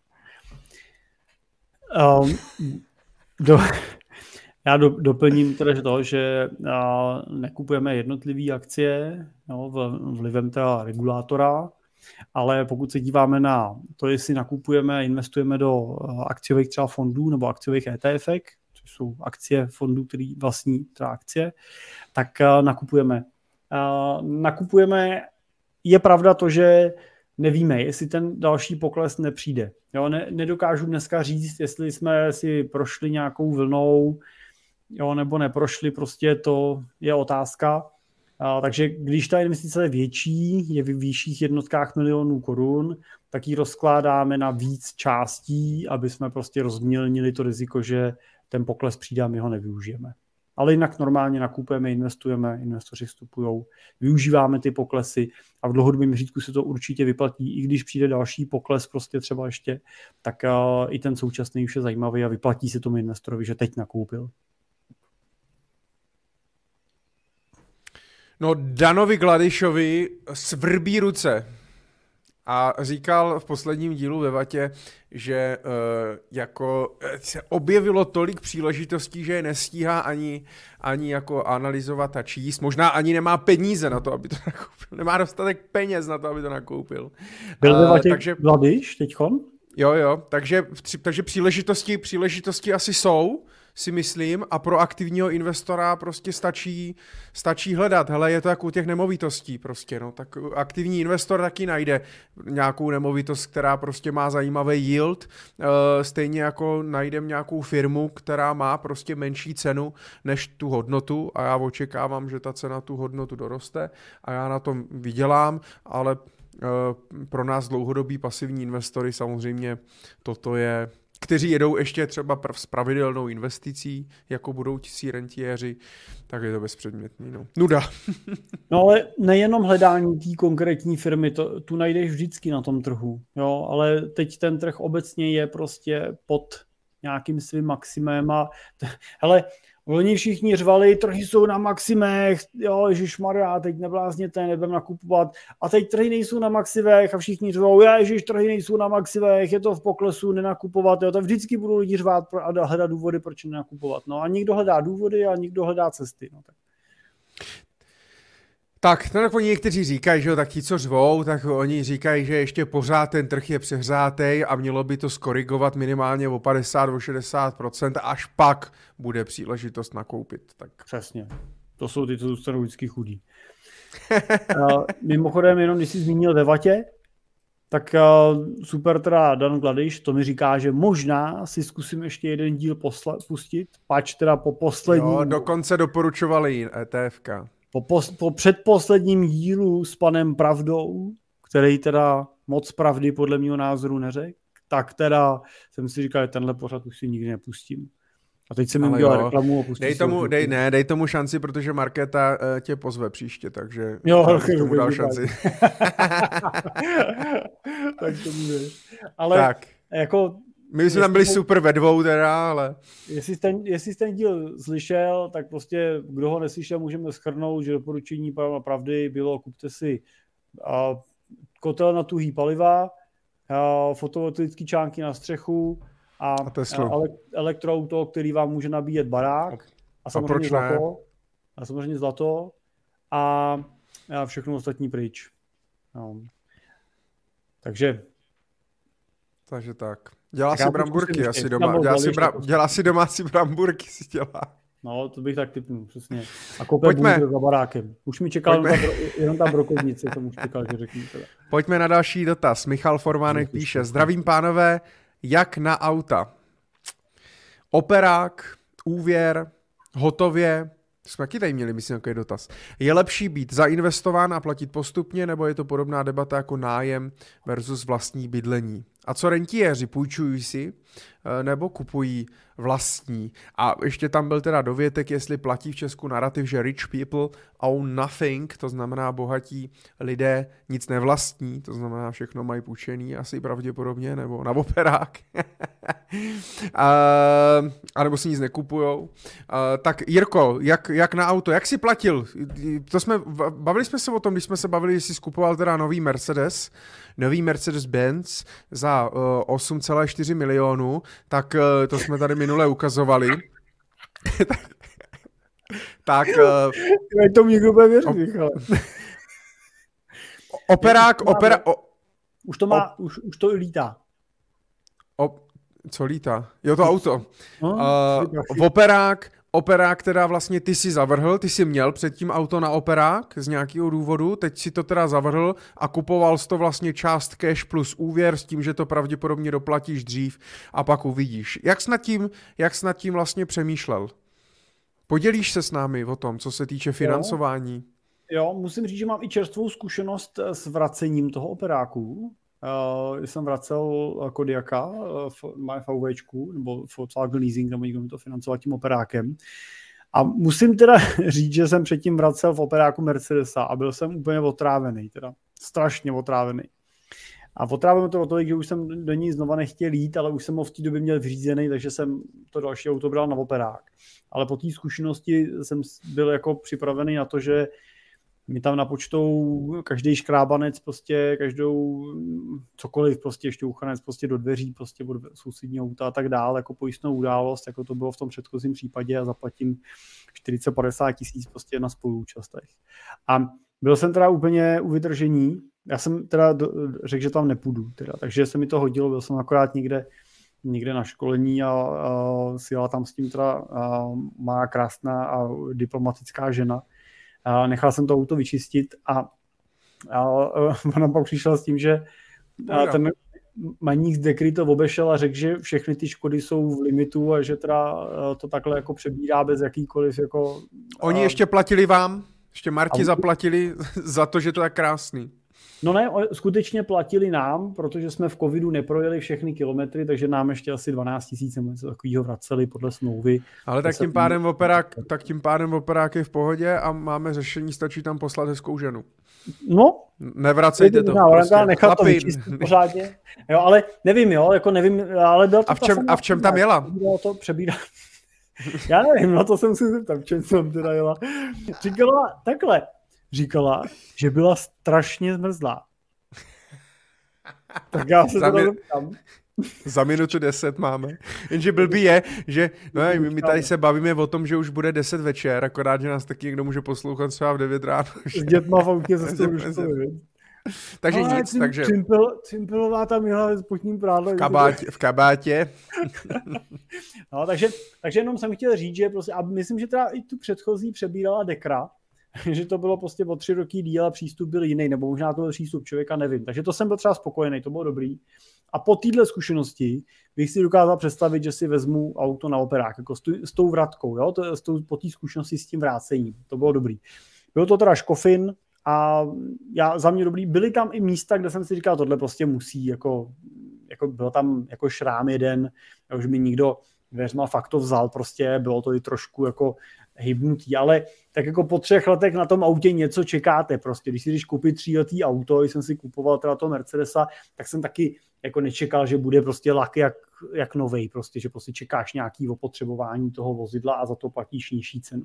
Speaker 2: Já doplním teda to, že nekupujeme jednotlivé akcie vlivem teda regulátora, ale pokud se díváme na to, jestli nakupujeme, investujeme do akciových třeba fondů nebo akciových ETFek, což jsou akcie fondů, který vlastní třeba akcie, tak nakupujeme. Je pravda to, že nevíme, jestli ten další pokles nepřijde. Jo, nedokážu dneska říct, jestli jsme si prošli nějakou vlnou, jo, nebo neprošli, prostě to je otázka. Takže když ta investice je větší, je v vyšších jednotkách milionů korun, tak ji rozkládáme na víc částí, aby jsme prostě rozmělnili to riziko, že ten pokles přijde a my ho nevyužijeme. Ale jinak normálně nakupujeme, investujeme, investoři vstupují, využíváme ty poklesy a v dlouhodobém měřítku se to určitě vyplatí. I když přijde další pokles prostě třeba ještě, tak i ten současný už je zajímavý a vyplatí se tomu investorovi, že teď nakoupil.
Speaker 1: No, Danovi Gladišovi svrbí ruce a říkal v posledním dílu ve Vatě, že se objevilo tolik příležitostí, že je nestíhá ani jako analyzovat a číst. Možná ani nemá peníze na to, aby to nakoupil. Nemá dostatek peněz na to, aby to nakoupil.
Speaker 2: Byl ve Vatě Gladiš teďkon?
Speaker 1: Jo, takže příležitosti asi jsou, si myslím, a pro aktivního investora prostě stačí hledat. Hele, je to jako u těch nemovitostí prostě, no, tak aktivní investor taky najde nějakou nemovitost, která prostě má zajímavý yield, stejně jako najdem nějakou firmu, která má prostě menší cenu než tu hodnotu a já očekávám, že ta cena tu hodnotu doroste a já na tom vydělám, ale pro nás dlouhodobí pasivní investory samozřejmě toto je, kteří jedou ještě třeba s pravidelnou investicí, jako budoucí rentiéři, tak je to bezpředmětný. No. Nuda.
Speaker 2: No ale nejenom hledání té konkrétní firmy, tu najdeš vždycky na tom trhu, jo, ale teď ten trh obecně je prostě pod nějakým svým maximem a hele, oni všichni řvali, trhy jsou na maximech, jo, ježišmarja, teď neblázněte, nebudeme nakupovat. A teď trhy nejsou na maximech a všichni řvou, ježiš, trhy nejsou na maximech, je to v poklesu, nenakupovat. Jo, to vždycky budou lidi řvát a hledat důvody, proč nenakupovat. No a někdo hledá důvody a někdo hledá cesty. No, tak.
Speaker 1: Tak, no, oni někteří říkají, že jo, tak ti, co řvou, tak oni říkají, že ještě pořád ten trh je přehřátej a mělo by to skorigovat minimálně o 50-60% a až pak bude příležitost nakoupit. Tak.
Speaker 2: Přesně. To jsou ty, co zůstanou vždycky chudí. Mimochodem, jenom když jsi zmínil ve Vatě, tak super teda Dan Gladiš, to mi říká, že možná si zkusím ještě jeden díl pustit, pač teda po posledním...
Speaker 1: Jo, dokonce doporučovali ETFka.
Speaker 2: Po předposledním dílu s panem Pravdou, který teda moc pravdy podle mého názoru neřekl, tak teda jsem si říkal, že tenhle pořad už si nikdy nepustím. A teď jsem jim dělal reklamu a pustím.
Speaker 1: Dej tomu šanci, protože Markéta tě pozve příště, takže
Speaker 2: tomu
Speaker 1: dal šanci.
Speaker 2: Tak to může. Ale tak. Jako...
Speaker 1: My jsme tam byli super ve dvou teda, ale...
Speaker 2: Jestli jsi ten díl slyšel, tak prostě kdo ho neslyšel, můžeme shrnout, že doporučení pana Pravdy bylo, kupte si kotel na tuhý paliva, fotovoltaické články na střechu a elektroauto, který vám může nabíjet barák a samozřejmě zlato a všechno ostatní pryč. No. Takže tak.
Speaker 1: Dělá si bramburky asi doma. Dělá si domácí bramburky, si dělá.
Speaker 2: No, to bych tak typnul, přesně. A koupil za barákem. Už mi čekal jenom ta brokovnice, to už čekal, že řeknu teda.
Speaker 1: Pojďme na další dotaz. Michal Formánek píše, zdravím pánové, jak na auta? Operák, úvěr, hotově, jsme taky tady měli, myslím, jaký dotaz. Je lepší být zainvestován a platit postupně, nebo je to podobná debata jako nájem versus vlastní bydlení? A co rentiéři, půjčují si nebo kupují vlastní? A ještě tam byl teda dovětek, jestli platí v Česku narrativ, že rich people own nothing, to znamená bohatí lidé nic nevlastní, to znamená všechno mají půjčený asi pravděpodobně, nebo na operák. A nebo si nic nekupujou. Tak Jirko, jak na auto, jak jsi platil? Bavili jsme se o tom, když jsme se bavili, jestli jsi kupoval teda nový Mercedes-Benz za 8,4 milionů, tak to jsme tady minule ukazovali. tak...
Speaker 2: to mi někdo bude věřit, Michal. Už to lítá.
Speaker 1: Co lítá? Jo, to auto. Operák operák teda vlastně ty si zavrhl, ty si měl předtím auto na operák z nějakého důvodu, teď si to teda zavrhl a kupoval jsi to vlastně část cash plus úvěr s tím, že to pravděpodobně doplatíš dřív a pak uvidíš. Jak jsi nad tím vlastně přemýšlel? Podělíš se s námi o tom, co se týče financování?
Speaker 2: Jo, musím říct, že mám i čerstvou zkušenost s vracením toho operáku. Jsem vracel Kodiaka v VWčku, nebo Volkswagen Leasing, nebo někdo mi to financoval tím operákem. A musím teda říct, že jsem předtím vracel v operáku Mercedesa a byl jsem úplně otrávený, teda strašně otrávený. A otrávený to o to, že už jsem do ní znova nechtěl jít, ale už jsem ho v té době měl vyřízený, takže jsem to další auto bral na operák. Ale po té zkušenosti jsem byl jako připravený na to, že mi tam napočtou každý škrábanec, prostě každou cokoliv, prostě šťouchanec prostě do dveří, prostě od sousedního auta a tak dále, jako pojistnou událost, jako to bylo v tom předchozím případě a zaplatím 40-50 tisíc prostě na spoluúčastech. A byl jsem teda úplně u vytržení, já jsem teda řekl, že tam nepůjdu, teda, takže se mi to hodilo, byl jsem akorát někde na školení a sjela tam s tím teda má krásná a diplomatická žena. Nechal jsem to auto vyčistit a ona pak přišla s tím, že ten maník z Dekry to obešel a řekl, že všechny ty škody jsou v limitu a že teda to takhle jako přebírá bez jakýkoliv jako...
Speaker 1: Oni ještě platili vám? Ještě Marti zaplatili za to, že to je tak krásný?
Speaker 2: No ne, skutečně platili nám, protože jsme v covidu neprojeli všechny kilometry, takže nám ještě asi 12 000 nebo něco takového vraceli podle smlouvy.
Speaker 1: Ale tak tím pádem operák je v pohodě a máme řešení, stačí tam poslat hezkou ženu.
Speaker 2: No.
Speaker 1: Nevracejte to.
Speaker 2: Prostě. Nechat to vyčistit pořádně. Jo, ale nevím, ale byl to
Speaker 1: a v čem tam jela?
Speaker 2: To přebírá. Já nevím, no to jsem si zeptal, v čem jsem teda jela. Říkala, že byla strašně zmrzlá. Tak já se to zeptám.
Speaker 1: Za minutu 10 máme. Jenže blbý je, že my tady se bavíme o tom, že už bude 10 večer, akorát, že nás taky někdo může poslouchat třeba v 9 ráno.
Speaker 2: S dětma v autě zase už
Speaker 1: takže nic, takže...
Speaker 2: Cimpelová tam jela s potním prádlem.
Speaker 1: V kabátě.
Speaker 2: No, takže jenom jsem chtěl říct, že prostě, a myslím, že teda i tu předchozí přebírala Dekra, že to bylo prostě o 3 roky díl a přístup byl jiný, nebo možná to byl přístup člověka, nevím. Takže to jsem byl třeba spokojený, to bylo dobrý. A po téhle zkušenosti bych si dokázal představit, že si vezmu auto na operák, jako s tou vratkou, jo? Po té zkušenosti s tím vrácením. To bylo dobrý. Bylo to teda škofin a za mě dobrý. Byly tam i místa, kde jsem si říkal, tohle prostě musí, jako byl tam jako šrám jeden, už mi nikdo dveřma fakt to vzal, prostě bylo to i trošku jako hybnutý, ale tak jako po 3 letech na tom autě něco čekáte prostě. Když si jdeš koupit 3letý auto, když jsem si kupoval teda toho Mercedesa, tak jsem taky jako nečekal, že bude prostě lak jak novej, prostě, že prostě čekáš nějaký opotřebování toho vozidla a za to platíš nižší cenu.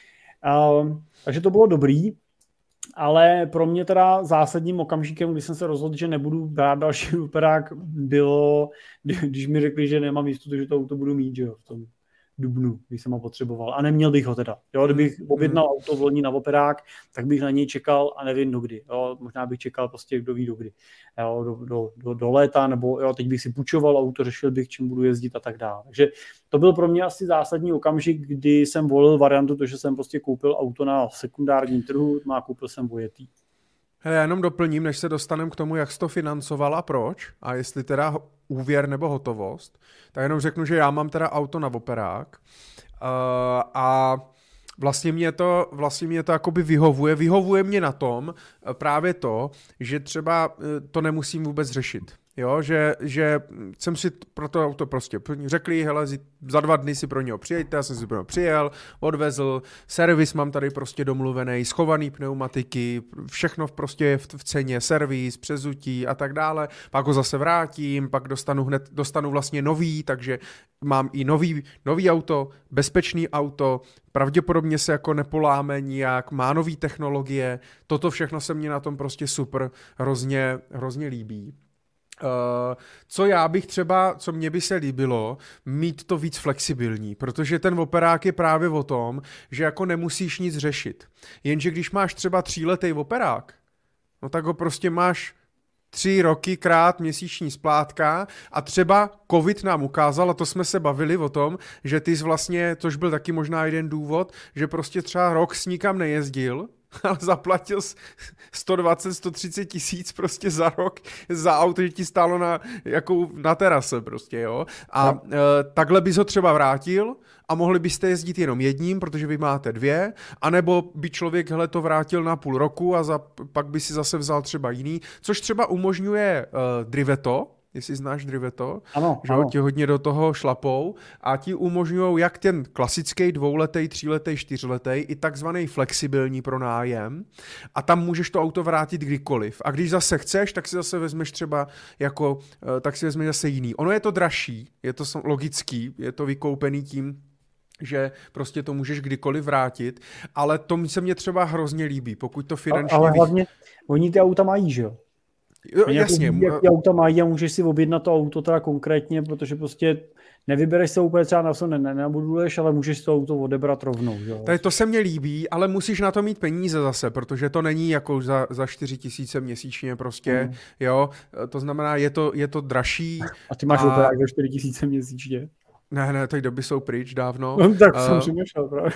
Speaker 2: Takže to bylo dobrý, ale pro mě teda zásadním okamžikem, kdy jsem se rozhodl, že nebudu brát další operák, bylo, když mi řekli, že nemám jistotu, že to auto budu mít, že jo, v tom dubnu, když jsem ho potřeboval. A neměl bych ho teda. Jo, kdybych objednal auto v loni na operák, tak bych na něj čekal a nevím dokdy. Jo, možná bych čekal prostě kdo ví dokdy. Jo, do léta, nebo jo, teď bych si půjčoval auto, řešil bych, čím budu jezdit a tak dále. Takže to byl pro mě asi zásadní okamžik, kdy jsem volil variantu, to, že jsem prostě koupil auto na sekundárním trhu, a koupil jsem vojetý.
Speaker 1: Hele, já jenom doplním, než se dostaneme k tomu, jak jsi to financoval a proč, a jestli teda úvěr nebo hotovost, tak jenom řeknu, že já mám teda auto na operák a vlastně mě to jakoby vyhovuje mě na tom právě to, že třeba to nemusím vůbec řešit. Jo, že jsem si pro to auto prostě řekli, hele, za 2 dny si pro něho přijďte, já jsem si pro něho přijel, odvezl, servis mám tady prostě domluvený, schovaný pneumatiky, všechno prostě v ceně, servis, přezutí a tak dále, pak ho zase vrátím, pak dostanu vlastně nový, takže mám i nový auto, bezpečný auto, pravděpodobně se jako nepoláme nijak, má nový technologie, toto všechno se mně na tom prostě super hrozně líbí. Co mně by se líbilo, mít to víc flexibilní, protože ten operák je právě o tom, že jako nemusíš nic řešit. Jenže když máš třeba 3letý operák, no tak ho prostě máš 3 roky krát měsíční splátka a třeba covid nám ukázal, a to jsme se bavili o tom, že ty jsi vlastně, což byl taky možná jeden důvod, že prostě třeba rok s nikam nejezdil, ale zaplatil 120-130 tisíc prostě za rok za auto, že ti stálo na terase prostě, jo. A takhle bys ho třeba vrátil a mohli byste jezdit jenom jedním, protože vy máte 2, anebo by člověk to vrátil na půl roku a pak by si zase vzal třeba jiný, což třeba umožňuje Driveto, jestli znáš Driveto, že
Speaker 2: ano.
Speaker 1: ti hodně do toho šlapou a ti umožňují jak ten klasický 2letý, 3letý, 4letý i takzvaný flexibilní pronájem a tam můžeš to auto vrátit kdykoliv. A když zase chceš, tak si zase vezmeš třeba tak si vezmeš zase jiný. Ono je to dražší, je to logický, je to vykoupený tím, že prostě to můžeš kdykoliv vrátit, ale to se mně třeba hrozně líbí, pokud to finančně...
Speaker 2: Ale hlavně, oni ty auta mají, že jo?
Speaker 1: Jasně.
Speaker 2: Jaký auta mají a můžeš si objednat to auto teda konkrétně, protože prostě nevybereš se úplně třeba na co nenabuduješ, ale můžeš to auto odebrat rovnou. Jo?
Speaker 1: To se mně líbí, ale musíš na to mít peníze zase, protože to není jako za 4 000 měsíčně prostě, jo, to znamená, je to dražší.
Speaker 2: A ty máš operák za 4 000 měsíčně?
Speaker 1: Ne, ty doby jsou pryč dávno.
Speaker 2: Tak jsem přemýšlel právě.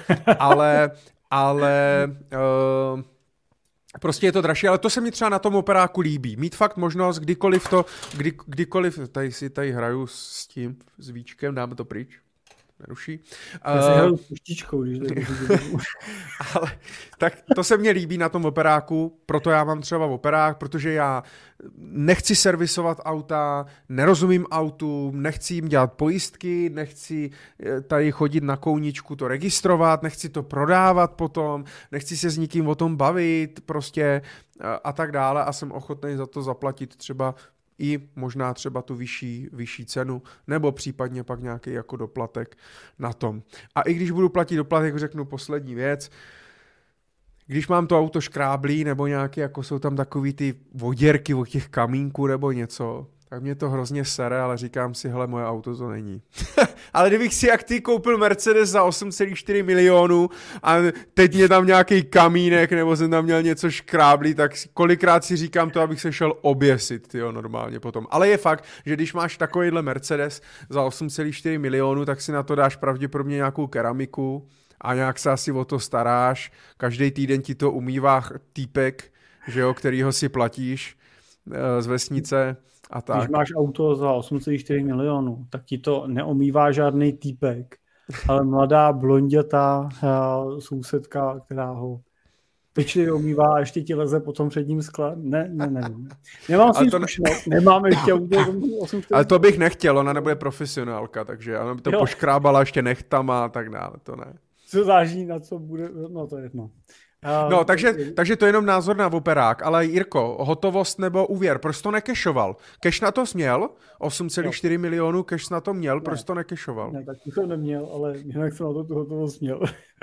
Speaker 1: ale prostě je to dražší, ale to se mi třeba na tom operáku líbí. Mít fakt možnost kdykoliv, tady hraju s tím zvíčkem, dáme to pryč. Neruší.
Speaker 2: Já si hraju s puštičkou, když
Speaker 1: ale tak to se mně líbí na tom operáku, proto já mám třeba operák, protože já nechci servisovat auta, nerozumím autům, nechci jim dělat pojistky, nechci tady chodit na kouničku to registrovat, nechci to prodávat potom, nechci se s nikým o tom bavit prostě a tak dále a jsem ochotný za to zaplatit třeba i možná třeba tu vyšší cenu, nebo případně pak nějaký jako doplatek na tom. A i když budu platit doplatek, řeknu poslední věc, když mám to auto škráblí, nebo nějaké, jako jsou tam takový ty voděrky od těch kamínků nebo něco, tak mě to hrozně sere, ale říkám si, hele, moje auto to není. Ale kdybych si jak ty koupil Mercedes za 8,4 milionů a teď mě tam nějaký kamínek, nebo jsem tam měl něco škráblí, tak kolikrát si říkám to, abych se šel oběsit, tyjo, normálně potom. Ale je fakt, že když máš takovýhle Mercedes za 8,4 milionů, tak si na to dáš pravděpodobně nějakou keramiku a nějak se asi o to staráš. Každý týden ti to umývá týpek, že jo, kterýho si platíš z vesnice. A tak.
Speaker 2: Když máš auto za 8,4 milionů, tak ti to neomývá žádný týpek, ale mladá blondětá sousedka, která ho pečlivě omývá a ještě ti leze po tom předním skle. Ne. Nemám s tím zkušenost, nemám ještě auto 8,4.
Speaker 1: Ale to bych nechtěl, ona nebude profesionálka, takže ona by to poškrábala ještě nechtama a tak dále, to ne.
Speaker 2: Co záží, na co bude, no to je jedno.
Speaker 1: No, takže to je jenom názor na operák, ale Jirko, hotovost nebo úvěr, proč to nekešoval? Keš na to směl? 8,4 milionů keš na to měl, proč to nekešoval?
Speaker 2: Ne, tak to neměl, ale jinak jsem na to tu hotovost měl.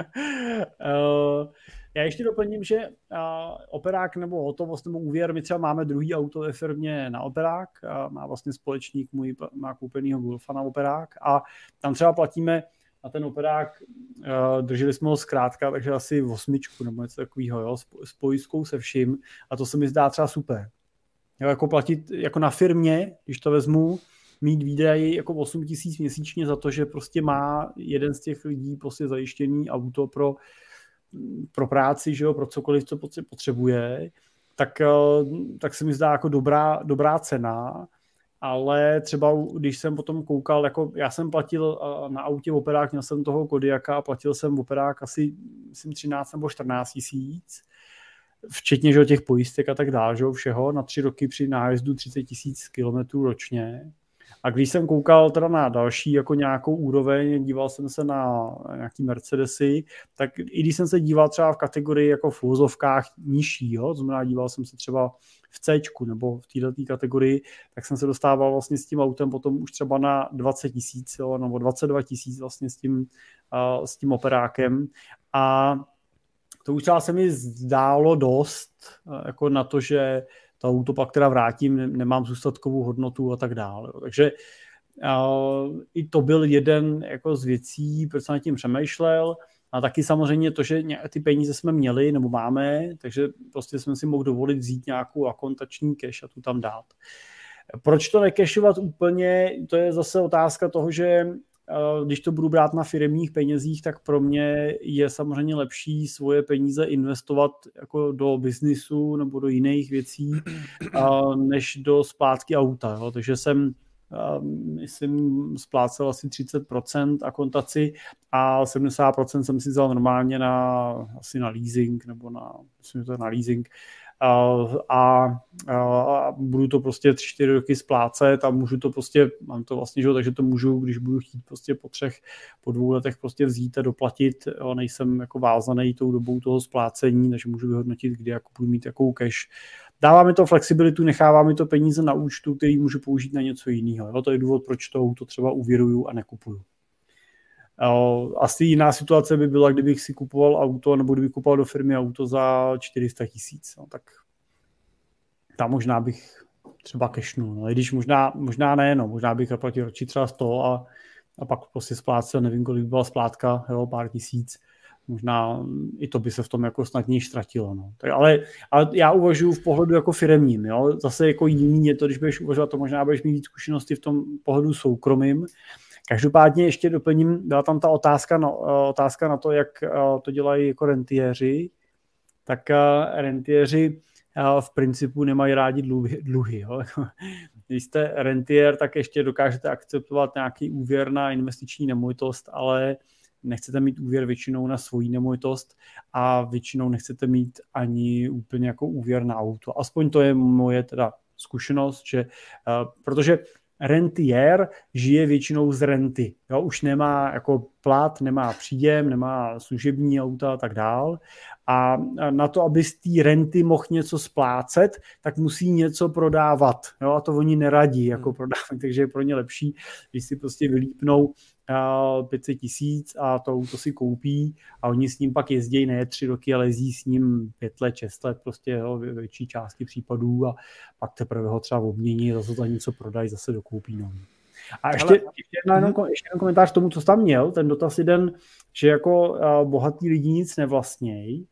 Speaker 2: Já ještě doplním, že operák nebo hotovost nebo úvěr, my třeba máme druhý auto ve firmě na operák, má vlastně společník můj, má koupenýho Golfa na operák a tam třeba platíme na ten operák, drželi jsme ho zkrátka, takže asi 8 nebo něco takového, jo, s pojistkou se vším a to se mi zdá třeba super. Jo, jako platit jako na firmě, když to vezmu, mít výdaje jako 8 000 měsíčně za to, že prostě má jeden z těch lidí prostě zajištěný auto pro práci, že jo, pro cokoliv, co potřebuje, tak se mi zdá jako dobrá cena. Ale třeba když jsem potom koukal, jako já jsem platil na autě operák, měl jsem toho Kodiaka a platil jsem operák asi myslím 13 nebo 14 tisíc, včetně že, těch pojistek a tak dále, že, všeho, na 3 roky při nájezdu 30 000 kilometrů ročně. A když jsem koukal teda na další jako nějakou úroveň, díval jsem se na nějaký Mercedesy, tak i když jsem se díval třeba v kategorii jako v uvozovkách nižšího, to znamená díval jsem se třeba v C nebo v této kategorii, tak jsem se dostával vlastně s tím autem potom už třeba na 20 000 nebo 22 000 vlastně s tím operákem a to už třeba se mi zdálo dost jako na to, že to auto pak teda vrátím, nemám zůstatkovou hodnotu a tak dále. Takže i to byl jeden jako z věcí, proč jsem nad tím přemýšlel. A taky samozřejmě to, že ty peníze jsme měli nebo máme, takže prostě jsme si mohli dovolit vzít nějakou akontační cash a tu tam dát. Proč to nekešovat úplně, to je zase otázka toho, že když to budu brát na firemních penězích, tak pro mě je samozřejmě lepší svoje peníze investovat jako do biznisu nebo do jiných věcí, než do splátky auta. Jo. Takže jsem myslím, splácel asi 30% akontaci a 70% jsem si vzal normálně asi na leasing, nebo myslím, že to je na leasing, a budu to prostě 3-4 roky splácet a můžu to prostě, mám to vlastně, že, takže to můžu, když budu chtít prostě po 2 letech prostě vzít a doplatit, jo, nejsem jako vázaný tou dobou toho splácení, takže můžu vyhodnotit, kdy jako budu mít jakou cash. Dává mi to flexibilitu, nechává mi to peníze na účtu, který můžu použít na něco jiného. Jo? To je důvod, proč to auto třeba uvěruju a nekupuju. Asi jiná situace by byla, kdybych si kupoval auto, nebo kdybych kupoval do firmy auto za 400 000. Tak tam možná bych třeba cashnul. No. I když možná ne, no. Možná bych zaplatil ročí třeba 100 a pak prostě splácel, nevím, kolik by byla splátka, jo, pár tisíc. Možná i to by se v tom jako snadněji ztratilo. No. Tak, ale já uvažuji v pohledu jako firemním. Jo. Zase jako jiný je to, když budeš uvažovat, to možná budeš mít víc zkušenosti v tom pohledu soukromým. Každopádně ještě doplním, byla tam ta otázka na to, jak to dělají jako rentiéři. Tak rentiéři v principu nemají rádi dluhy. Jo. Když jste rentiér, tak ještě dokážete akceptovat nějaký úvěr na investiční nemovitost, ale nechcete mít úvěr většinou na svoji nemovitost a většinou nechcete mít ani úplně jako úvěr na auto. Aspoň to je moje teda zkušenost, že protože rentiér žije většinou z renty. Jo? Už nemá jako plat, nemá příjem, nemá služební auta a tak dál. A na to, aby z té renty mohl něco splácet, tak musí něco prodávat. Jo? A to oni neradí jako prodávat, takže je pro ně lepší, když si prostě vylípnou 500 000 a to auto si koupí a oni s ním pak jezdí ne 3 roky, ale jezdí s ním 5 let, 6 let prostě jo, ve větší části případů a pak teprve ho třeba obmění, zase za něco prodají, zase dokoupí nový. A ještě jeden komentář k tomu, co jsi tam měl, ten dotaz jeden, že jako bohatí lidi nic nevlastnějí.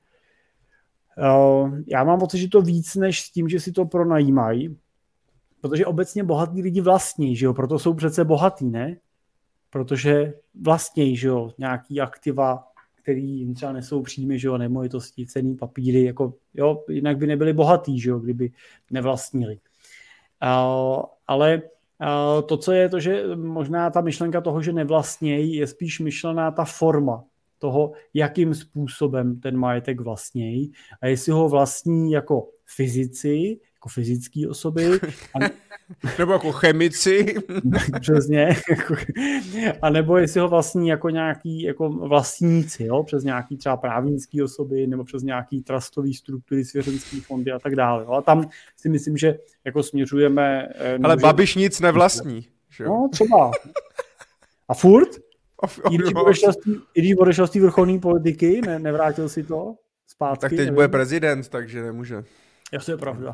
Speaker 2: Já mám pocit, že to víc než s tím, že si to pronajímají, protože obecně bohatí lidi vlastní, že jo, proto jsou přece bohatí, ne? Protože vlastnějí, že jo, nějaký aktiva, který jim třeba nesou příjmy, že jo, nemovitosti, cenný papíry, jako, jo, jinak by nebyli bohatí, že jo, kdyby nevlastnili. Ale to, co je to, že možná ta myšlenka toho, že nevlastnějí, je spíš myšlená ta forma toho, jakým způsobem ten majetek vlastnějí a jestli ho vlastní jako fyzici, jako fyzické osoby.
Speaker 1: Nebo jako chemici.
Speaker 2: Přesně. A nebo jestli ho vlastní jako nějaký jako vlastníci, jo? Přes nějaký třeba právnické osoby nebo přes nějaký trustové struktury, svěřenské fondy a tak dále. Jo? A tam si myslím, že jako směřujeme...
Speaker 1: Ale Babiš nic nevlastní. Že?
Speaker 2: No, třeba. A furt? I když odešel z té vrcholné politiky, nevrátil si to zpátky.
Speaker 1: Tak teď bude prezident, takže nemůže.
Speaker 2: Jasně, je pravda.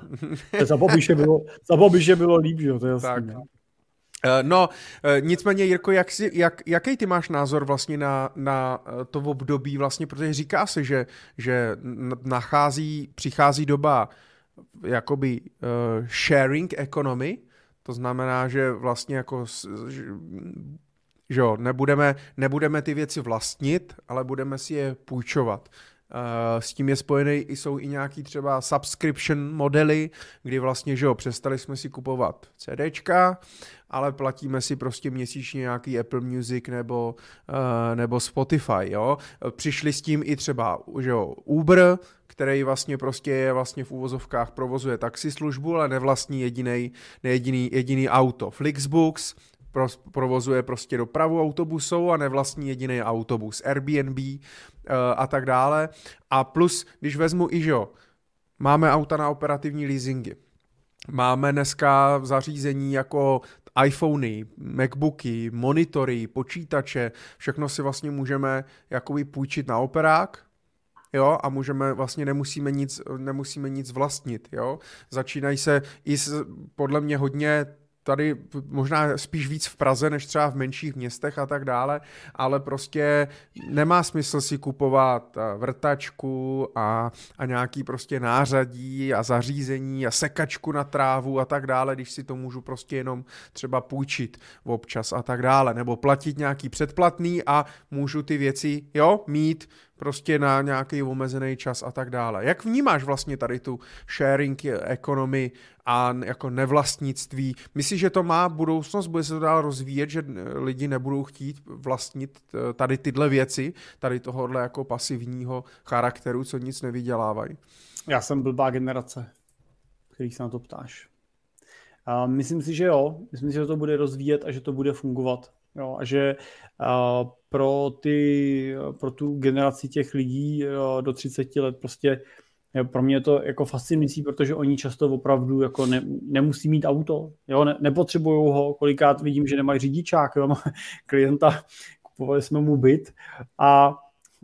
Speaker 2: Za Babiše bylo líp, že jo, to je jasný.
Speaker 1: No, nicméně, Jirko, jaký ty máš názor vlastně na to období vlastně, protože říká se, že přichází doba jakoby sharing economy, to znamená, že vlastně jako že jo, nebudeme ty věci vlastnit, ale budeme si je půjčovat. S tím je spojený, jsou i nějaký třeba subscription modely, kdy vlastně, že jo, přestali jsme si kupovat CDčka, ale platíme si prostě měsíčně nějaký Apple Music nebo Spotify, jo. Přišli s tím i třeba, že jo, Uber, který vlastně prostě je vlastně v uvozovkách provozuje taxislužbu, ale nevlastní jediný auto. Flixbus provozuje prostě dopravu autobusou a nevlastní jediný autobus. Airbnb a tak dále. A plus, když vezmu i, že jo, máme auta na operativní leasingy. Máme dneska zařízení jako iPhony, MacBooky, monitory, počítače, všechno si vlastně můžeme jakoby půjčit na operák, jo, a vlastně nemusíme nic vlastnit, jo. Začínají se i podle mě hodně tady možná spíš víc v Praze, než třeba v menších městech a tak dále, ale prostě nemá smysl si kupovat vrtačku a nějaký prostě nářadí a zařízení a sekačku na trávu a tak dále, když si to můžu prostě jenom třeba půjčit občas a tak dále, nebo platit nějaký předplatný a můžu ty věci, mít prostě na nějaký omezený čas a tak dále. Jak vnímáš vlastně tady tu sharing economy a jako nevlastnictví? Myslíš, že to má budoucnost, bude se to dál rozvíjet, že lidi nebudou chtít vlastnit tady tyhle věci, tady tohohle jako pasivního charakteru, co nic nevydělávají?
Speaker 2: Já jsem blbá generace, který se na to ptáš. A myslím si, že jo. Myslím si, že to bude rozvíjet a že to bude fungovat. Jo, a že pro tu generaci těch lidí do 30 let prostě pro mě je to jako fascinující, protože oni často opravdu jako nemusí mít auto, jo, nepotřebují ho, kolikrát vidím, že nemají řidičák, jo, klienta, kupovali jsme mu byt a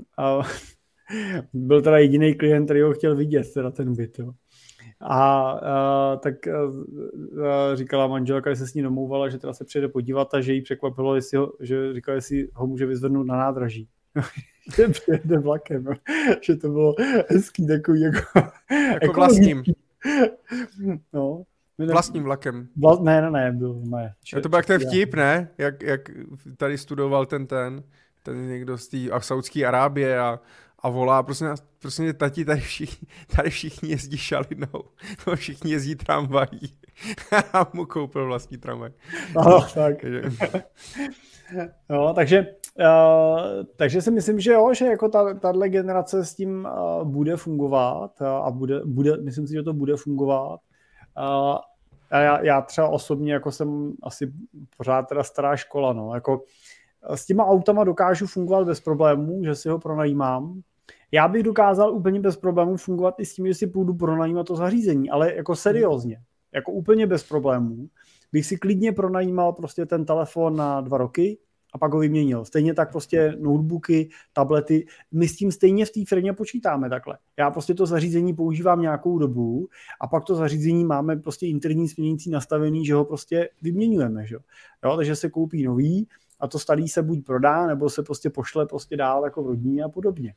Speaker 2: byl teda jediný klient, který ho chtěl vidět, teda ten byt, jo. Tak říkala manželka, že se s ní domlouvala, že teda se přijede podívat a že jí překvapilo, že říkala, jestli ho může vyzvednout na nádraží. Že přijede vlakem, že to bylo hezký takový
Speaker 1: jako vlastním.
Speaker 2: No.
Speaker 1: Vlastním vlakem.
Speaker 2: Ne, byl ne.
Speaker 1: To byl jak ten vtip, ne? Jak tady studoval ten někdo z té Saudské Arábie a volá, prostě tati, tady všichni jezdí šalinou, všichni jezdí tramvají a mu koupil vlastní tramvaj.
Speaker 2: Ano, tak. No, takže si myslím, že jo, že jako tahle generace s tím bude fungovat a myslím si, že to bude fungovat. A já třeba osobně jako jsem asi pořád teda stará škola, no, jako s těma autama dokážu fungovat bez problémů, že si ho pronajímám. Já bych dokázal úplně bez problémů fungovat i s tím, že si půjdu pronajímat to zařízení, ale jako seriózně, jako úplně bez problémů, bych si klidně pronajímal prostě ten telefon na 2 roky a pak ho vyměnil. Stejně tak prostě notebooky, tablety, my s tím stejně v té firmě počítáme takhle. Já prostě to zařízení používám nějakou dobu a pak to zařízení máme prostě interní směnící nastavený, že ho prostě vyměňujeme, že jo, takže se koupí nový a to starý se buď prodá, nebo se prostě pošle prostě dál jako v rodině a podobně.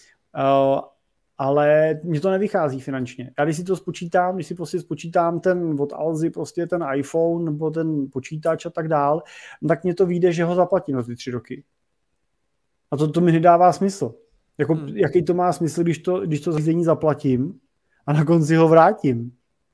Speaker 2: Ale mně to nevychází finančně. Já když si prostě spočítám ten od Alzy prostě ten iPhone nebo ten počítač a tak dál, tak mně to vyjde, že ho zaplatím na ty 3 roky. A to mi nedává smysl. Jako, jaký to má smysl, když to zařízení zaplatím a na konci ho vrátím?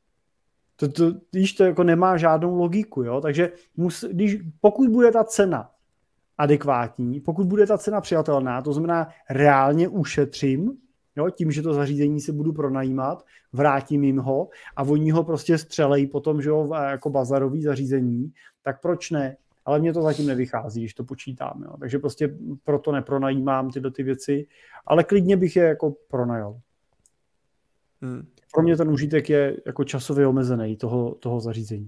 Speaker 2: To jako nemá žádnou logiku. Jo? Takže pokud bude ta cena adekvátní, pokud bude ta cena přijatelná, to znamená reálně ušetřím, jo, tím, že to zařízení si budu pronajímat, vrátím jim ho a oni ho prostě střelejí potom, že jo, jako bazarový zařízení, tak proč ne? Ale mně to zatím nevychází, když to počítám. Jo. Takže prostě proto nepronajímám tyhle ty věci, ale klidně bych je jako pronajal. Pro mě ten užitek je jako časově omezený toho zařízení.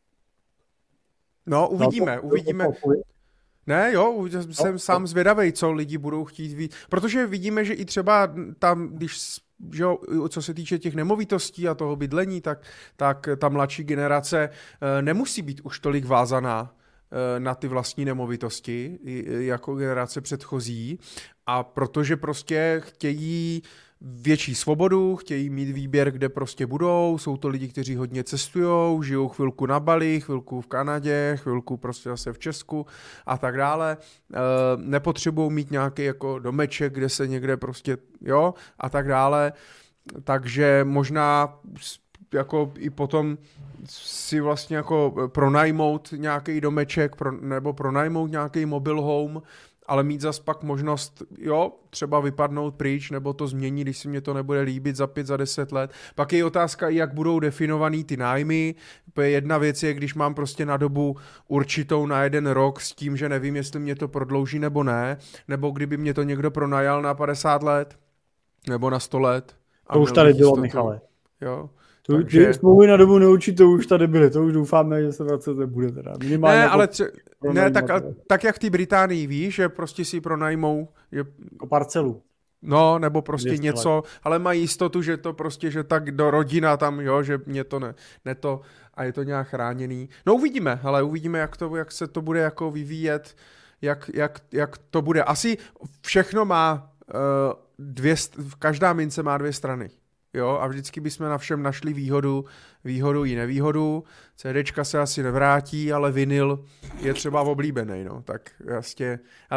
Speaker 1: No, uvidíme. Ne, jo, jsem sám zvědavej, co lidi budou chtít víc, protože vidíme, že i třeba tam, když, že jo, co se týče těch nemovitostí a toho bydlení, tak ta mladší generace nemusí být už tolik vázaná na ty vlastní nemovitosti, jako generace předchozí, a protože prostě chtějí větší svobodu, chtějí mít výběr, kde prostě budou, jsou to lidi, kteří hodně cestujou, žijou chvilku na Bali, chvilku v Kanadě, chvilku prostě zase v Česku a tak dále. Nepotřebují mít nějaký jako domeček, kde se někde prostě, jo, a tak dále. Takže možná jako i potom si vlastně jako pronajmout nějaký domeček nebo pronajmout nějaký mobile home, ale mít zas pak možnost, jo, třeba vypadnout pryč, nebo to změnit, když si mě to nebude líbit za 5, za 10 let. Pak je otázka, jak budou definovaný ty nájmy. Jedna věc je, když mám prostě na dobu určitou na 1 rok s tím, že nevím, jestli mě to prodlouží nebo ne, nebo kdyby mě to někdo pronajal na 50 let, nebo na 100 let.
Speaker 2: To už tady bylo, Michale.
Speaker 1: Jo.
Speaker 2: Takže smlouvy na dobu neurčitou už tady byly, to už doufáme, že se vracet nebude teda. Minimálně
Speaker 1: ne, ale tak jak v té Británii víš, že prostě si pronajmou
Speaker 2: jako parcelu.
Speaker 1: No, nebo prostě něco, ale mají jistotu, že to prostě, že tak do rodina tam, jo, že mě to ne to a je to nějak chráněný. No uvidíme, ale uvidíme, jak se to bude jako vyvíjet, jak to bude. Asi všechno má každá mince má dvě strany. Jo, a vždycky bychom na všem našli výhodu i nevýhodu. CDčka se asi nevrátí, ale vinyl je třeba oblíbený, no, tak jasně. Ale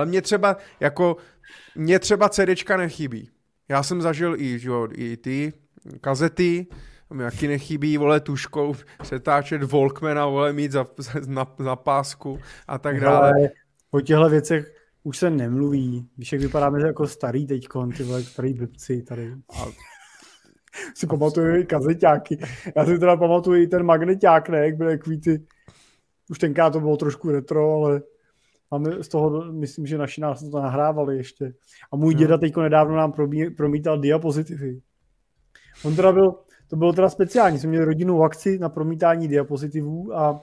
Speaker 1: mě třeba CDčka nechybí. Já jsem zažil i ty kazety, mě taky nechybí, vole, tuškou přetáčet Walkmana, vole, mít na pásku a tak dále.
Speaker 2: Ale o těchto věcech už se nemluví. Víš, jak vypadáme jako starý teďkon, ty vole, starý blbci tady. Si pamatuju i kazeťáky. Já si teda pamatuju i ten magneťák, ne, jak byly takový ty, už tenkrát to bylo trošku retro, ale máme z toho, myslím, že naši nás to nahrávali ještě. A můj děda teďko nedávno nám promítal diapozitivy. On teda to bylo teda speciální, jsme měli rodinnou akci na promítání diapozitivů a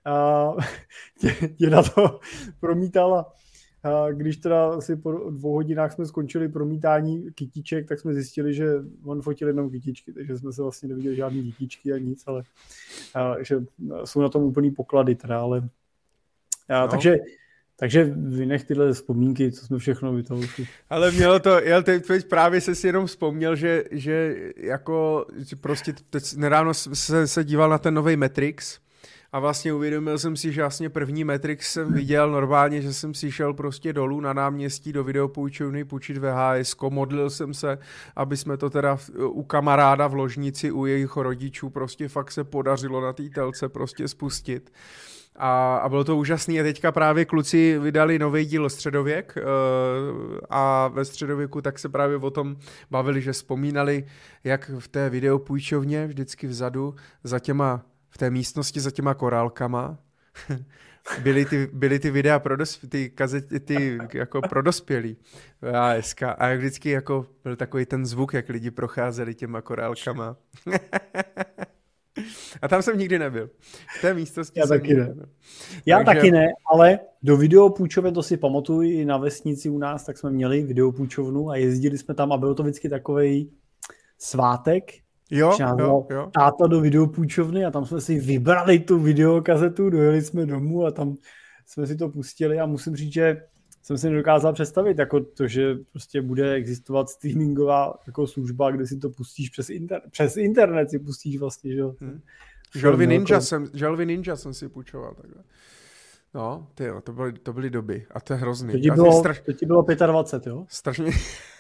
Speaker 2: děda to promítal a když teda si po 2 hodinách jsme skončili promítání kytiček, tak jsme zjistili, že on fotil jenom kytičky, takže jsme se vlastně neviděli žádný kytičky a nic, ale že jsou na tom úplný poklady teda, ale no. Takže vynech tyhle vzpomínky, co jsme všechno vytvořili.
Speaker 1: Ale mělo to, teď právě se si jenom vzpomněl, že jako prostě nedávno se díval na ten nový Matrix a vlastně uvědomil jsem si, že vlastně první Matrix jsem viděl normálně, že jsem si šel prostě dolů na náměstí do videopůjčovny půjčit VHS, modlil jsem se, aby jsme to teda u kamaráda v ložnici, u jejich rodičů prostě fakt se podařilo na té telce prostě spustit. A bylo to úžasný a teďka právě kluci vydali nový díl Středověk a ve Středověku tak se právě o tom bavili, že vzpomínali, jak v té videopůjčovně vždycky vzadu v té místnosti za těma korálkama byly ty videa ty kazety jako pro dospělí a jak vždycky jako byl takový ten zvuk, jak lidi procházeli těma korálkama. A tam jsem nikdy nebyl. V té místnosti
Speaker 2: Já
Speaker 1: jsem
Speaker 2: taky ne. Já taky ne, ale do videopůjčovny, to si pamatuju, i na vesnici u nás, tak jsme měli videopůjčovnu a jezdili jsme tam a byl to vždycky takovej svátek.
Speaker 1: Jo.
Speaker 2: Táta do videopůjčovny a tam jsme si vybrali tu videokazetu, dojeli jsme domů a tam jsme si to pustili a musím říct, že jsem si nedokázal představit, jako to, že prostě bude existovat streamingová jako služba, kde si to pustíš přes internet si pustíš vlastně, že jo.
Speaker 1: Želvy Ninja jsem si půjčoval takhle. No, tyjo, to byly doby a to je hrozný.
Speaker 2: To ti bylo 25, jo?
Speaker 1: Strašně...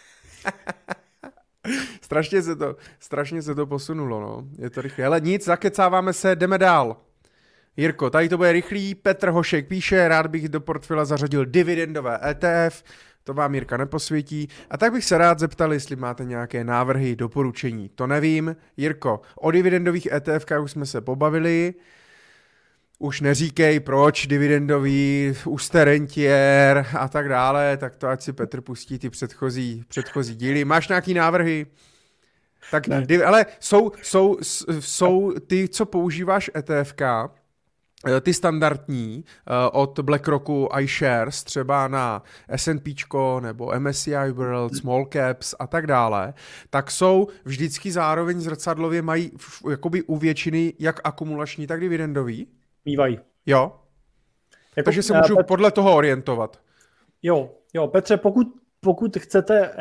Speaker 1: strašně se to posunulo, no. Je to rychlé. Ale nic, zakecáváme se, jdeme dál. Jirko, tady to bude rychlý. Petr Hošek píše, rád bych do portfila zařadil dividendové ETF, to vám Jirka neposvětí. A tak bych se rád zeptal, jestli máte nějaké návrhy, doporučení. To nevím. Jirko, o dividendových ETFkách už jsme se pobavili. Už neříkej, proč dividendový, už jste rentier a tak dále, tak to ať si Petr pustí ty předchozí díly. Máš nějaký návrhy? Tak, ale jsou ty, co používáš ETFka, ty standardní od BlackRocku iShares, třeba na S&Pčko nebo MSCI World, Small Caps a tak dále, tak jsou vždycky zároveň zrcadlově mají jakoby u většiny jak akumulační, tak dividendový?
Speaker 2: Mývají.
Speaker 1: Jo? Takže se můžu podle toho orientovat.
Speaker 2: Jo, Petře, pokud chcete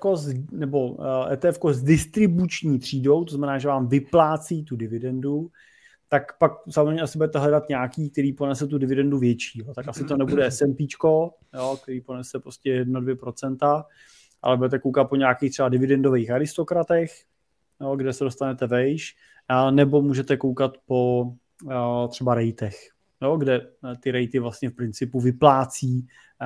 Speaker 2: ETF s distribuční třídou, to znamená, že vám vyplácí tu dividendu, tak pak samozřejmě asi budete hledat nějaký, který ponese tu dividendu větší. Tak asi to nebude S&Pčko, který ponese prostě 1-2%, ale budete koukat po nějakých třeba dividendových aristokratech, kde se dostanete vejš, nebo můžete koukat po třeba rejtech, kde ty rejty vlastně v principu vyplácí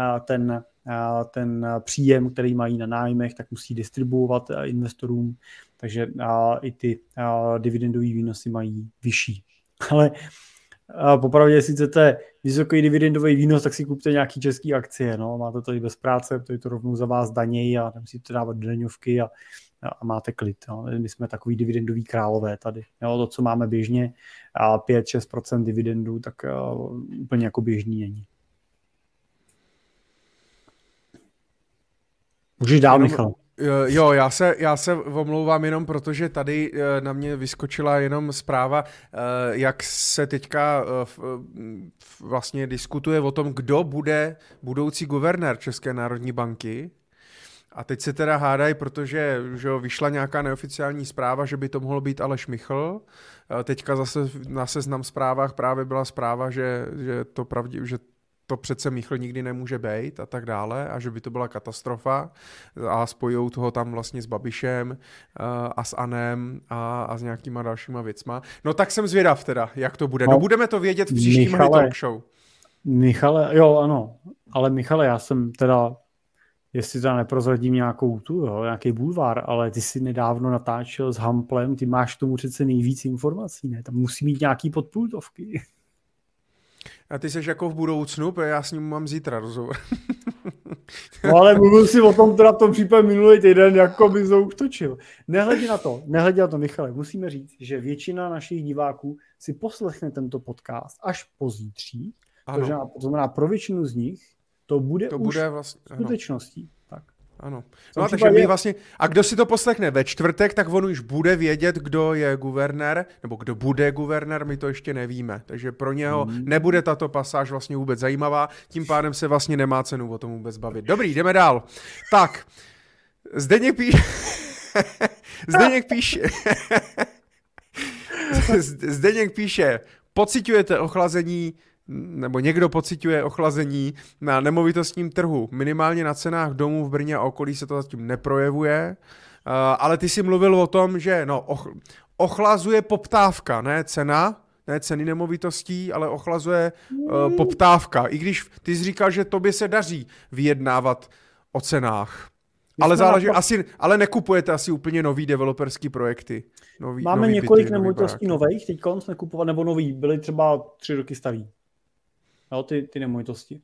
Speaker 2: ten příjem, který mají na nájmech, tak musí distribuovat investorům, takže i ty dividendové výnosy mají vyšší. Ale popravdě, jestli chcete vysoký dividendový výnos, tak si kupte nějaký český akcie. No. Máte to i bez práce, to je to rovnou za vás danějí a nemusíte dávat do daňovky a máte klid. No. My jsme takový dividendový králové tady. Jo. To, co máme běžně, 5-6% dividendů, tak úplně jako běžný není. Můžeš dál, Michal.
Speaker 1: Jo, já se omlouvám jenom protože tady na mě vyskočila jenom zpráva, jak se teďka vlastně diskutuje o tom, kdo bude budoucí guvernér České národní banky. A teď se teda hádají, protože že vyšla nějaká neoficiální zpráva, že by to mohlo být Aleš Michl. Teďka zase na Seznam Zprávách právě byla zpráva, že to přece Michl nikdy nemůže být a tak dále a že by to byla katastrofa a spojujou toho tam vlastně s Babišem a s Anem a s nějakýma dalšíma věcma. No tak jsem zvědav teda, jak to bude. No budeme to vědět v příštím talk show.
Speaker 2: Michale, jo ano, ale Michale, já jsem teda, jestli teda neprozradím nějaký bulvár, ale ty si nedávno natáčel s Hamplem, ty máš k tomu přece nejvíc informací, ne? Tam musí mít nějaký podpultovky.
Speaker 1: A ty seš jako v budoucnu, protože já s ním mám zítra rozhovor.
Speaker 2: No ale mluvil si o tom teda v tom případě minulý týden, jako by Zouk točil. Nehledě na to, Michale, musíme říct, že většina našich diváků si poslechne tento podcast až pozítří, to znamená pro většinu z nich to bude vlastně, skutečností. Tak.
Speaker 1: Ano. No a takže my vlastně, a kdo si to poslechne ve čtvrtek, tak on už bude vědět, kdo je guvernér, nebo kdo bude guvernér, my to ještě nevíme. Takže pro něho nebude tato pasáž vlastně vůbec zajímavá, tím pádem se vlastně nemá cenu o tom vůbec bavit. Dobrý, jdeme dál. Tak, Zdeněk píše, pociťujete ochlazení, nebo někdo pociťuje ochlazení na nemovitostním trhu. Minimálně na cenách domů v Brně a okolí se to zatím neprojevuje, ale ty jsi mluvil o tom, že ochlazuje poptávka, ne cena, ne ceny nemovitostí, ale ochlazuje poptávka. I když ty jsi říkal, že tobě se daří vyjednávat o cenách. Ale záleží, ale nekupujete asi úplně nový developerský projekty.
Speaker 2: Máme několik nemovitostí nových, teď jsme kupovali, nebo nový, byly třeba 3 roky starý. Jo, ty nemovitosti.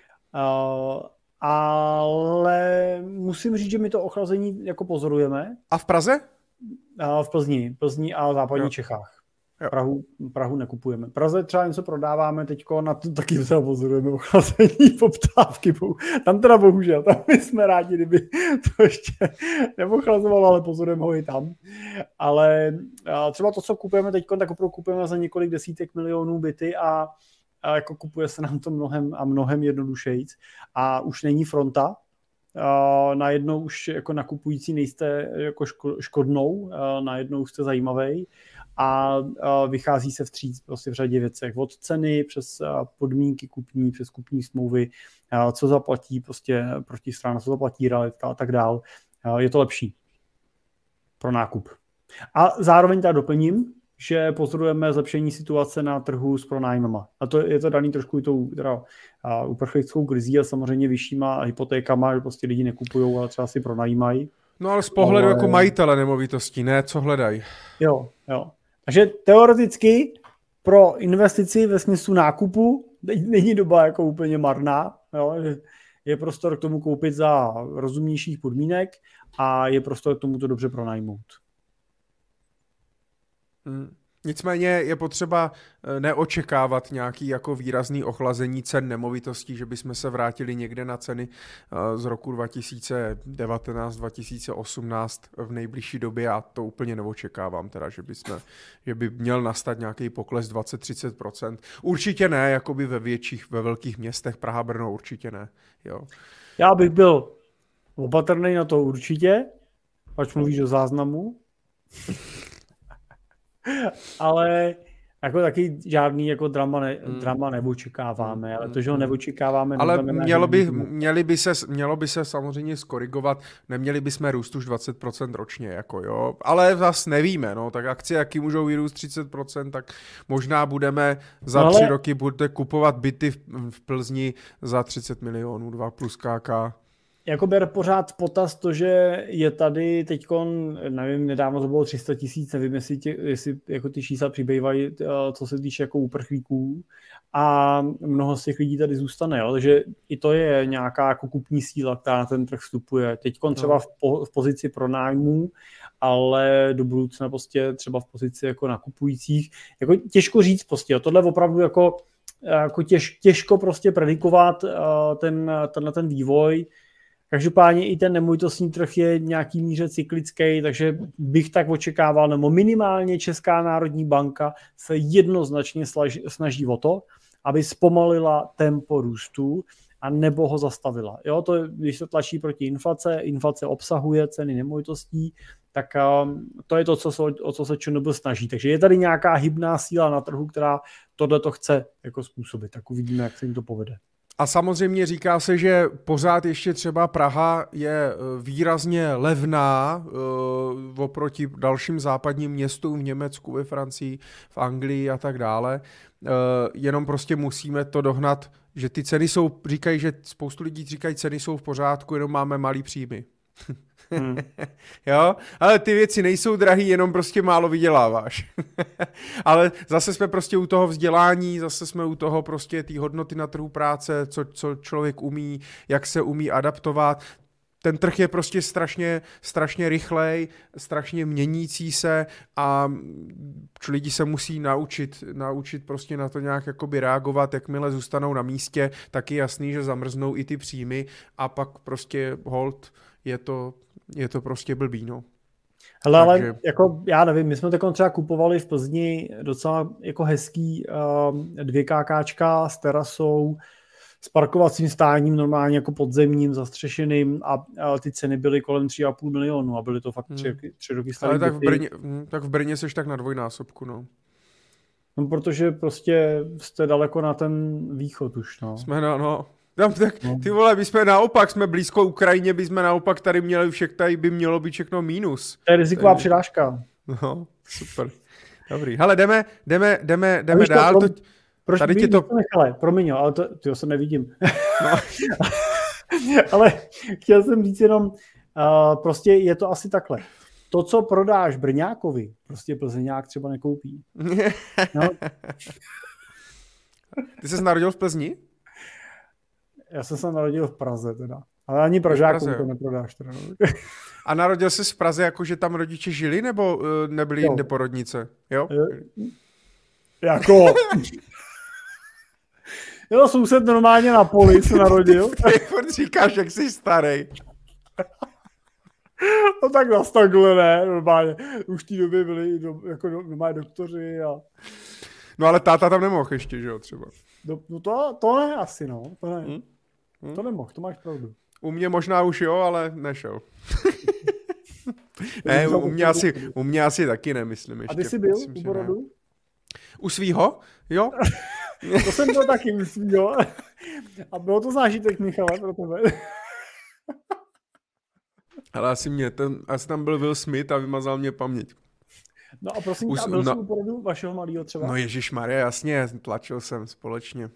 Speaker 2: Ale musím říct, že my to ochlazení jako pozorujeme.
Speaker 1: A v Praze?
Speaker 2: V Plzni a v západních Čechách. Prahu nekupujeme. Praze třeba něco prodáváme teďko, na to taky třeba pozorujeme ochlazení poptávky. Tam teda bohužel, tam my jsme rádi, kdyby to ještě neochlazovalo, ale pozorujeme ho i tam. Ale třeba to, co kupujeme teďko, tak opravdu kupujeme za několik desítek milionů byty a jako kupuje se nám to mnohem jednodušejc. A už není fronta. Najednou už jako nakupující nejste jako škodnou, najednou jste zajímavý a vychází se vstříc prostě v řadě věcech. Od ceny přes podmínky kupní, přes kupní smlouvy, co zaplatí prostě protistrana, co zaplatí realitka a tak dál. Je to lepší pro nákup. A zároveň teda doplním, že pozorujeme zlepšení situace na trhu s pronájmama. A to je to daný trošku i tou uprchlickou krizí a samozřejmě vyššíma hypotékama, že prostě lidi nekupujou, ale třeba si pronajímají.
Speaker 1: No ale z pohledu jako majitele nemovitostí, ne? Co hledají?
Speaker 2: Jo. Takže teoreticky pro investici ve smyslu nákupu není doba jako úplně marná. Jo? Je prostor k tomu koupit za rozumnějších podmínek a je prostor k tomu to dobře pronajmout.
Speaker 1: Nicméně je potřeba neočekávat nějaký jako výrazný ochlazení cen nemovitostí, že bychom se vrátili někde na ceny z roku 2019-2018 v nejbližší době. Já to úplně neočekávám, teda, že by měl nastat nějaký pokles 20-30%. Určitě ne, jakoby ve velkých městech, Praha, Brno, určitě ne. Jo.
Speaker 2: Já bych byl opatrný na to určitě, až mluvíš o záznamu. Ale jako taky žádný jako drama neočekáváme, ale to, že ho neočekáváme...
Speaker 1: Ale mělo by se samozřejmě skorigovat, neměli bychom růst už 20% ročně, jako jo, ale zase nevíme, no, tak akcie, jaký můžou vyrůst 30%, tak možná budeme za 3 roky kupovat byty v Plzni za 30 milionů, 2 plus KK.
Speaker 2: Jako ber pořád potaz to, že je tady teďkon, nevím, nedávno to bylo 300 000, nevím, jestli jako ty čísla přibývají, co se týče jako uprchlíků a mnoho z těch lidí tady zůstane, jo? Takže i to je nějaká jako kupní síla, která na ten trh vstupuje. Teďkon třeba v pozici pronájmů, ale do budoucna prostě třeba v pozici jako nakupujících. Jako těžko říct prostě, tohle opravdu jako těžko prostě predikovat ten vývoj. Každopádně i ten nemovitostní trh je nějaký míře cyklický, takže bych tak očekával, nebo minimálně Česká národní banka se jednoznačně snaží o to, aby zpomalila tempo růstu a nebo ho zastavila. Jo, to, když se tlačí proti inflace obsahuje ceny nemovitostí, tak to je to, o co se ČNB snaží. Takže je tady nějaká hybná síla na trhu, která tohleto chce jako způsobit. Tak uvidíme, jak se jim to povede.
Speaker 1: A samozřejmě říká se, že pořád ještě třeba Praha je výrazně levná oproti dalším západním městům v Německu, ve Francii, v Anglii a tak dále. Jenom prostě musíme to dohnat, že ty ceny jsou, říkají, že spoustu lidí říkají, ceny jsou v pořádku, jenom máme malý příjmy. Jo, ale ty věci nejsou drahý, jenom prostě málo vyděláváš. Ale zase jsme prostě u toho vzdělání, zase jsme u toho prostě té hodnoty na trhu práce, co člověk umí, jak se umí adaptovat. Ten trh je prostě strašně rychlej, strašně měnící se a lidi se musí naučit prostě na to nějak jakoby reagovat, jakmile zůstanou na místě, tak je jasný, že zamrznou i ty příjmy a pak prostě hold je to prostě blbý, no.
Speaker 2: Hele, ale jako, já nevím, my jsme takhle třeba kupovali v Plzni docela jako hezký 2 KKčka s terasou, s parkovacím stáním normálně jako podzemním, zastřešeným a ty ceny byly kolem 3,5 milionu a byly to fakt 3 roky staré.
Speaker 1: Ale tak v Brně seš tak na dvojnásobku, no.
Speaker 2: No, protože prostě jste daleko na ten východ už, no.
Speaker 1: Jsme tak ty vole, my jsme naopak, jsme blízko Ukrajině, by jsme naopak tady měli tady by mělo být všechno mínus.
Speaker 2: To je riziková přirážka.
Speaker 1: No, super. Dobrý. Hele, jdeme dál.
Speaker 2: Proč tady ti to nechali? Promiň, ale to se nevidím. No. Ale chtěl jsem říct jenom, prostě je to asi takhle. To, co prodáš Brňákovi, prostě Plzeňák třeba nekoupí. No.
Speaker 1: Ty jsi narodil v Plzni?
Speaker 2: Já jsem se narodil v Praze teda. Ale ani Pražákům to neprodáš teda.
Speaker 1: A narodil jsi v Praze, jako že tam rodiče žili, nebo nebyly jinde porodnice? Jo?
Speaker 2: Jako... Jo, soused normálně na poli se narodil.
Speaker 1: Ty furt říkáš, jak jsi starý.
Speaker 2: No tak nás takhle ne, normálně. Už v té době byli jako normálně doktoři a...
Speaker 1: No ale táta tam nemohl ještě, že jo, třeba.
Speaker 2: No to ne asi, no. To ne. To nemohl, to máš pravdu.
Speaker 1: U mě možná už jo, ale nešel. Ne, u mě asi taky nemyslím ještě.
Speaker 2: A ty jsi byl u porodu?
Speaker 1: U svýho? Jo.
Speaker 2: To jsem byl taky u svýho. A bylo to zážitek, Michale, pro tebe.
Speaker 1: Ale asi tam byl Will Smith a vymazal mě paměť.
Speaker 2: No a prosím, a byl jsi u porodu vašeho malého třeba?
Speaker 1: No ježišmarja, jasně, tlačil jsem společně.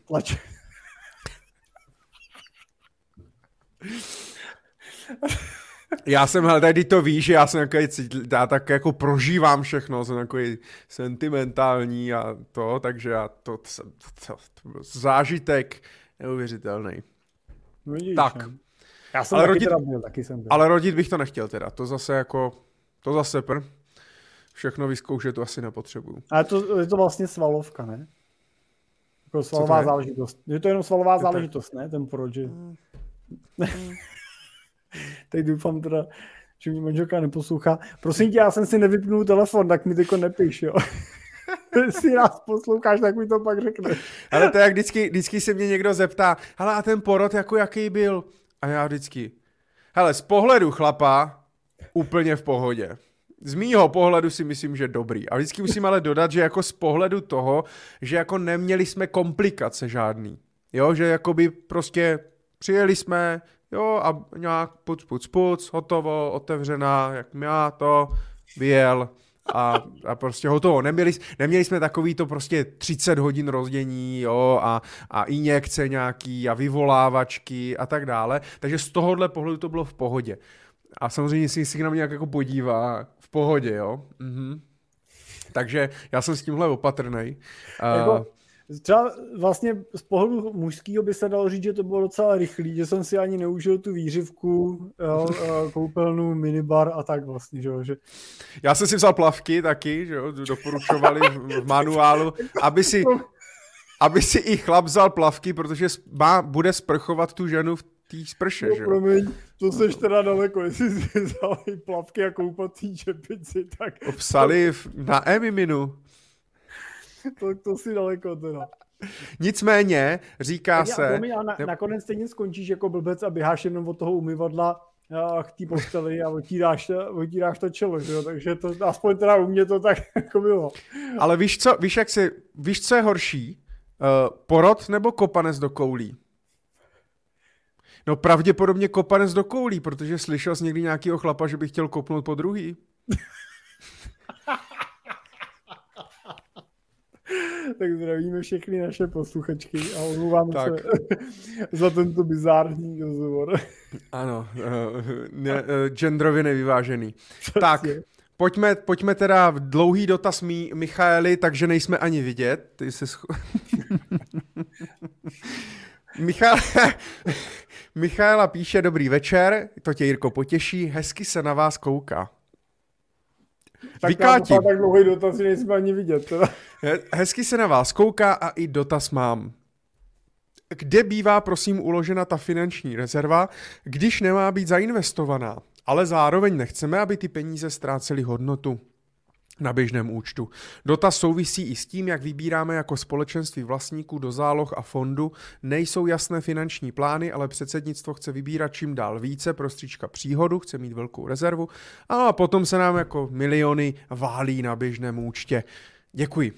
Speaker 1: Já jsem, hele, tady to víš, že já jsem já tak jako prožívám všechno, jsem takový sentimentální a to, takže já to byl zážitek neuvěřitelný.
Speaker 2: No, vidíš,
Speaker 1: tak.
Speaker 2: Já jsem taky byl.
Speaker 1: Ale rodit bych to nechtěl teda, to zase všechno vyzkoušet to asi nepotřebuju.
Speaker 2: Ale je to vlastně svalovka, ne? Jako svalová záležitost. Je to jenom svalová záležitost, ne? Ten porod, že... Teď doufám teda, že mě manželka neposlouchá. Prosím tě, já jsem si nevypnul telefon, tak mi teďko nepiš, jo. Jestli nás posloucháš, tak mi to pak řekneš.
Speaker 1: Ale to jak vždycky se mě někdo zeptá, hele, a ten porod jako jaký byl? A já vždycky, hele, z pohledu chlapa úplně v pohodě. Z mýho pohledu si myslím, že dobrý. A vždycky musím ale dodat, že jako z pohledu toho, že jako neměli jsme komplikace žádný. Jo, že jakoby prostě přijeli jsme, jo, a nějak puc, hotovo, otevřená, jak já to, vyjel a prostě hotovo. Neměli jsme takový to prostě 30 hodin rozdění, jo, a injekce nějaký a vyvolávačky a tak dále. Takže z tohohle pohledu to bylo v pohodě. A samozřejmě si na mě nějak jako podívá v pohodě, jo. Takže já jsem s tímhle opatrnej.
Speaker 2: Jako, třeba vlastně z pohledu mužského by se dalo říct, že to bylo docela rychlý, že jsem si ani neužil tu výřivku, jo, koupelnu, minibar a tak vlastně, že.
Speaker 1: Já jsem si vzal plavky taky, že jo, doporučovali v manuálu, aby si i chlap vzal plavky, protože bude sprchovat tu ženu v tý sprše,
Speaker 2: No,
Speaker 1: že jo?
Speaker 2: promiň, to seš teda daleko, jestli si vzal i plavky a koupací čepici, tak
Speaker 1: Psali na e-miminu.
Speaker 2: to si daleko teda.
Speaker 1: Nicméně, říká se...
Speaker 2: Promiň, a nakonec stejně skončíš jako blbec a běháš jenom od toho umyvadla k té posteli a otíráš to čelo, že jo? Takže to aspoň teda u mě to tak jako bylo.
Speaker 1: Ale víš, co je horší? Porod nebo kopanec do koulí? No pravděpodobně kopanec do koulí, protože slyšel jsi někdy nějakýho chlapa, že by chtěl kopnout po druhý?
Speaker 2: Tak zdravíme všechny naše posluchačky a omlouváme se za tento bizární rozhovor.
Speaker 1: Ano, genderově nevyvážený. Tak, pojďme teda v dlouhý dotaz Michaeli, takže nejsme ani vidět. Ty jsi Michaela píše, dobrý večer, to tě, Jirko, potěší, hezky se na vás kouká.
Speaker 2: Tak tak dlouhý dotaz, nejsme ani vidět. Teda.
Speaker 1: Hezky se na vás kouká a i dotaz mám. Kde bývá, prosím, uložena ta finanční rezerva, když nemá být zainvestovaná, ale zároveň nechceme, aby ty peníze ztrácely hodnotu na běžném účtu. Dotaz souvisí i s tím, jak vybíráme jako společenství vlastníků do záloh a fondu. Nejsou jasné finanční plány, ale předsednictvo chce vybírat čím dál více prostříčka příhodu, chce mít velkou rezervu a potom se nám jako miliony válí na běžném účtě. Děkuji.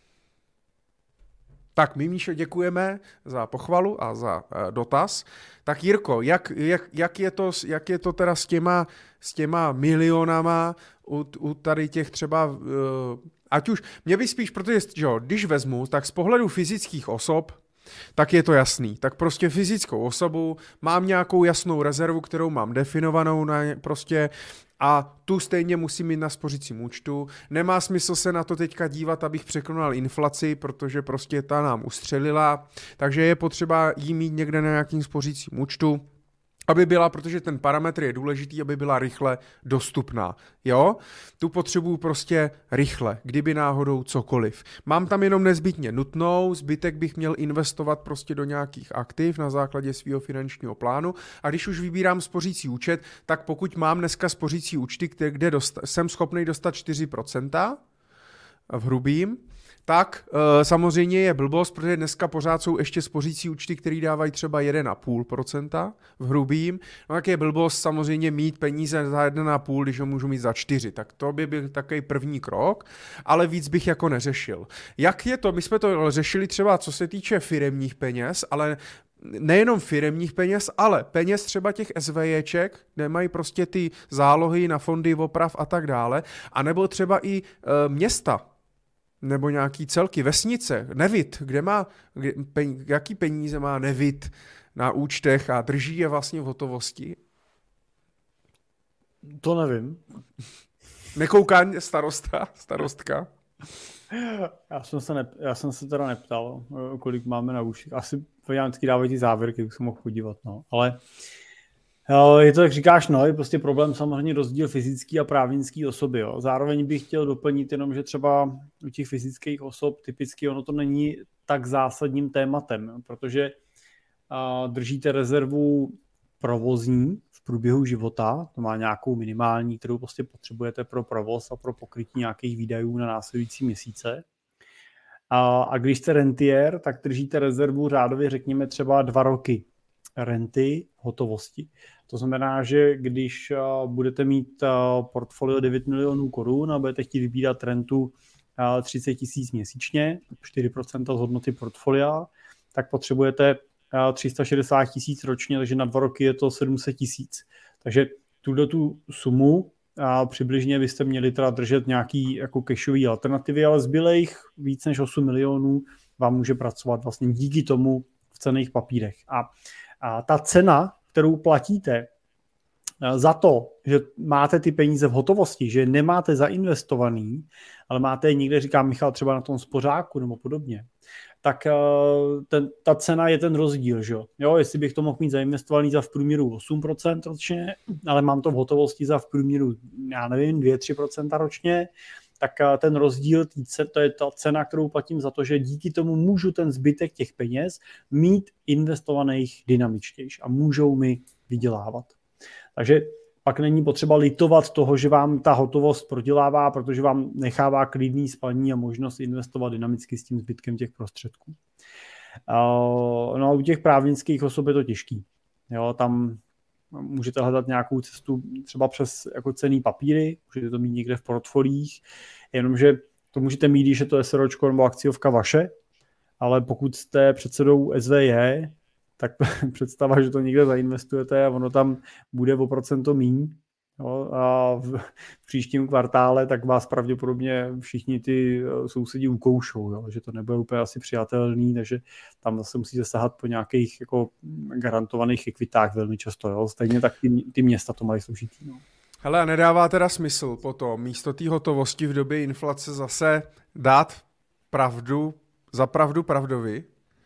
Speaker 1: Tak my, Míšo, děkujeme za pochvalu a za dotaz. Tak Jirko, jak je to teda s těma milionama u tady těch třeba, ať už, mě by spíš, protože jo, když vezmu, tak z pohledu fyzických osob, tak je to jasný. Tak prostě fyzickou osobu, mám nějakou jasnou rezervu, kterou mám definovanou prostě a tu stejně musím mít na spořícím účtu. Nemá smysl se na to teďka dívat, abych překonal inflaci, protože prostě ta nám ustřelila, takže je potřeba jí mít někde na nějakým spořícím účtu, aby byla, protože ten parametr je důležitý, aby byla rychle dostupná. Jo? Tu potřebuju prostě rychle, kdyby náhodou cokoliv. Mám tam jenom nezbytně nutnou, zbytek bych měl investovat prostě do nějakých aktiv na základě svého finančního plánu a když už vybírám spořící účet, tak pokud mám dneska spořící účty, kde jsem schopný dostat 4% v hrubým, tak samozřejmě je blbost, protože dneska pořád jsou ještě spořící účty, které dávají třeba 1,5% v hrubým. No tak je blbost samozřejmě mít peníze za 1,5, když ho můžu mít za 4. Tak to by byl takový první krok, ale víc bych jako neřešil. Jak je to? My jsme to řešili třeba co se týče firemních peněz, ale nejenom firemních peněz, ale peněz třeba těch SVJček, kde mají prostě ty zálohy na fondy oprav a tak dále, anebo třeba i města, nebo nějaký celky, vesnice, Nevid, jaký peníze má Nevid na účtech a drží je vlastně v hotovosti?
Speaker 2: To nevím.
Speaker 1: Nekouká starostka?
Speaker 2: Já jsem se teda neptal, kolik máme na účtech. Asi vždycky dávají ty závěrky, jak jsem mohl podívat, no. Ale je to, jak říkáš, no, je prostě problém samozřejmě rozdíl fyzický a právnický osoby. Jo. Zároveň bych chtěl doplnit jenom, že třeba u těch fyzických osob typicky ono to není tak zásadním tématem, protože držíte rezervu provozní v průběhu života, to má nějakou minimální, kterou prostě potřebujete pro provoz a pro pokrytí nějakých výdajů na následující měsíce. A když jste rentier, tak držíte rezervu řádově, řekněme, třeba 2 roky renty hotovosti. To znamená, že když budete mít portfolio 9 milionů korun a budete chtít vybírat rentu 30 000 měsíčně, 4% z hodnoty portfolia, tak potřebujete 360 000 ročně, takže na 2 roky je to 700 000. Takže tu sumu přibližně byste měli teda držet nějaký jako cashový alternativy, ale zbylejch víc než 8 milionů vám může pracovat vlastně díky tomu v cenných papírech. A ta cena, kterou platíte za to, že máte ty peníze v hotovosti, že nemáte zainvestovaný, ale máte je někde, říká Michal, třeba na tom spořáku nebo podobně, tak ta cena je ten rozdíl, že jo? Jestli bych to mohl mít zainvestovaný za v průměru 8% ročně, ale mám to v hotovosti za v průměru, já nevím, 2-3% ročně, tak ten rozdíl, to je ta cena, kterou platím za to, že díky tomu můžu ten zbytek těch peněz mít investovaných dynamičtější a můžou mi vydělávat. Takže pak není potřeba litovat toho, že vám ta hotovost prodělává, protože vám nechává klidný spaní a možnost investovat dynamicky s tím zbytkem těch prostředků. No a u těch právnických osob je to těžký. Jo, tam můžete hledat nějakou cestu třeba přes jako cenný papíry, můžete to mít někde v portfoliích, jenomže to můžete mít, když je to SROčko nebo akciovka vaše, ale pokud jste předsedou SVJ, tak představa, že to někde zainvestujete a ono tam bude o procento míň, jo, a v příštím kvartále, tak vás pravděpodobně všichni ty sousedi ukoušou, jo, že to nebude úplně asi přijatelný, takže tam zase musíte sahat po nějakých jako garantovaných ekvitách velmi často. Jo. Stejně tak ty města to mají složitý. No.
Speaker 1: Hele, nedává teda smysl potom místo té hotovosti v době inflace zase dát pravdu za pravdu pravdovi?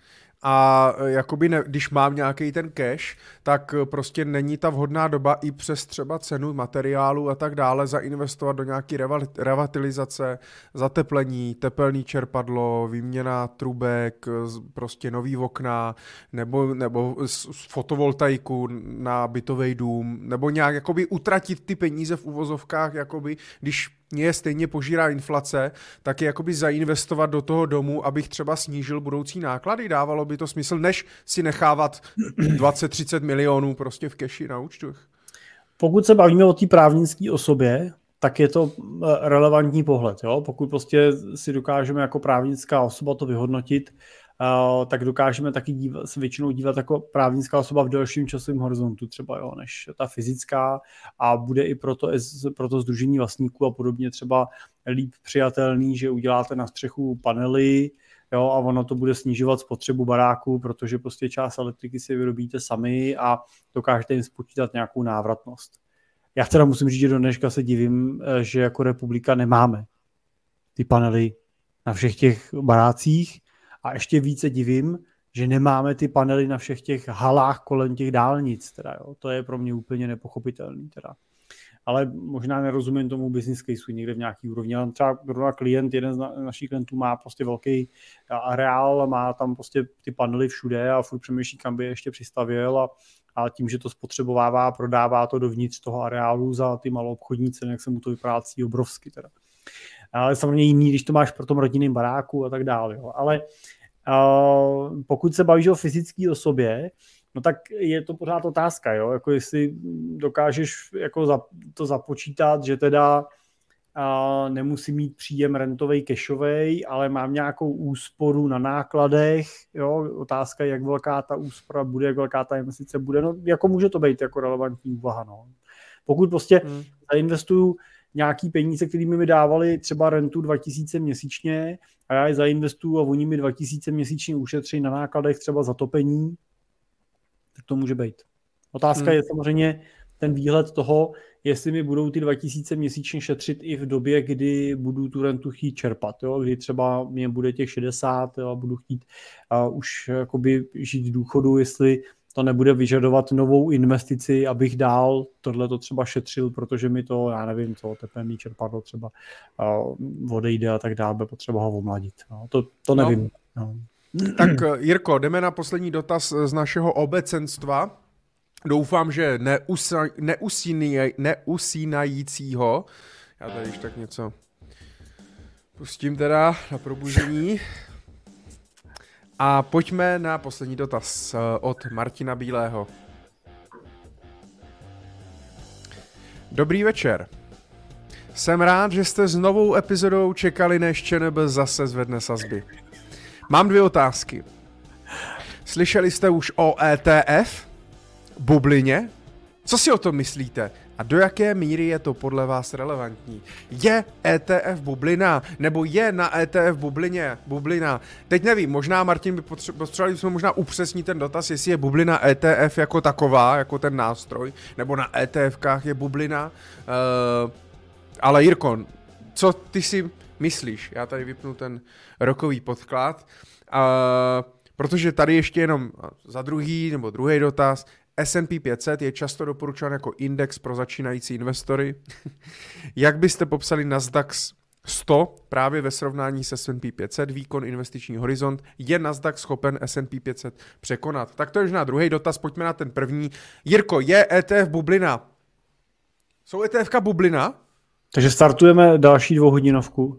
Speaker 1: A jakoby když mám nějaký ten cash, tak prostě není ta vhodná doba i přes třeba cenu materiálu a tak dále zainvestovat do nějaký revatilizace, zateplení, tepelný čerpadlo, výměna trubek, prostě nový okna, nebo fotovoltaiku na bytový dům, nebo nějak jakoby utratit ty peníze v uvozovkách, jakoby, když mě stejně požírá inflace, tak je jakoby zainvestovat do toho domu, abych třeba snížil budoucí náklady. Dávalo by to smysl, než si nechávat 20-30 milionů prostě v keši na účtu.
Speaker 2: Pokud se bavíme o té právnické osobě, tak je to relevantní pohled. Jo? Pokud prostě si dokážeme jako právnická osoba to vyhodnotit, tak dokážeme taky se většinou dívat jako právnická osoba v delším časovém horizontu třeba, jo, než ta fyzická a bude i pro to sdružení vlastníků a podobně třeba líp přijatelný, že uděláte na střechu panely, jo, a ono to bude snižovat spotřebu baráku, protože prostě část elektriky si vyrobíte sami a dokážete jim spočítat nějakou návratnost. Já teda musím říct, že do dneška se divím, že jako republika nemáme ty panely na všech těch barácích. A ještě více divím, že nemáme ty panely na všech těch halách kolem těch dálnic. Teda, jo. To je pro mě úplně nepochopitelný. Teda. Ale možná nerozumím tomu business caseu někde v nějaký úrovni. Ale třeba klient, jeden z našich klientů má prostě velký areál, má tam prostě ty panely všude a furt přemýšlí, kam by je ještě přistavěl a tím, že to spotřebovává, prodává to dovnitř toho areálu za ty maloobchodní ceny, jak se mu to vyplácí obrovsky. Teda. Ale samozřejmě jiný, když to máš pro tom rodinném baráku a tak dále. Jo. Ale pokud se bavíš o fyzické osobě, no tak je to pořád otázka, jo. Jako jestli dokážeš jako to započítat, že teda nemusí mít příjem rentovej, cashovej, ale mám nějakou úsporu na nákladech, jo. Otázka je, jak velká ta úspora bude, jak velká ta investice bude, no jako může to být jako relevantní úvaha, no. Pokud prostě zainvestuju nějaký peníze, kterými mi dávali třeba rentu 2000 měsíčně a já je zainvestuju a oni mi 2000 měsíčně ušetří na nákladech třeba zatopení, tak to může být. Otázka je samozřejmě ten výhled toho, jestli mi budou ty 2000 měsíčně šetřit i v době, kdy budu tu rentu chtít čerpat, jo? Kdy třeba mě bude těch 60 jo? A budu chtít už jakoby žít v důchodu, jestli to nebude vyžadovat novou investici, abych dál tohleto třeba šetřil, protože mi to, já nevím, co tepelný čerpadlo třeba odejde a tak dále, potřeba ho omladit. No, to nevím. No.
Speaker 1: Tak Jirko, jdeme na poslední dotaz z našeho obecenstva. Doufám, že neusínajícího. Já tady ještě tak něco pustím teda na probuzení. A pojďme na poslední dotaz od Martina Bílého. Dobrý večer. Jsem rád, že jste s novou epizodou čekali, než ČNB zase zvedne sazby. Mám 2 otázky. Slyšeli jste už o ETF? Bublině? Co si o tom myslíte? A do jaké míry je to podle vás relevantní? Je ETF bublina? Nebo je na ETF bublina? Teď nevím, možná Martin by potřebovali jsme možná upřesnit ten dotaz, jestli je bublina ETF jako taková, jako ten nástroj, nebo na ETFkách je bublina. Ale Jirko, co ty si myslíš? Já tady vypnu ten rokový podklad. Protože tady ještě jenom za druhý dotaz. S&P 500 je často doporučován jako index pro začínající investory. Jak byste popsali Nasdaq 100 právě ve srovnání s S&P 500, výkon investiční horizont, je Nasdaq schopen S&P 500 překonat. Tak to je už na druhý dotaz, pojďme na ten první. Jirko, je ETF bublina? Jsou ETFka bublina?
Speaker 2: Takže startujeme další 2hodinovku.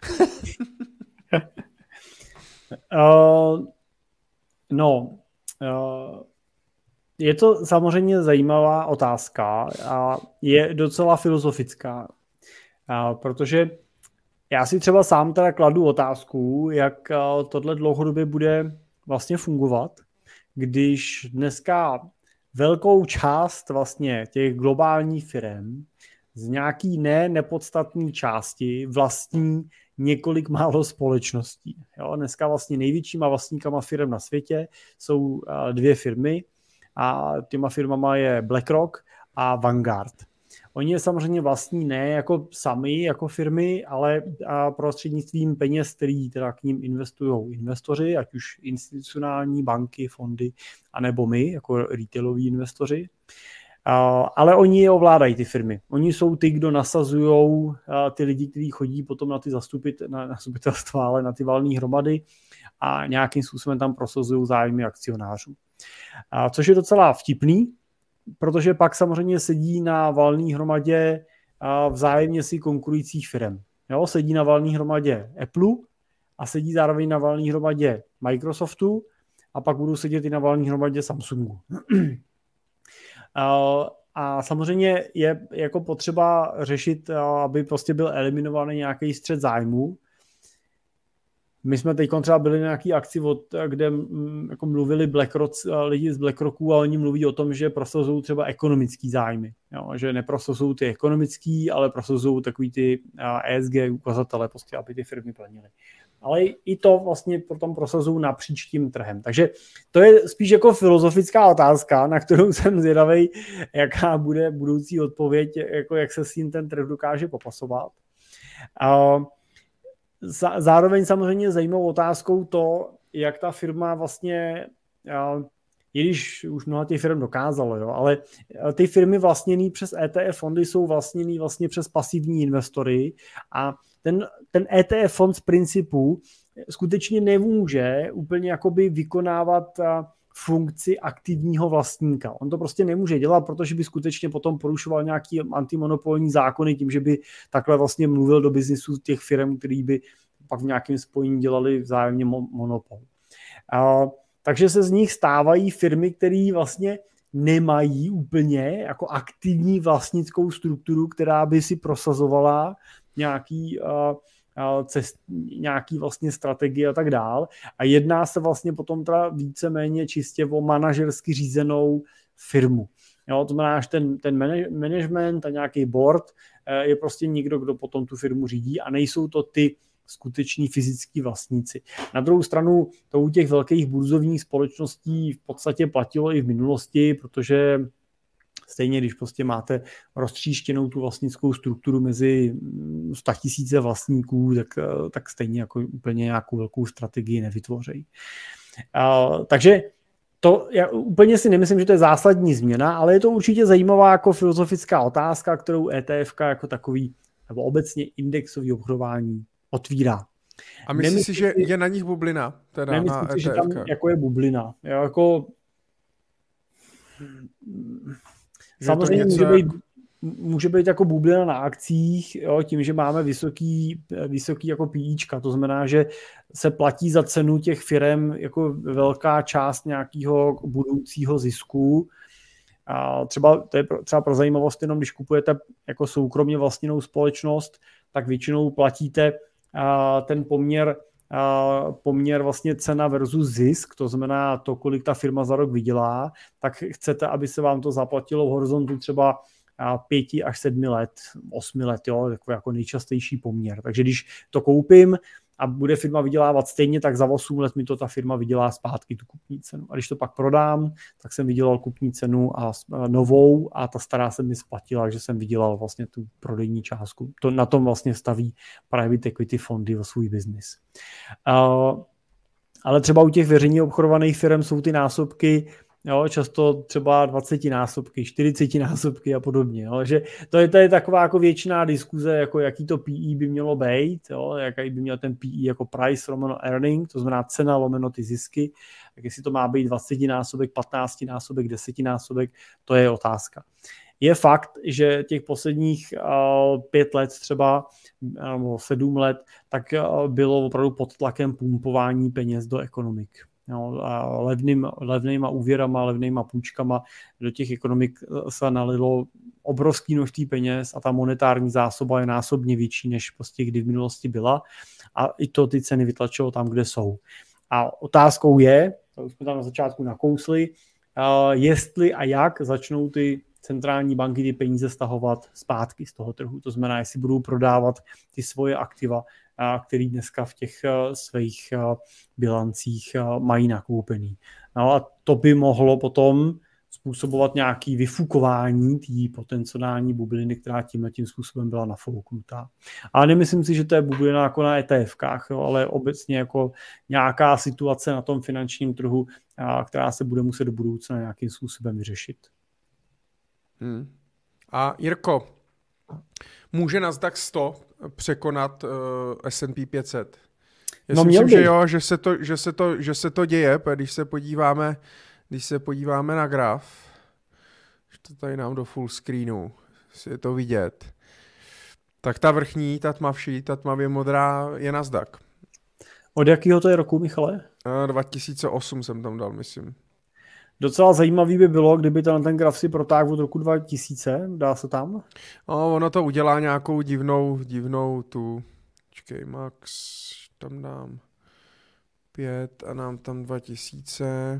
Speaker 2: Je to samozřejmě zajímavá otázka a je docela filozofická, protože já si třeba sám teda kladu otázku, jak tohle dlouhodobě bude vlastně fungovat, když dneska velkou část vlastně těch globálních firm z nějaký nepodstatné části vlastní několik málo společností. Jo, dneska vlastně největšíma vlastníkama firm na světě jsou 2 firmy a těma firmama je BlackRock a Vanguard. Oni je samozřejmě vlastní ne jako sami, jako firmy, ale prostřednictvím peněz, který teda k ním investují investoři, ať už institucionální banky, fondy, anebo my, jako retailoví investoři. Ale oni je ovládají, ty firmy. Oni jsou ty, kdo nasazují ty lidi, kteří chodí potom na ty zastupitelstva, ale na ty valné hromady a nějakým způsobem tam prosazují zájmy akcionářů. Což je docela vtipný, protože pak samozřejmě sedí na valné hromadě vzájemně si konkurujících firm. Jo, sedí na valné hromadě Apple a sedí zároveň na valné hromadě Microsoftu a pak budou sedět i na valné hromadě Samsungu. A samozřejmě je jako potřeba řešit, aby prostě byl eliminovaný nějaký střet zájmů. My jsme teď třeba byli na nějaký akci, kde jako mluvili lidi z BlackRocku a oni mluví o tom, že prosazují třeba ekonomický zájmy. Jo? Že neprosazují ty ekonomický, ale prosazují takový ty ESG ukazatele, prostě, aby ty firmy plnily. Ale i to vlastně potom prosazují napříč tím trhem. Takže to je spíš jako filozofická otázka, na kterou jsem zvědavej, jaká bude budoucí odpověď, jako jak se s tím ten trh dokáže popasovat. Zároveň samozřejmě zajímavou otázkou to, jak ta firma vlastně, i když už mnoha těch firm dokázalo, jo, ale ty firmy vlastněné přes ETF fondy jsou vlastněné vlastně přes pasivní investory a ten ETF fond z principu skutečně nemůže úplně jakoby vykonávat funkci aktivního vlastníka. On to prostě nemůže dělat, protože by skutečně potom porušoval nějaký antimonopolní zákony tím, že by takhle vlastně mluvil do biznisu těch firm, který by pak v nějakém spojení dělali vzájemně monopol. Takže se z nich stávají firmy, které vlastně nemají úplně jako aktivní vlastnickou strukturu, která by si prosazovala nějaký vlastně strategie a tak dál. A jedná se vlastně potom teda víceméně čistě o manažersky řízenou firmu. Jo, to znamená, že ten management a nějaký board je prostě někdo, kdo potom tu firmu řídí a nejsou to ty skuteční fyzický vlastníci. Na druhou stranu to u těch velkých burzovních společností v podstatě platilo i v minulosti, protože stejně, když prostě máte roztříštěnou tu vlastnickou strukturu mezi 100 000 vlastníků, tak stejně jako úplně nějakou velkou strategii nevytvoří. Takže to já úplně si nemyslím, že to je zásadní změna, ale je to určitě zajímavá jako filozofická otázka, kterou ETF jako takový nebo obecně indexový obchodování otvírá.
Speaker 1: A myslíš si, že je na nich bublina? Teda
Speaker 2: nemyslím si, že tam jako je bublina. Jako samozřejmě může být jako bublina na akcích, jo, tím, že máme vysoký jako PIčka, to znamená, že se platí za cenu těch firem jako velká část nějakého budoucího zisku. A to je třeba pro zajímavost, jenom když kupujete jako soukromně vlastněnou společnost, tak většinou platíte ten poměr vlastně cena versus zisk, to znamená to, kolik ta firma za rok vydělá, tak chcete, aby se vám to zaplatilo v horizontu třeba 5 až 7 let, 8 let, jo, jako nejčastější poměr. Takže když to koupím a bude firma vydělávat stejně, tak za 8 let mi to ta firma vydělá zpátky tu kupní cenu. A když to pak prodám, tak jsem vydělal kupní cenu a novou a ta stará se mi splatila, že jsem vydělal vlastně tu prodejní částku. To na tom vlastně staví private equity fondy o svůj biznis. Ale třeba u těch veřejně obchodovaných firm jsou ty násobky jo, často třeba 20 násobky, 40 násobky a podobně. Jo. Že to je taková jako věčná diskuze, jako jaký to PE by mělo být, jo, jaký by měl ten PE jako price lomeno earning, to znamená cena lomeno ty zisky, tak jestli to má být 20 násobek, 15 násobek, 10 násobek, to je otázka. Je fakt, že těch posledních 5 let třeba, nebo 7 let, tak bylo opravdu pod tlakem pumpování peněz do ekonomik. Jo, a levnýma úvěrama, levnýma půjčkama do těch ekonomik se nalilo obrovské množství peněz a ta monetární zásoba je násobně větší, než prostě kdy v minulosti byla. A i to ty ceny vytlačilo tam, kde jsou. A otázkou je, to už jsme tam na začátku nakousli, jestli a jak začnou ty centrální banky ty peníze stahovat zpátky z toho trhu. To znamená, jestli budou prodávat ty svoje aktiva, který dneska v těch svých bilancích mají nakoupený. No a to by mohlo potom způsobovat nějaké vyfukování té potenciální bubliny, která tímhletím způsobem byla nafouknutá. Ale nemyslím si, že to je bublina jako na ETFkách, jo, ale obecně jako nějaká situace na tom finančním trhu, která se bude muset do budoucna nějakým způsobem vyřešit.
Speaker 1: A Jirko, může Nasdaq 100 překonat S&P 500? Já si myslím, že jo, že se to děje, když se podíváme na graf, že to tady nám do full screenu, si je to vidět, tak ta vrchní, ta tmavší, ta tmavě modrá je Nasdaq.
Speaker 2: Od jakého to je roku, Michale?
Speaker 1: 2008 jsem tam dal, myslím.
Speaker 2: Docela zajímavý by bylo, kdyby ten graf si protáhl od roku 2000, dá se tam?
Speaker 1: No, ono to udělá nějakou divnou tu, čekej, max, tam dám 5 a nám tam 2000,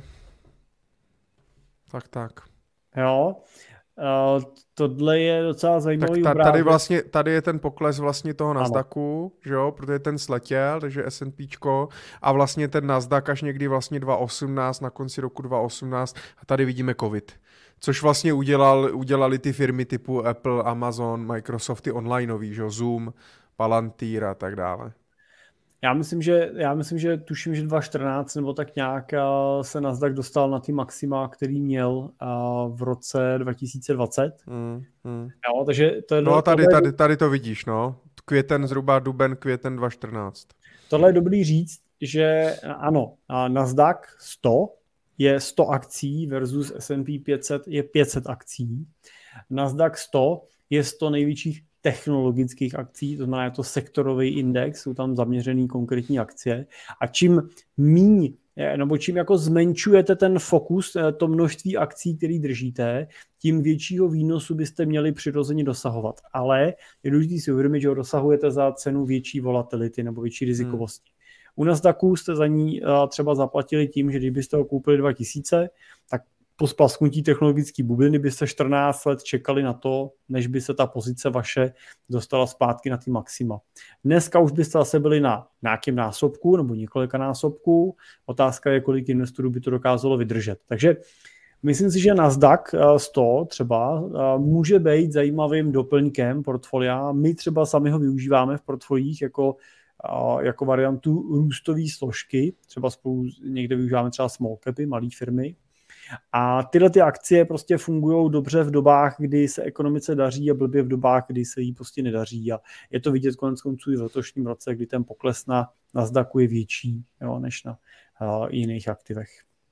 Speaker 1: tak.
Speaker 2: Jo, tohle je docela zajímavý
Speaker 1: tak tady je ten pokles vlastně toho Nasdaqu, že jo, protože ten sletěl, takže S&Pčko a vlastně ten Nasdaq až někdy vlastně 2018, na konci roku 2018 a tady vidíme covid. Což vlastně udělali ty firmy typu Apple, Amazon, Microsoft, ty onlineový, že jo, Zoom, Palantir a tak dále.
Speaker 2: Já myslím, že tuším, že 2014 nebo tak nějak se Nasdaq dostal na ty maxima, který měl v roce 2020. Jo, takže to je
Speaker 1: tady to vidíš, no. Duben, květen 2014.
Speaker 2: Tohle je dobrý říct, že ano, Nasdaq 100 je 100 akcí versus S&P 500 je 500 akcí. Nasdaq 100 je 100 největších technologických akcí, to znamená, je to sektorový index, jsou tam zaměřený konkrétní akcie a čím jako zmenšujete ten fokus, to množství akcí, který držíte, tím většího výnosu byste měli přirozeně dosahovat. Ale je důležité si uvědomit, že ho dosahujete za cenu větší volatility nebo větší rizikovosti. U Nasdaqu jste za ní třeba zaplatili tím, že kdybyste ho koupili 2000, tak po splasknutí technologické bubliny byste 14 let čekali na to, než by se ta pozice vaše dostala zpátky na ty maxima. Dneska už byste zase byli na nějakém násobku nebo několika násobků. Otázka je, kolik investorů by to dokázalo vydržet. Takže myslím si, že Nasdaq 100 třeba může být zajímavým doplňkem portfolia. My třeba sami ho využíváme v portfoliích jako variantu růstové složky. Třeba spolu někde využíváme třeba small capy, malé firmy. A tyhle ty akcie prostě fungují dobře v dobách, kdy se ekonomice daří a blbě v dobách, kdy se jí prostě nedaří. A je to vidět konec konců i v letošním roce, kdy ten pokles na Nasdaqu je větší, jo, než na jiných aktivech.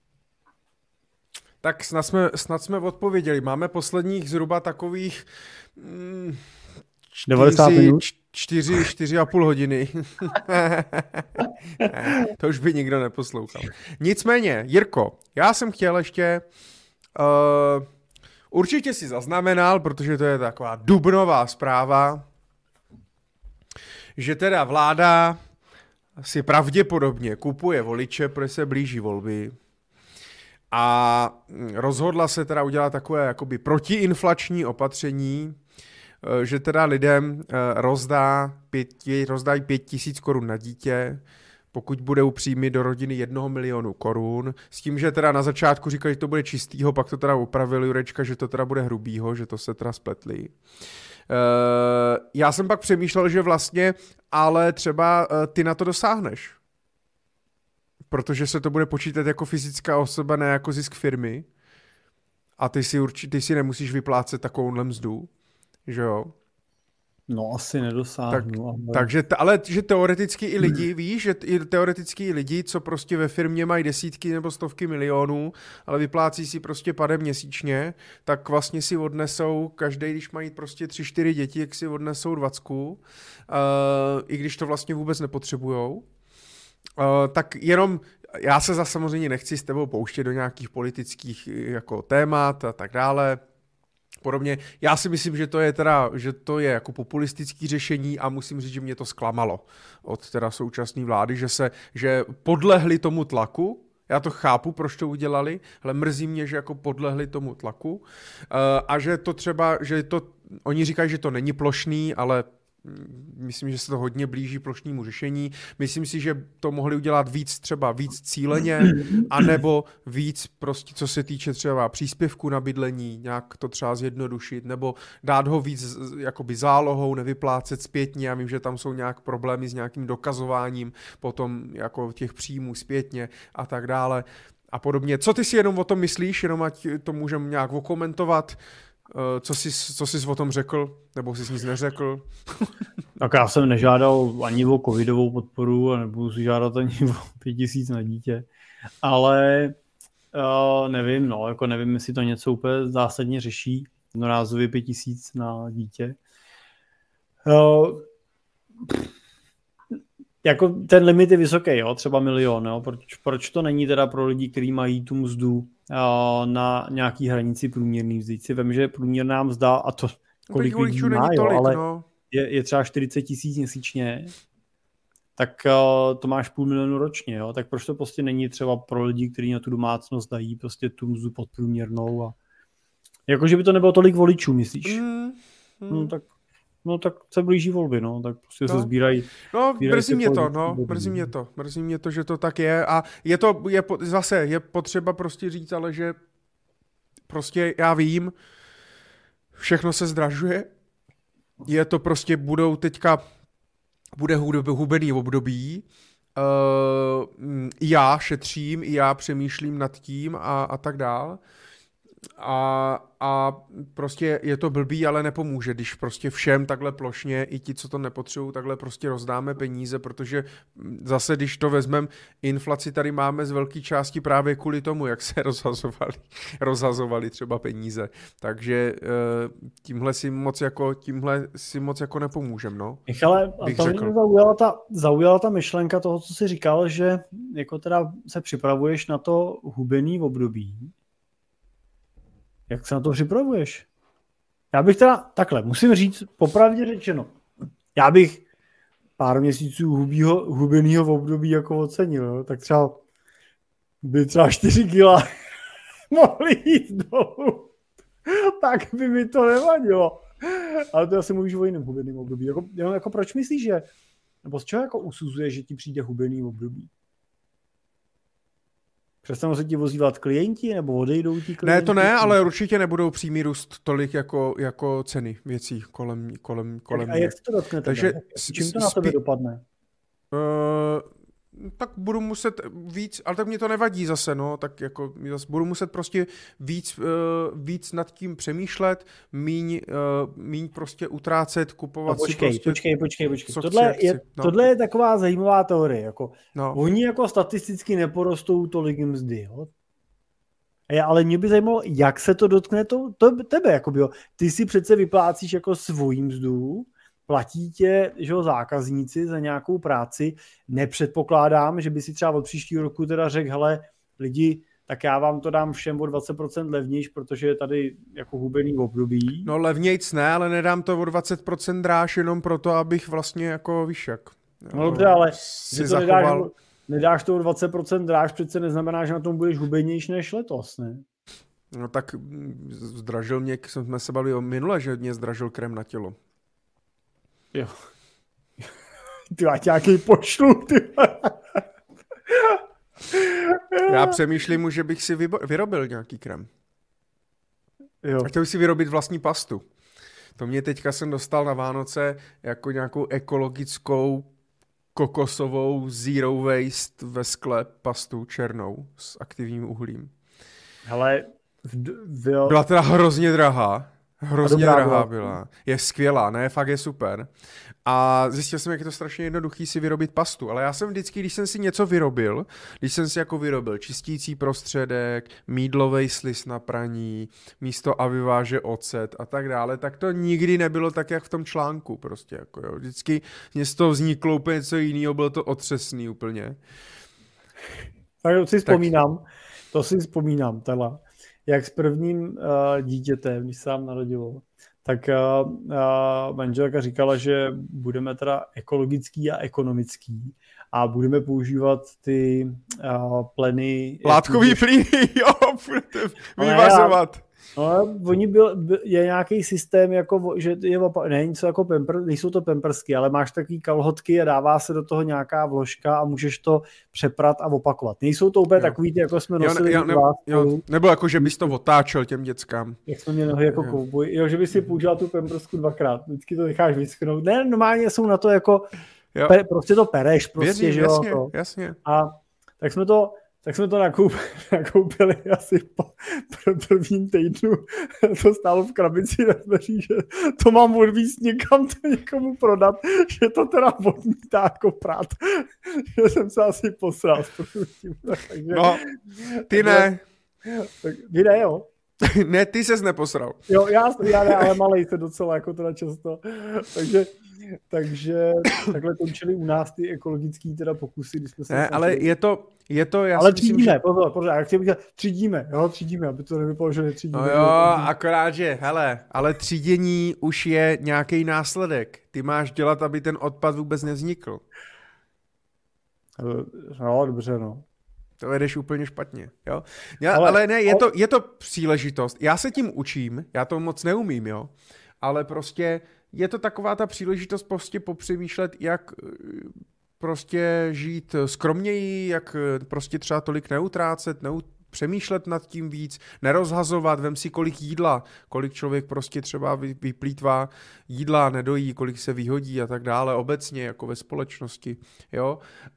Speaker 1: Tak snad jsme odpověděli. Máme posledních zhruba takových
Speaker 2: 90 minut.
Speaker 1: 4,5 hodiny. To už by nikdo neposlouchal. Nicméně, Jirko, já jsem chtěl ještě určitě si zaznamenal, protože to je taková dubnová zpráva, že teda vláda si pravděpodobně kupuje voliče, protože se blíží volby. A rozhodla se teda udělat takové jakoby protiinflační opatření, že teda lidem rozdají 5 000 korun na dítě, pokud budou příjmy do rodiny 1 milionu korun, s tím, že teda na začátku říkali, že to bude čistýho, pak to teda upravil Jurečka, že to teda bude hrubýho, že to se teda spletli. Já jsem pak přemýšlel, že vlastně, ale třeba ty na to dosáhneš. Protože se to bude počítat jako fyzická osoba, ne jako zisk firmy. A ty si nemusíš vyplácet takovouhle mzdu, že jo?
Speaker 2: No asi nedosáhnu.
Speaker 1: Ale že teoreticky i lidi, víš, že i teoreticky i lidi, co prostě ve firmě mají desítky nebo stovky milionů, ale vyplácí si prostě pade měsíčně, tak vlastně si odnesou, každý, když mají prostě 3-4 děti, jak si odnesou 20, i když to vlastně vůbec nepotřebujou. Tak jenom, já se zase samozřejmě nechci s tebou pouštět do nějakých politických jako témat a tak dále, podobně. Já si myslím, že to je jako populistický řešení a musím říct, že mě to zklamalo od teda současné vlády, že podlehli tomu tlaku. Já to chápu, proč to udělali, ale mrzí mě, že jako podlehli tomu tlaku a že to třeba, oni říkají, že to není plošný, ale myslím, že se to hodně blíží plošnému řešení. Myslím si, že to mohli udělat víc cíleně, anebo víc prostě, co se týče třeba příspěvku na bydlení, nějak to třeba zjednodušit, nebo dát ho víc jakoby zálohou, nevyplácet zpětně. Já vím, že tam jsou nějak problémy s nějakým dokazováním potom jako těch příjmů zpětně a tak dále a podobně. Co ty si jenom o tom myslíš, jenom ať to můžeme nějak okomentovat? Co jsi o tom řekl? Nebo jsi nic neřekl?
Speaker 2: Tak já jsem nežádal ani o covidovou podporu a nebudu si žádat ani o 5 000 na dítě. Ale nevím, jako nevím, jestli to něco úplně zásadně řeší. Jednorázově 5 000 na dítě. Jako ten limit je vysoký, jo? Třeba 1 000 000. Jo? Proč to není teda pro lidi, kteří mají tu mzdu na nějaký hranici průměrný mzdy? Si vím, že průměrná mzda, a to kolik lidí má, tolik, ale no. je třeba 40 000 měsíčně, tak to máš 500 000 ročně, jo? Tak proč to prostě není třeba pro lidi, kteří na tu domácnost dají prostě tu mzdu podprůměrnou a jakože by to nebylo tolik voličů, myslíš? No tak se blíží volby, no, tak prostě se sbírají.
Speaker 1: No, mrzí mě to, že to tak je a je potřeba prostě říct, ale že prostě já vím, všechno se zdražuje, je to prostě bude hubený období, já šetřím, i já přemýšlím nad tím a tak dál. A prostě je to blbý, ale nepomůže, když prostě všem takhle plošně, i ti, co to nepotřebují, takhle prostě rozdáme peníze, protože zase, když to vezmeme, inflaci tady máme z velké části právě kvůli tomu, jak se rozhazovali třeba peníze. Takže tímhle si moc jako nepomůžem, no.
Speaker 2: Michale, a to mě zaujala ta myšlenka toho, co jsi říkal, že jako teda se připravuješ na to hubený období. Jak se na to připravuješ? Já bych teda, takhle, musím říct, popravdě řečeno, já bych pár měsíců hubenýho období jako ocenil, jo? Tak třeba 4 kila mohli jít dolů, tak by mi to nevadilo. Ale to asi mluvíš o jiném hubeným období. Jako proč myslíš, že, nebo z čeho jako usuzuješ, že ti přijde hubený období? Přestanou se ti vozívat klienti, nebo odejdou ti klienti?
Speaker 1: Ne, to ne, ale určitě nebudou přímý růst tolik jako ceny věcí kolem
Speaker 2: a jak se to dotkne? Takže čím to na tebe dopadne?
Speaker 1: Tak budu muset víc, ale tak mě to nevadí zase, no, tak jako budu muset prostě víc nad tím přemýšlet, míň prostě utrácet, kupovat
Speaker 2: no,
Speaker 1: si prostě...
Speaker 2: Počkej. Tohle je taková zajímavá teorie, jako oni jako statisticky neporostou tolik mzdy, jo? Ale mě by zajímalo, jak se to dotkne tebe, jakoby, jo. Ty si přece vyplácíš jako svoji mzdu, platí tě, že jo, zákazníci za nějakou práci. Nepředpokládám, že by si třeba od příštího roku teda řekl, hele, lidi, tak já vám to dám všem o 20% levnějš, protože je tady jako hubený období.
Speaker 1: No levnějc ne, ale nedám to o 20% dráž jenom proto, abych vlastně jako víš jak.
Speaker 2: No dobře, ale že to nedáš to o 20% dráž, přece neznamená, že na tom budeš hubenější než letos, ne?
Speaker 1: No tak zdražil mě, jsme se bavili o minule, že mě zdražil krém na tělo.
Speaker 2: Jo. Ty máš nějaký pošlu, ty.
Speaker 1: Já přemýšlím, že bych si vyrobil nějaký krém.
Speaker 2: Jo.
Speaker 1: A chtěl bych si vyrobit vlastní pastu. To mě teďka jsem dostal na Vánoce jako nějakou ekologickou kokosovou zero waste ve skle pastu černou s aktivním uhlím.
Speaker 2: Hele,
Speaker 1: Byla teda hrozně drahá. Hrozně drahá byla. Je skvělá, ne? Fakt je super. A zjistil jsem, jak je to strašně jednoduchý si vyrobit pastu. Ale já jsem vždycky, když jsem si něco vyrobil, když jsem si jako vyrobil čistící prostředek, mýdlovej sliz na praní, místo aviváže ocet a tak dále, tak to nikdy nebylo tak, jak v tom článku prostě. Jako jo. Vždycky z toho vzniklo úplně něco jiného, bylo to otřesný úplně.
Speaker 2: Tak to si vzpomínám, teda, jak s prvním dítětem, když se nám narodilo, tak manželka říkala, že budeme teda ekologický a ekonomický a budeme používat ty pleny...
Speaker 1: Látkový plyny, jo, budete vyvařovat.
Speaker 2: No, je nějaký systém, jako, že je ne, něco jako nejsou to pampersky, ale máš takový kalhotky a dává se do toho nějaká vložka a můžeš to přeprat a opakovat. Nejsou to úplně takový, jako jsme nosili.
Speaker 1: Nebo jako, že bys to otáčel těm dětskám.
Speaker 2: Jak jsme měli nohy jako kouboj. Jo, že bys si použil tu pampersku 2krát. Vždycky to necháš vyschnout. Ne, normálně jsou na to jako, prostě to pereš. Prostě, věřím, že
Speaker 1: jasně,
Speaker 2: jo,
Speaker 1: jasně.
Speaker 2: A tak jsme to nakoupili asi po prvním týdnu. To stálo v krabici na dveří, že to mám odvízt někam, to někomu prodat, že to teda odmítá jako prát. Že jsem se asi posral. Takže,
Speaker 1: no, ty ne.
Speaker 2: Vy ne, jo?
Speaker 1: Ne, ty ses neposral.
Speaker 2: Jo, já ne, ale malej se docela jako teda často. Takže takhle končily u nás ty ekologický teda pokusy, když jsme se...
Speaker 1: Ne, ale je to já
Speaker 2: ale třídíme, pozor, já chci říkat, třídíme, aby to nevypadalo, že netřídíme.
Speaker 1: No jo, akorát, že, hele, ale třídění už je nějaký následek. Ty máš dělat, aby ten odpad vůbec nevznikl.
Speaker 2: No, dobře, no.
Speaker 1: To vedeš úplně špatně, jo. Ale ne, je to příležitost. Já se tím učím, já to moc neumím, jo. Ale prostě je to taková ta příležitost prostě popřemýšlet, jak prostě žít skromněji, jak prostě třeba tolik neutrácet, přemýšlet nad tím víc, nerozhazovat, vem si kolik člověk prostě třeba vyplýtvá jídla, nedojí, kolik se vyhodí a tak dále, obecně jako ve společnosti, jo.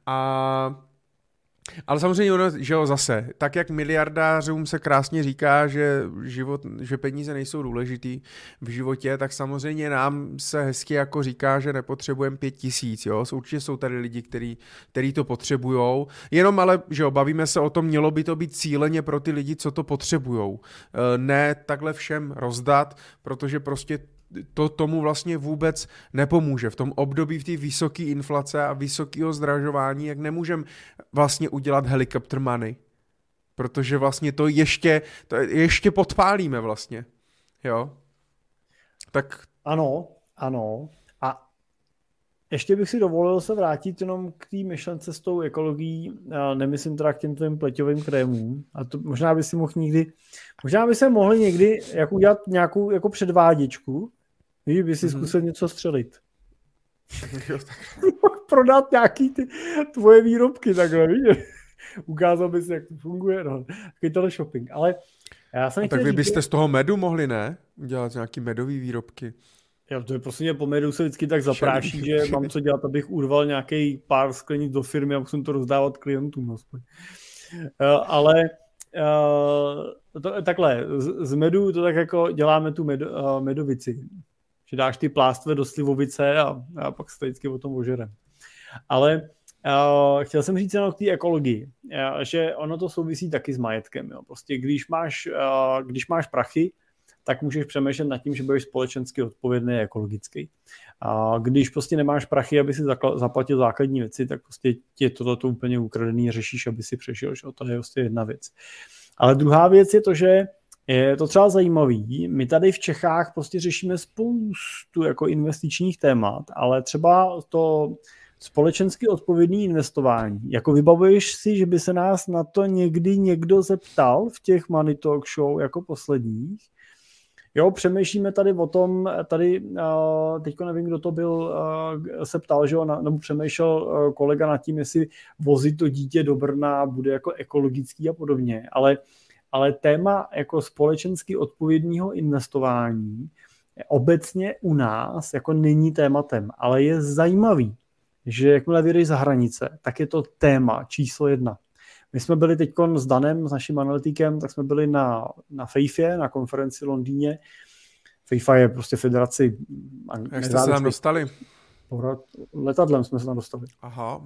Speaker 1: Ale samozřejmě ono, že jo, zase, tak jak miliardářům se krásně říká, že peníze nejsou důležitý v životě, tak samozřejmě nám se hezky jako říká, že nepotřebujeme 5 000, jo. Určitě jsou tady lidi, kteří to potřebujou, jenom ale, že jo, bavíme se o tom, mělo by to být cíleně pro ty lidi, co to potřebujou. Ne takhle všem rozdat, protože prostě to tomu vlastně vůbec nepomůže. V tom období v té vysoké inflace a vysokého zdražování, jak nemůžeme vlastně udělat helicopter money, protože vlastně to ještě podpálíme vlastně. Jo? Tak...
Speaker 2: Ano. A ještě bych si dovolil se vrátit jenom k té myšlence s tou ekologií, nemyslím teda k těm tvým pleťovým krémům, a to možná by se mohli někdy jak udělat nějakou jako předváděčku, víš, by si zkusil něco střelit. Prodat nějaký ty tvoje výrobky takhle, víš? Ukázal bys, jak to funguje, no. Takový teleshopping, ale já jsem
Speaker 1: tak vy byste z toho medu mohli, ne? Udělat nějaký medový výrobky.
Speaker 2: Jo, to je prostě po medu se vždycky tak zapráší, že mám co dělat, abych urval nějaký pár sklenic do firmy a musím to rozdávat klientům aspoň. Ale takhle, z medu to tak jako děláme tu medovici. Že dáš ty plástve do slivovice a pak se to vždycky o tom ožerem. Ale chtěl jsem říct jenom k té ekologii, že ono to souvisí taky s majetkem. Jo. Prostě když máš prachy, tak můžeš přemýšlet nad tím, že budeš společensky odpovědný a ekologický. A když prostě nemáš prachy, aby si zaplatil základní věci, tak prostě tě tohleto úplně ukradený řešíš, aby si přešel. Že? To je prostě jedna věc. Ale druhá věc je to, že je to třeba zajímavý. My tady v Čechách prostě řešíme spoustu jako investičních témat, ale třeba to společensky odpovědné investování. Jako vybavuješ si, že by se nás na to někdy někdo zeptal v těch Money Talk Show jako posledních? Jo, přemýšlíme tady o tom, teďko nevím, kdo to byl, se ptal, že nebo přemýšlel kolega nad tím, jestli vozit to dítě do Brna bude jako ekologický a podobně, ale téma jako společensky odpovědného investování obecně u nás jako není tématem, ale je zajímavý, že jakmile vyjdeš za hranice, tak je to téma číslo 1. My jsme byli teď s Danem, s naším analytikem, tak jsme byli na FEIFě, na konferenci v Londýně. FEIFA je prostě federaci.
Speaker 1: Jak jste se tam dostali?
Speaker 2: Letadlem jsme se tam dostali.
Speaker 1: Aha.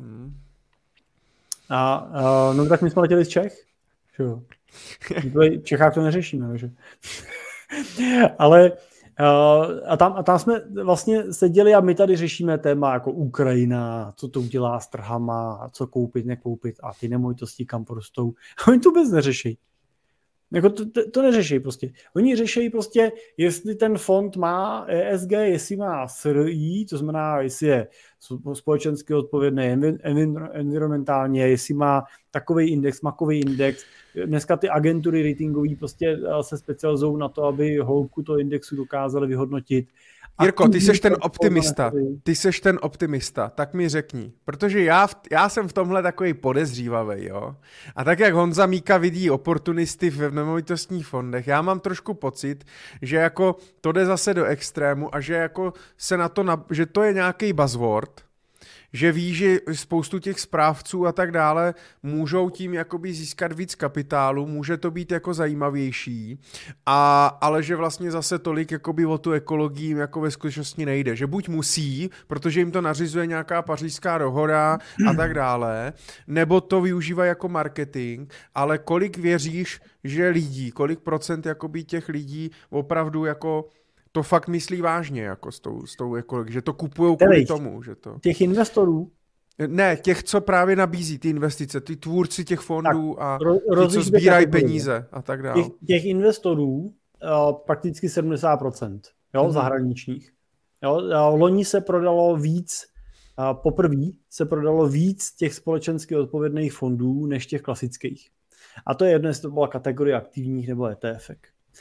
Speaker 2: No tak my jsme letěli z Čech. Jo. V Čechách to neřešíme, takže. Ale a tam jsme vlastně seděli a my tady řešíme téma jako Ukrajina, co to udělá s trhama, co koupit, nekoupit a ty nemovitosti kam porostou. Oni to vůbec neřeší. Jako to neřeší prostě. Oni řeší prostě, jestli ten fond má ESG, jestli má SRI, to znamená, jestli je společensky odpovědný, environmentálně, jestli má takový index, makový index. Dneska ty agentury ratingové prostě se specializují na to, aby hloubku toho indexu dokázali vyhodnotit.
Speaker 1: Jirko, ty seš ten optimista, tak mi řekni, protože já jsem v tomhle takový podezřívavý, jo. A tak jak Honza Míka vidí oportunisty v nemovitostních fondech, já mám trošku pocit, že jako to jde zase do extrému a že jako se na to, že to je nějaký buzzword, že ví, že spoustu těch správců a tak dále můžou tím jakoby získat víc kapitálu, může to být jako zajímavější, ale že vlastně zase tolik jakoby o tu ekologii jim jako ve skutečnosti nejde, že buď musí, protože jim to nařizuje nějaká pařížská dohoda a tak dále, nebo to využívají jako marketing, ale kolik věříš, že lidí, kolik procent jakoby těch lidí opravdu jako to fakt myslí vážně jako s tou ekologií, že to kupujou kvůli tomu, že to...
Speaker 2: Těch investorů?
Speaker 1: Ne, těch, co právě nabízí ty investice, ty tvůrci těch fondů tak, a ty, co sbírají peníze a tak dále.
Speaker 2: Těch investorů prakticky 70%, jo, zahraničních. Jo, loni se prodalo víc, poprvé se prodalo víc těch společensky odpovědných fondů, než těch klasických. A to je jedno, jestli to byla kategorie aktivních nebo ETF.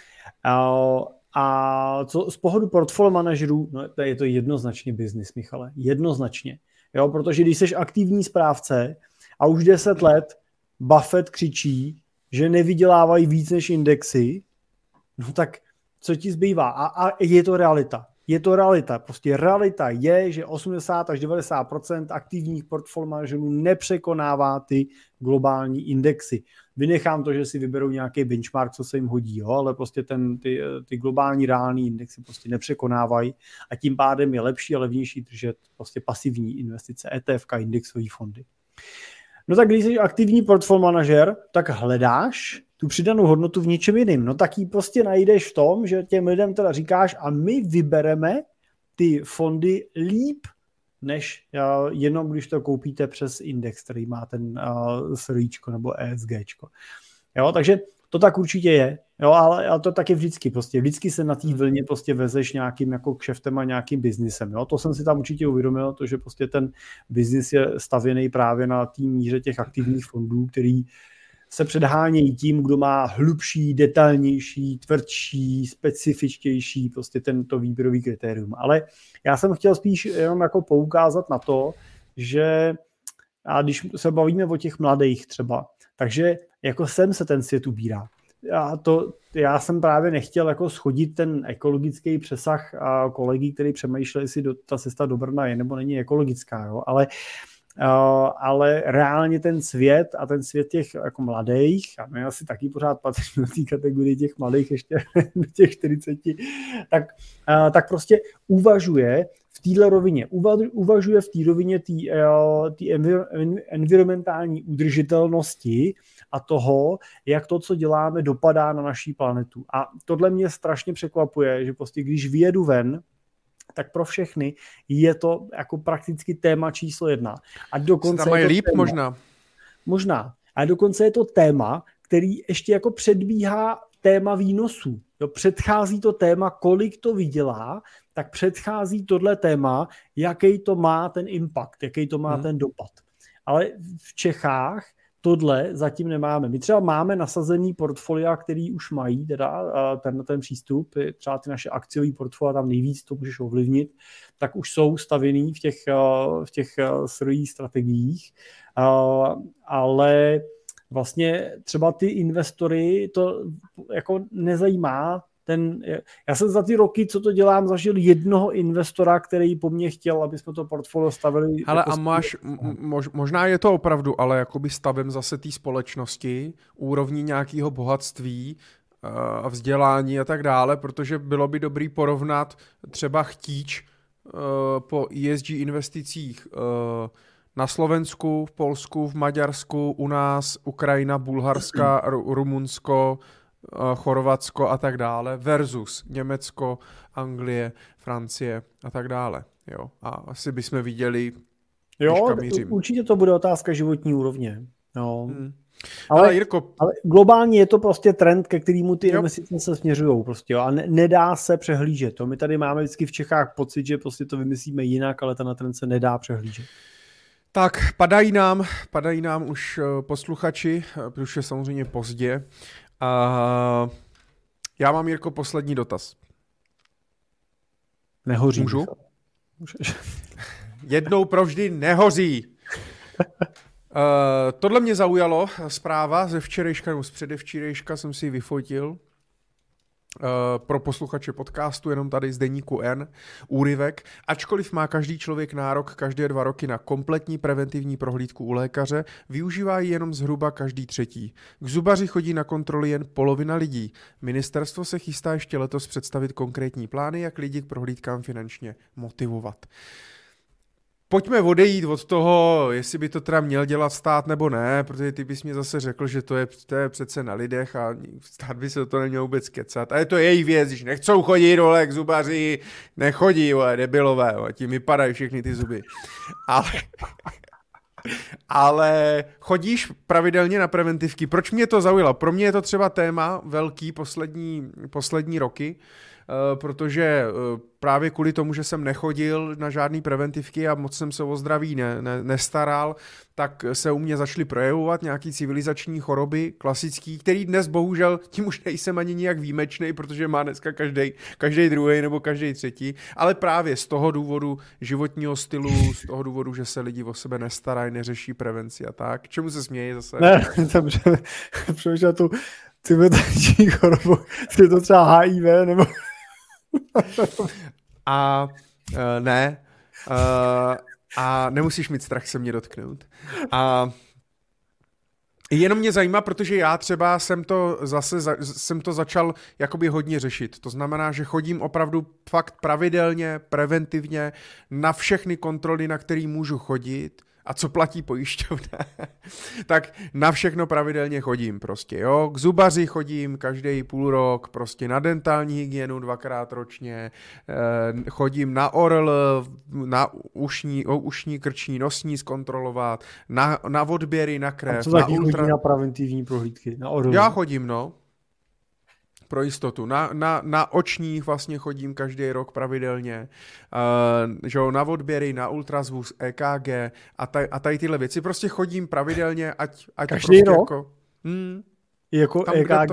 Speaker 2: A co z pohledu portfolio manažerů, no, je to jednoznačně biznis, Michale, jednoznačně. Jo, protože když jsi aktivní správce a už 10 let Buffett křičí, že nevydělávají víc než indexy, no tak co ti zbývá? A je to realita. Je to realita. Prostě realita je, že 80 až 90% aktivních portfolio manažerů nepřekonává ty globální indexy. Vynechám to, že si vyberou nějaký benchmark, co se jim hodí, jo, ale prostě ty globální reální indexy prostě nepřekonávají a tím pádem je lepší a levnější držet prostě pasivní investice, ETF, indexové fondy. No tak když jsi aktivní portfolio manažer, tak hledáš tu přidanou hodnotu v něčem jiným. No tak ji prostě najdeš v tom, že těm lidem teda říkáš a my vybereme ty fondy líp, než jenom když to koupíte přes index, který má ten SRIčko nebo ESGčko. Jo, takže to tak určitě je. Jo, ale to tak je vždycky. Prostě vždycky se na té vlně prostě vezeš nějakým jako kšeftem a nějakým biznisem. Jo. To jsem si tam určitě uvědomil, to, že prostě ten biznis je stavěný právě na té míře těch aktivních fondů, který se předhánějí tím, kdo má hlubší, detailnější, tvrdší, specifičtější prostě tento výběrový kritérium. Ale já jsem chtěl spíš jenom jako poukázat na to, že a když se bavíme o těch mladých třeba, takže jako sem se ten svět ubírá. Já jsem právě nechtěl jako schodit ten ekologický přesah a kolegy, který přemýšleli, jestli ta cesta do Brna je nebo není ekologická, jo? Ale reálně ten svět a ten svět těch jako mladých, a my asi taky pořád patříme do té kategorie těch mladých ještě do těch 40, tak prostě uvažuje v téhle rovině. Uvažuje v té rovině té environmentální udržitelnosti a toho, jak to, co děláme, dopadá na naší planetu. A tohle mě strašně překvapuje, že prostě když vyjedu ven, tak pro všechny je to jako prakticky téma číslo 1. A dokonce
Speaker 1: tam mají líp
Speaker 2: téma,
Speaker 1: možná.
Speaker 2: Možná. A dokonce je to téma, který ještě jako předbíhá téma výnosů. Jo, předchází to téma, kolik to vydělá, tak předchází tohle téma, jaký to má ten impact, jaký to má ten dopad. Ale v Čechách tohle zatím nemáme. My třeba máme nasazený portfolia, který už mají teda ten přístup, třeba ty naše akciové portfolia, tam nejvíc to můžeš ovlivnit, tak už jsou stavěný v těch SRI strategiích, ale vlastně třeba ty investory to jako nezajímá já jsem za ty roky, co to dělám, zažil jednoho investora, který po mně chtěl, aby jsme to portfolio stavili.
Speaker 1: Hele, jako a máš, možná je to opravdu, ale jakoby stavem zase té společnosti, úrovní nějakého bohatství a vzdělání a tak dále, protože bylo by dobrý porovnat třeba chtíč po ESG investicích na Slovensku, v Polsku, v Maďarsku, u nás, Ukrajina, Bulharska, Rumunsko, Chorvatsko a tak dále versus Německo, Anglie, Francie a tak dále. Jo. A asi bychom viděli,
Speaker 2: jo, určitě to bude otázka životní úrovně. Jo.
Speaker 1: Ale Jirko,
Speaker 2: ale globálně je to prostě trend, ke kterému ty investice se směřují. Prostě, jo. A nedá se přehlížet. To my tady máme vždycky v Čechách pocit, že prostě to vymyslíme jinak, ale ten trend se nedá přehlížet.
Speaker 1: Tak, padají nám už posluchači, už je samozřejmě pozdě. Já mám, Jirko, poslední dotaz.
Speaker 2: Nehoří.
Speaker 1: Můžu? Jednou provždy nehoří. Tohle mě zaujalo, zpráva ze včerejška, nebo z předevčírejška jsem si ji vyfotil. Pro posluchače podcastu, jenom tady z deníku N, úryvek. Ačkoliv má každý člověk nárok každé 2 roky na kompletní preventivní prohlídku u lékaře, využívá ji jenom zhruba každý 3. K zubaři chodí na kontroly jen polovina lidí. Ministerstvo se chystá ještě letos představit konkrétní plány, jak lidi k prohlídkám finančně motivovat. Pojďme odejít od toho, jestli by to teda měl dělat stát nebo ne, protože ty bys mi zase řekl, že to je přece na lidech a stát by se to neměl vůbec kecat. A je to jejich věc, když nechcou chodit dole k zubaři, nechodí, debilové, tím vypadají všechny ty zuby. Ale chodíš pravidelně na preventivky. Proč mě to zaujalo? Pro mě je to třeba téma velký poslední roky, protože právě kvůli tomu, že jsem nechodil na žádný preventivky a moc jsem se o zdraví nestaral, tak se u mě začaly projevovat nějaký civilizační choroby klasický, který dnes bohužel, tím už nejsem ani nijak výjimečný, protože má dneska každý druhý nebo každý 3, ale právě z toho důvodu životního stylu, z toho důvodu, že se lidi o sebe nestarají, neřeší prevenci a tak. K čemu se smějí zase?
Speaker 2: Ne, dobře, přemýšlel tu civilizační chorobu, je to třeba HIV nebo...
Speaker 1: Ne. A nemusíš mít strach se mě dotknout. A jenom mě zajímá, protože já třeba jsem to začal jakoby hodně řešit. To znamená, že chodím opravdu fakt pravidelně, preventivně na všechny kontroly, na které můžu chodit. A co platí pojišťovna, tak na všechno pravidelně chodím prostě, jo. K zubaři chodím každý půl rok, prostě na dentální hygienu 2krát ročně, chodím na ORL, na ušní, krční, nosní zkontrolovat, na odběry, na krev.
Speaker 2: A co taky chodí na preventivní prohlídky, na ORL?
Speaker 1: Já chodím, no. Pro jistotu. Na očních vlastně chodím každý rok pravidelně, že na odběry, na ultrazvuk, EKG a tady tyhle věci. Prostě chodím pravidelně, ať
Speaker 2: každý
Speaker 1: prostě
Speaker 2: rok?
Speaker 1: Jako
Speaker 2: tam, EKG?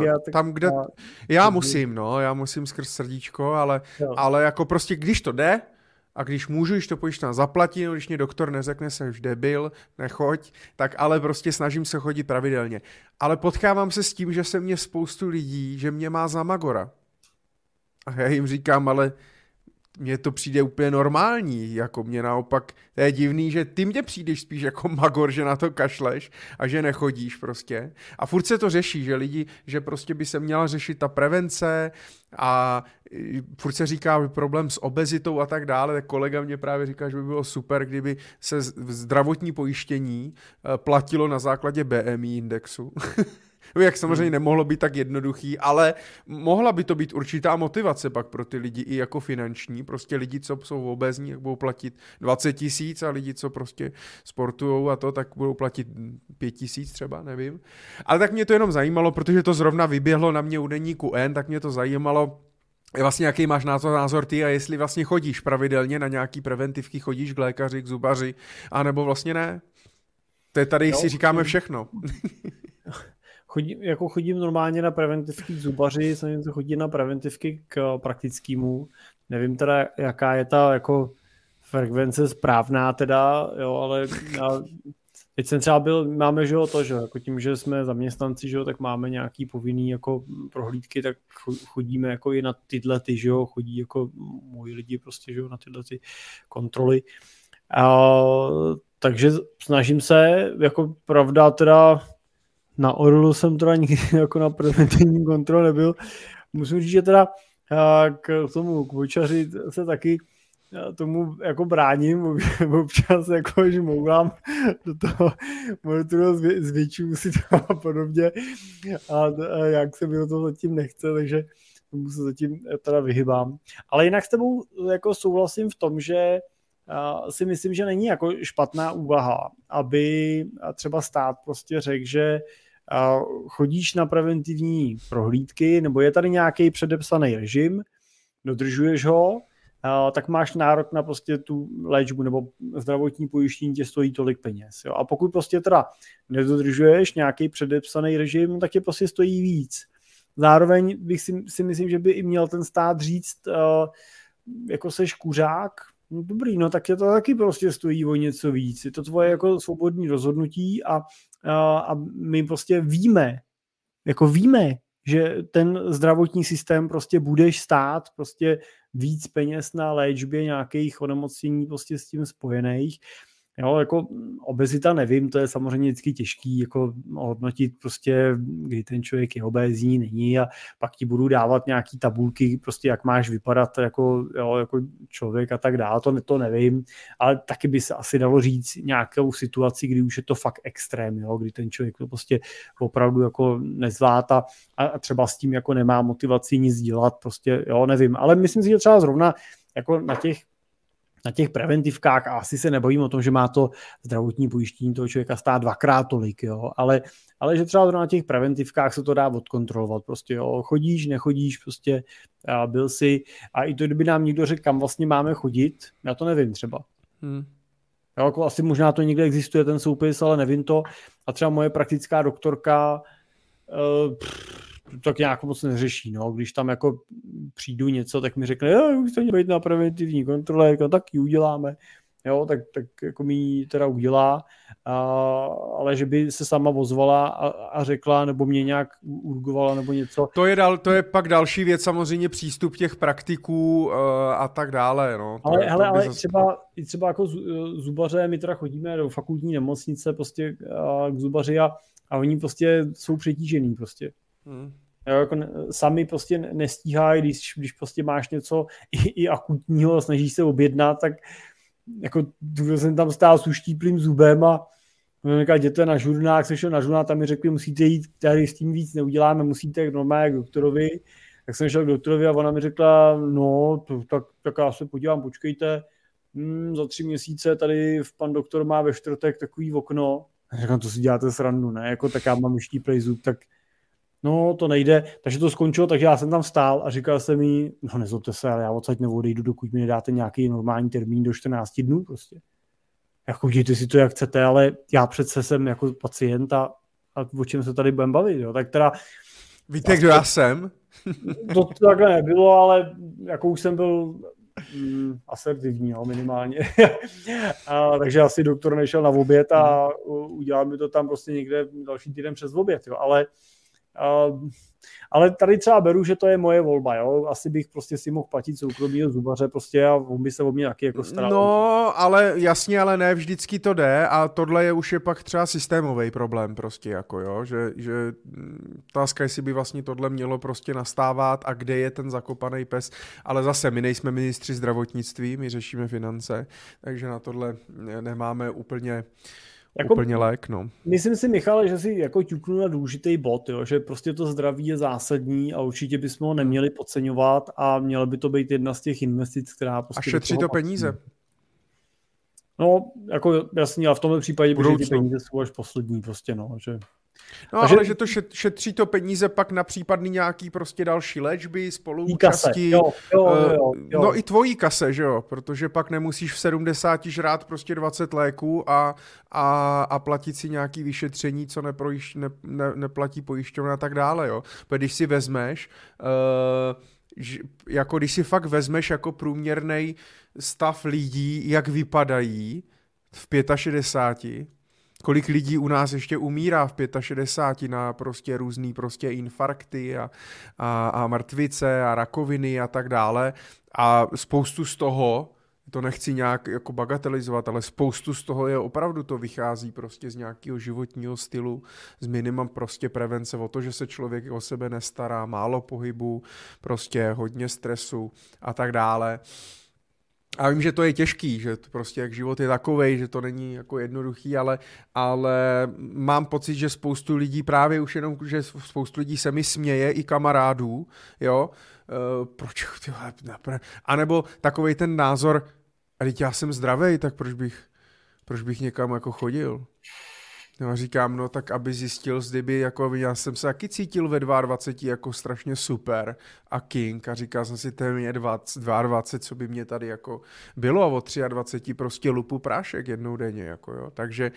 Speaker 1: Já musím skrz srdíčko, ale jako prostě když to jde, a když můžu, když to pojišťovna zaplatí, no, když mě doktor neřekne, jsem už debil, nechoď, tak ale prostě snažím se chodit pravidelně. Ale potkávám se s tím, že se mě spoustu lidí, že mě má za magora. A já jim říkám, ale mně to přijde úplně normální, jako mě naopak, to je divný, že ty mně přijdeš spíš jako magor, že na to kašleš a že nechodíš prostě. A furt se to řeší, že lidi, že prostě by se měla řešit ta prevence a furt se říká problém s obezitou a tak dále, tak kolega mě právě říká, že by bylo super, kdyby se zdravotní pojištění platilo na základě BMI indexu. Jak samozřejmě nemohlo být tak jednoduchý, ale mohla by to být určitá motivace pak pro ty lidi i jako finanční. Prostě lidi, co jsou obézní, jak budou platit 20 000 a lidi, co prostě sportujou a to, tak budou platit 5 000 třeba, nevím. Ale tak mě to jenom zajímalo, protože to zrovna vyběhlo na mě u deníku N, tak mě to zajímalo, vlastně jaký máš názor ty a jestli vlastně chodíš pravidelně na nějaký preventivky, chodíš k lékaři, k zubaři, anebo vlastně ne. To je tady, si říkáme všechno.
Speaker 2: Chodím normálně na preventivky k zubaři, snažím se chodit na preventivky k praktickému. Nevím teda, jaká je ta jako frekvence správná teda, jo, ale teď jsem třeba máme, že jo, to, že jako tím, že jsme zaměstnanci, že jo, tak máme nějaký povinný jako prohlídky, tak chodíme jako i na tyhle ty, že jo, chodí jako moji lidi prostě, že jo, na tyhle ty kontroly. Takže snažím se, jako pravda teda na Orlu jsem teda nikdy jako na preventivní kontrole nebyl. Musím říct, že teda k tomu kvočaři se taky tomu jako bráním, občas jako, že moulám do toho monitoru zvětšuju si to a podobně a jak se mi do toho zatím nechce, takže tomu se zatím teda vyhybám. Ale jinak s tebou jako souhlasím v tom, že si myslím, že není jako špatná úvaha, aby třeba stát prostě řekl, že chodíš na preventivní prohlídky, nebo je tady nějaký předepsaný režim, dodržuješ ho, tak máš nárok na prostě tu léčbu nebo zdravotní pojištění tě stojí tolik peněz. Jo? A pokud prostě teda nedodržuješ nějaký předepsaný režim, tak tě prostě stojí víc. Zároveň bych si myslím, že by i měl ten stát říct, jako seš kuřák, no dobrý, no tak je to taky prostě stojí o něco víc. Je to tvoje jako svobodní rozhodnutí a my prostě víme, že ten zdravotní systém prostě budeš stát prostě víc peněz na léčbě nějakých onemocnění prostě s tím spojených. Jo, jako obezita nevím, to je samozřejmě vždycky těžký jako hodnotit prostě, kdy ten člověk je obézní, není a pak ti budu dávat nějaký tabulky, prostě jak máš vypadat jako člověk a tak dále, to nevím, ale taky by se asi dalo říct nějakou situaci, kdy už je to fakt extrém, jo, kdy ten člověk to prostě opravdu jako nezvládá a třeba s tím jako nemá motivaci nic dělat, prostě jo, nevím, ale myslím si, že třeba zrovna jako na těch preventivkách, a asi se nebojím o tom, že má to zdravotní pojištění toho člověka stát dvakrát tolik, jo, ale že třeba na těch preventivkách se to dá odkontrolovat, prostě jo, chodíš, nechodíš, prostě byl si, a i to, kdyby nám někdo řekl, kam vlastně máme chodit, já to nevím třeba. Jo, jako asi možná to někde existuje ten soupis, ale nevím to, a třeba moje praktická doktorka tak nějak moc neřeší, no. Když tam jako přijdu něco, tak mi řekne, jo, už chcete být na preventivní kontrole, tak ji uděláme, jo, tak jako mi ji teda udělá, ale že by se sama ozvala a řekla, nebo mě nějak urgovala, nebo něco.
Speaker 1: To je pak další věc, samozřejmě přístup těch praktiků a tak dále, no.
Speaker 2: Ale třeba jako zubaře, my teda chodíme do fakultní nemocnice prostě k zubaři a oni prostě jsou přetížený prostě. Jo, jako sami prostě nestíhají, když prostě máš něco i akutního a snažíš se objednat, tak jako jsem tam stál s uštíplým zubem a říkal, jděte na žurnák, jsem šel na žurnák, tam mi řekli, musíte jít, tady s tím víc neuděláme, musíte jít normálně k doktorovi, tak jsem šel k doktorovi a ona mi řekla, no, tak já se podívám, počkejte, za 3 měsíce tady pan doktor má ve čtvrtek takový okno, a říkám, to si děláte srandu, ne, jako tak já mám uštíplej zub, tak no, to nejde, takže to skončilo, takže já jsem tam stál a říkal jsem jí, no nezlobte se, ale já odsaď neodejdu, dokud mi nedáte nějaký normální termín do 14 dnů prostě. Jako udějte si to, jak chcete, ale já přece jsem jako pacient a o čem se tady budeme bavit, jo, tak teda...
Speaker 1: Víte, kdo já jsem?
Speaker 2: To takhle nebylo, ale jako už jsem byl asertivní, jo, minimálně. Takže asi doktor nešel na oběd a udělal mi to tam prostě někde další týden přes oběd, jo, ale tady třeba beru, že to je moje volba, jo. Asi bych prostě si mohl platit soukromýho zubaře prostě a on by se o mě taky jako staral.
Speaker 1: No, ale jasně, ale ne vždycky to jde a tohle už je pak třeba systémový problém prostě jako, jo, že otázka, jestli by vlastně tohle mělo prostě nastávat a kde je ten zakopaný pes, ale zase my nejsme ministři zdravotnictví, my řešíme finance, takže na tohle nemáme úplně lék, no.
Speaker 2: Myslím si, Michale, že si jako ťuknu na důležitý bod, jo, že prostě to zdraví je zásadní a určitě bychom ho neměli podceňovat a měla by to být jedna z těch investic, která prostě...
Speaker 1: A šetří to peníze.
Speaker 2: No, jako jasně, ale v tomhle případě by ty peníze jsou až poslední prostě, no, že...
Speaker 1: No, takže... ale že to šetří to peníze pak na případný nějaký prostě další léčby, spoluúčasti.
Speaker 2: Jo.
Speaker 1: No i tvojí kase, že jo, protože pak nemusíš v 70 žrát prostě 20 léků a platit si nějaký vyšetření, co neplatí pojišťovna a tak dále, jo. Protože když si vezmeš, jako když si fakt vezmeš jako průměrný stav lidí, jak vypadají v 65, kolik lidí u nás ještě umírá v 65 na prostě různý prostě infarkty a mrtvice a rakoviny a tak dále. A spoustu z toho, to nechci nějak jako bagatelizovat, ale spoustu z toho je opravdu, to vychází prostě z nějakého životního stylu, z minimum prostě prevence, o to, že se člověk o sebe nestará, málo pohybu, prostě hodně stresu a tak dále. A vím, že to je těžký, že to prostě jak život je takovej, že to není jako jednoduchý, ale mám pocit, že spoustu lidí právě už jenom, že spoustu lidí se mi směje, i kamarádů, jo, proč, anebo takovej ten názor, a teď já jsem zdravej, tak proč bych někam jako chodil? No a říkám, no tak aby zjistil, kdyby, jako já jsem se taky cítil ve 22 jako strašně super a king a říkal jsem si, to je mě 22, co by mě tady jako bylo a od 23 prostě lupu prášek jednou denně, jako jo,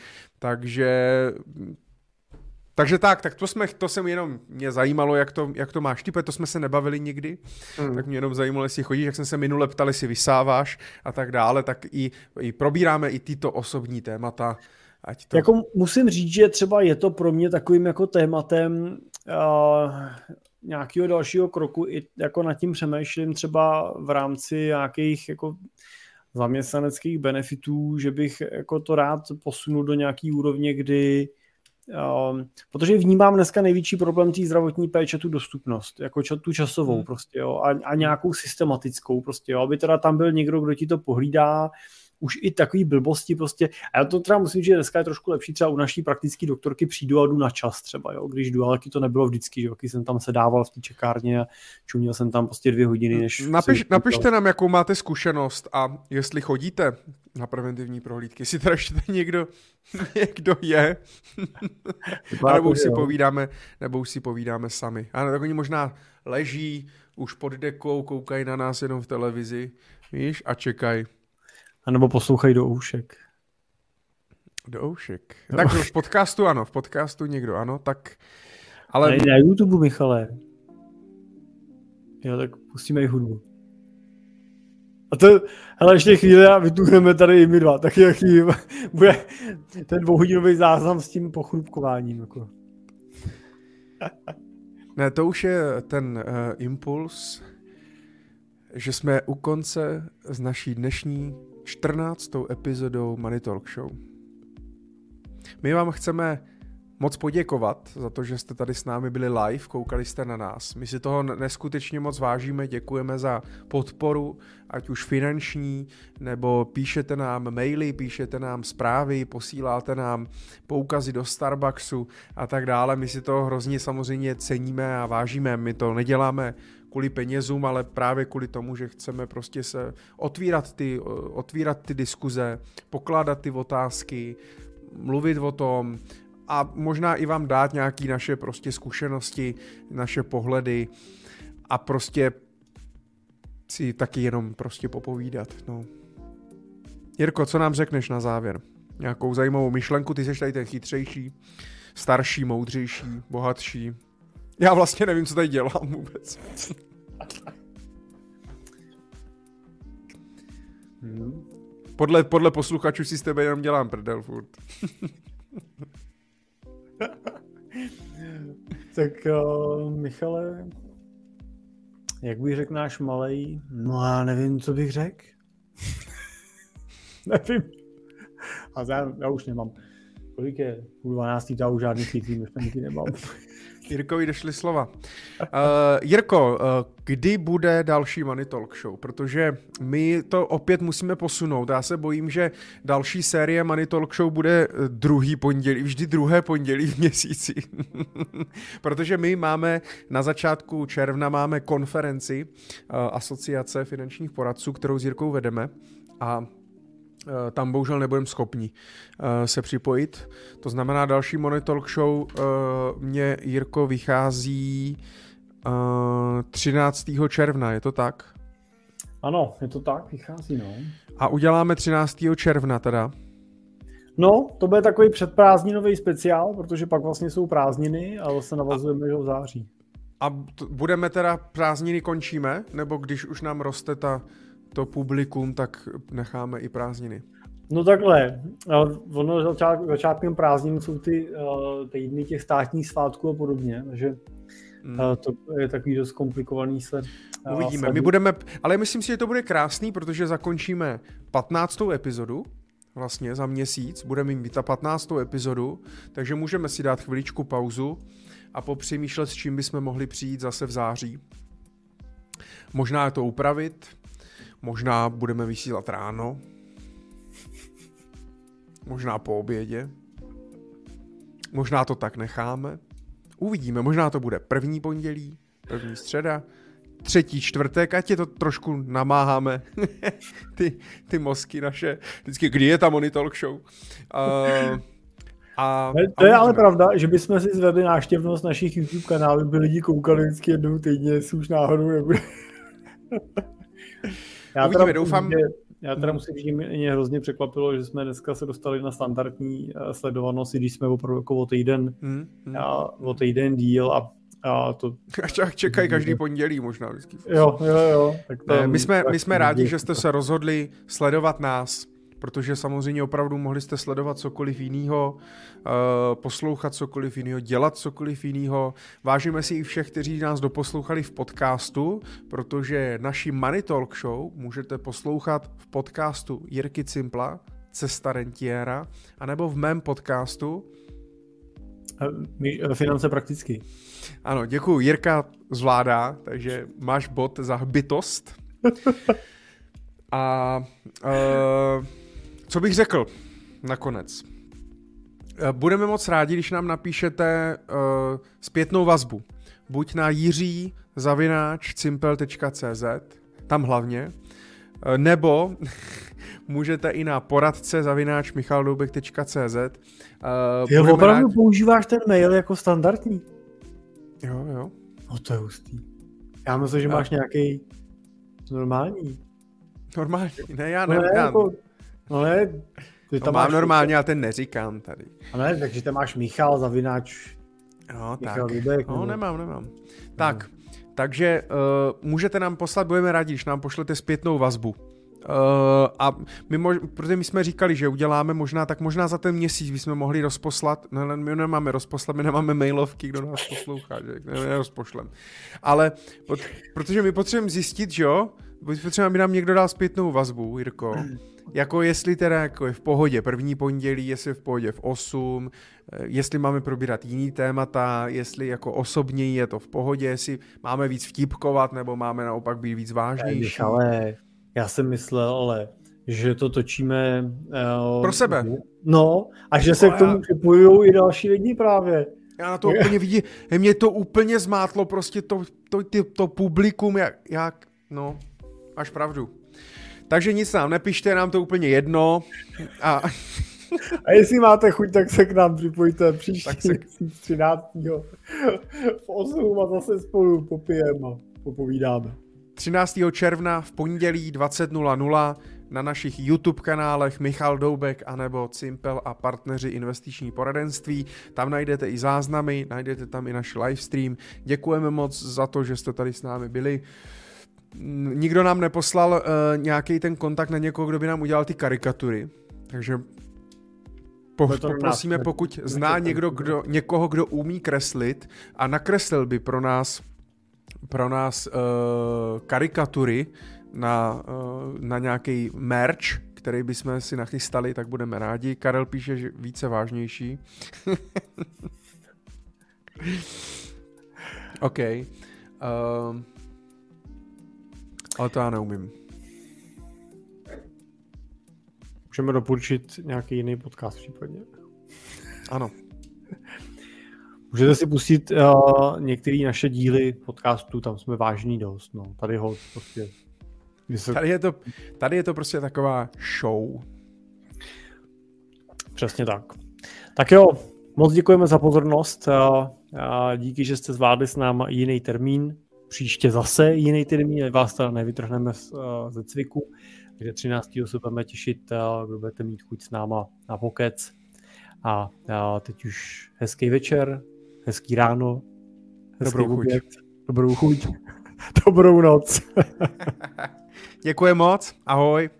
Speaker 1: takže tak to jsem jenom, mě zajímalo, jak to máš ty, protože to jsme se nebavili nikdy, tak mě jenom zajímalo, jestli chodíš, jak jsem se minule ptal, jestli vysáváš a tak dále, tak i probíráme i tyto osobní témata.
Speaker 2: Jako musím říct, že třeba je to pro mě takovým jako tématem nějakého dalšího kroku, i jako nad tím přemýšlím třeba v rámci nějakých jako zaměstnaneckých benefitů, že bych jako to rád posunul do nějaký úrovně, kdy protože vnímám dneska největší problém té zdravotní péče tu dostupnost, jako tu časovou prostě, jo, a nějakou systematickou prostě, jo, aby teda tam byl někdo, kdo ti to pohlídá, už i takový blbosti prostě, a já to třeba musím říct, že dneska je trošku lepší, třeba u naší praktické doktorky přijdu a jdu na čas třeba, jo, když jdu, ale taky to nebylo vždycky, že jsem tam sedával v té čekárně a čuměl jsem tam prostě 2 hodiny, než...
Speaker 1: Napište nám, jakou máte zkušenost a jestli chodíte na preventivní prohlídky, jestli teda ještě někdo je, nebo už si povídáme sami. Ano, tak oni možná leží už pod dekou, koukají na nás jenom v televizi, víš, a čekají.
Speaker 2: A nebo poslouchají do oušek.
Speaker 1: Do oušek. Tak v podcastu někdo, ano, tak... Ale...
Speaker 2: Na YouTube, Michale. Jo, tak pustíme i hudbu. A to, hele, ještě chvíli a vytuhneme tady i my dva, tak jaký bude ten 2hodinový záznam s tím pochrupkováním. Jako.
Speaker 1: Ne, to už je ten impuls, že jsme u konce s naší dnešní 14. epizodou Money Talk Show. My vám chceme moc poděkovat za to, že jste tady s námi byli live, koukali jste na nás. My si toho neskutečně moc vážíme, děkujeme za podporu, ať už finanční, nebo píšete nám maily, píšete nám zprávy, posíláte nám poukazy do Starbucksu a tak dále. My si to hrozně samozřejmě ceníme a vážíme. My to neděláme kvůli penězům, ale právě kvůli tomu, že chceme prostě se otvírat ty diskuze, pokládat ty otázky, mluvit o tom a možná i vám dát nějaké naše prostě zkušenosti, naše pohledy a prostě si taky jenom prostě popovídat. No. Jirko, co nám řekneš na závěr? Nějakou zajímavou myšlenku, ty jsi tady ten chytřejší, starší, moudřejší, bohatší. Já vlastně nevím, co tady dělám vůbec. Podle posluchačů si s tebe jenom dělám prdel furt.
Speaker 2: Tak Michale, jak bych řekl náš malej? No já nevím, co bych řekl. Nevím. A já už nemám. Kolik je? 12. Já už žádný chytrý myšlenky nemám.
Speaker 1: Jirkovi došly slova. Jirko, kdy bude další Money Talk Show? Protože my to opět musíme posunout. Já se bojím, že další série Money Talk Show bude vždy druhé pondělí v měsíci. Protože my máme na začátku června máme konferenci Asociace finančních poradců, kterou s Jirkou vedeme a tam bohužel nebudeme schopni se připojit. To znamená, další Money Talk Show mě, Jirko, vychází 13. června, je to tak?
Speaker 2: Ano, je to tak, vychází, no.
Speaker 1: A uděláme 13. června teda?
Speaker 2: No, to bude takový předprázdninový speciál, protože pak vlastně jsou prázdniny a zase navazujeme v září.
Speaker 1: A budeme teda prázdniny končíme? Nebo když už nám roste to publikum, tak necháme i prázdniny?
Speaker 2: No takhle, ono začátkem prázdnin jsou ty týdny těch státních svátků a podobně, takže to je takový dost komplikovaný se.
Speaker 1: Uvidíme, my budeme, ale myslím si, že to bude krásný, protože zakončíme 15. epizodu, vlastně za měsíc, budeme mít ta 15. epizodu, takže můžeme si dát chviličku pauzu a popřemýšlet, s čím bychom mohli přijít zase v září. Možná to upravit, možná budeme vysílat ráno, možná po obědě, možná to tak necháme. Uvidíme, možná to bude první pondělí, první středa, třetí čtvrtek, ať je to trošku namáháme, ty mozky naše, vždycky, kdy je ta Money Talk Show.
Speaker 2: To je ale pravda, že bychom si zvedli návštěvnost našich YouTube kanálů, by lidi koukali vždycky jednou týdně, jestli už náhodou nebude.
Speaker 1: Uvidíme, doufám.
Speaker 2: Já teda musím říct, že mě hrozně překvapilo, že jsme dneska se dostali na standardní sledovanost, když jsme opravdu jako o týden díl a to...
Speaker 1: Až čekají každý pondělí možná vždycky.
Speaker 2: Jo. Tak
Speaker 1: my jsme rádi, že jste se rozhodli sledovat nás, protože samozřejmě opravdu mohli jste sledovat cokoliv jiného, poslouchat cokoliv jiného, dělat cokoliv jiného. Vážíme si i všech, kteří nás doposlouchali v podcastu, protože naši Money Talk Show můžete poslouchat v podcastu Jirky Cimpla, Cesta rentiéra, anebo v mém podcastu
Speaker 2: Finance prakticky.
Speaker 1: Ano, děkuju. Jirka zvládá, takže máš bod za bytost. A co bych řekl nakonec? Budeme moc rádi, když nám napíšete zpětnou vazbu. Buď na jiří@cimpel.cz, tam hlavně, nebo můžete i na poradce@michaldoubek.cz.
Speaker 2: Ty opravdu používáš ten mail jako standardní?
Speaker 1: Jo.
Speaker 2: No to je hustý. Já myslím, že máš nějaký normální.
Speaker 1: Normální, ne, já neříkám. Mám normálně, ale ten neříkám tady.
Speaker 2: Ne, takže tam máš Michal @
Speaker 1: Michal Dubek. No, nemám. Tak, takže můžete nám poslat, budeme rádi, když nám pošlete zpětnou vazbu. Protože my jsme říkali, že uděláme možná za ten měsíc bychom mohli rozposlat, my nemáme rozposlat, my nemáme mailovky, kdo nás poslouchá, že nerozpošlem. Ale protože my potřebujeme zjistit, že jo, potřebujeme, aby nám někdo dal zpětnou vazbu, Jirko, jako jestli teda jako je v pohodě první pondělí, jestli je v pohodě v 8, jestli máme probírat jiný témata, jestli jako osobně je to v pohodě, jestli máme víc vtipkovat, nebo máme naopak být víc vážnější.
Speaker 2: Ale já jsem myslel, že to točíme
Speaker 1: pro sebe.
Speaker 2: No, a že se k tomu připojují i další lidi právě.
Speaker 1: Já na to úplně vidím, mě to úplně zmátlo prostě to publikum, jak no, máš pravdu. Takže nic nám nepište, nám to úplně jedno. A
Speaker 2: jestli máte chuť, tak se k nám připojte příští 13. v 8 a zase spolu popijeme a popovídáme.
Speaker 1: 13. června v pondělí 20:00 na našich YouTube kanálech Michal Doubek anebo Cimpel a partneři investiční poradenství. Tam najdete i záznamy, najdete tam i náš livestream. Děkujeme moc za to, že jste tady s námi byli. Nikdo nám neposlal nějaký ten kontakt na někoho, kdo by nám udělal ty karikatury. Takže poprosíme, pokud zná někoho, kdo umí kreslit a nakreslil by pro nás karikatury na nějaký merch, který bychom si nachystali, tak budeme rádi. Karel píše, že více vážnější. OK. Ale to já neumím.
Speaker 2: Můžeme doporučit nějaký jiný podcast případně.
Speaker 1: Ano.
Speaker 2: Můžete si pustit některé naše díly podcastů, tam jsme vážní dost. No. Tady ho prostě...
Speaker 1: Tady je to prostě taková show.
Speaker 2: Přesně tak. Tak jo, moc děkujeme za pozornost. Díky, že jste zvládli s náma jiný termín. Příště zase jiný termín, vás teda nevytrhneme ze cviku. Takže 13. se budeme těšit, kdo budete mít chuť s náma na pokec. A teď už hezký večer, hezký ráno, hezký oběd, dobrou chuť, dobrou noc.
Speaker 1: Děkuji moc, ahoj.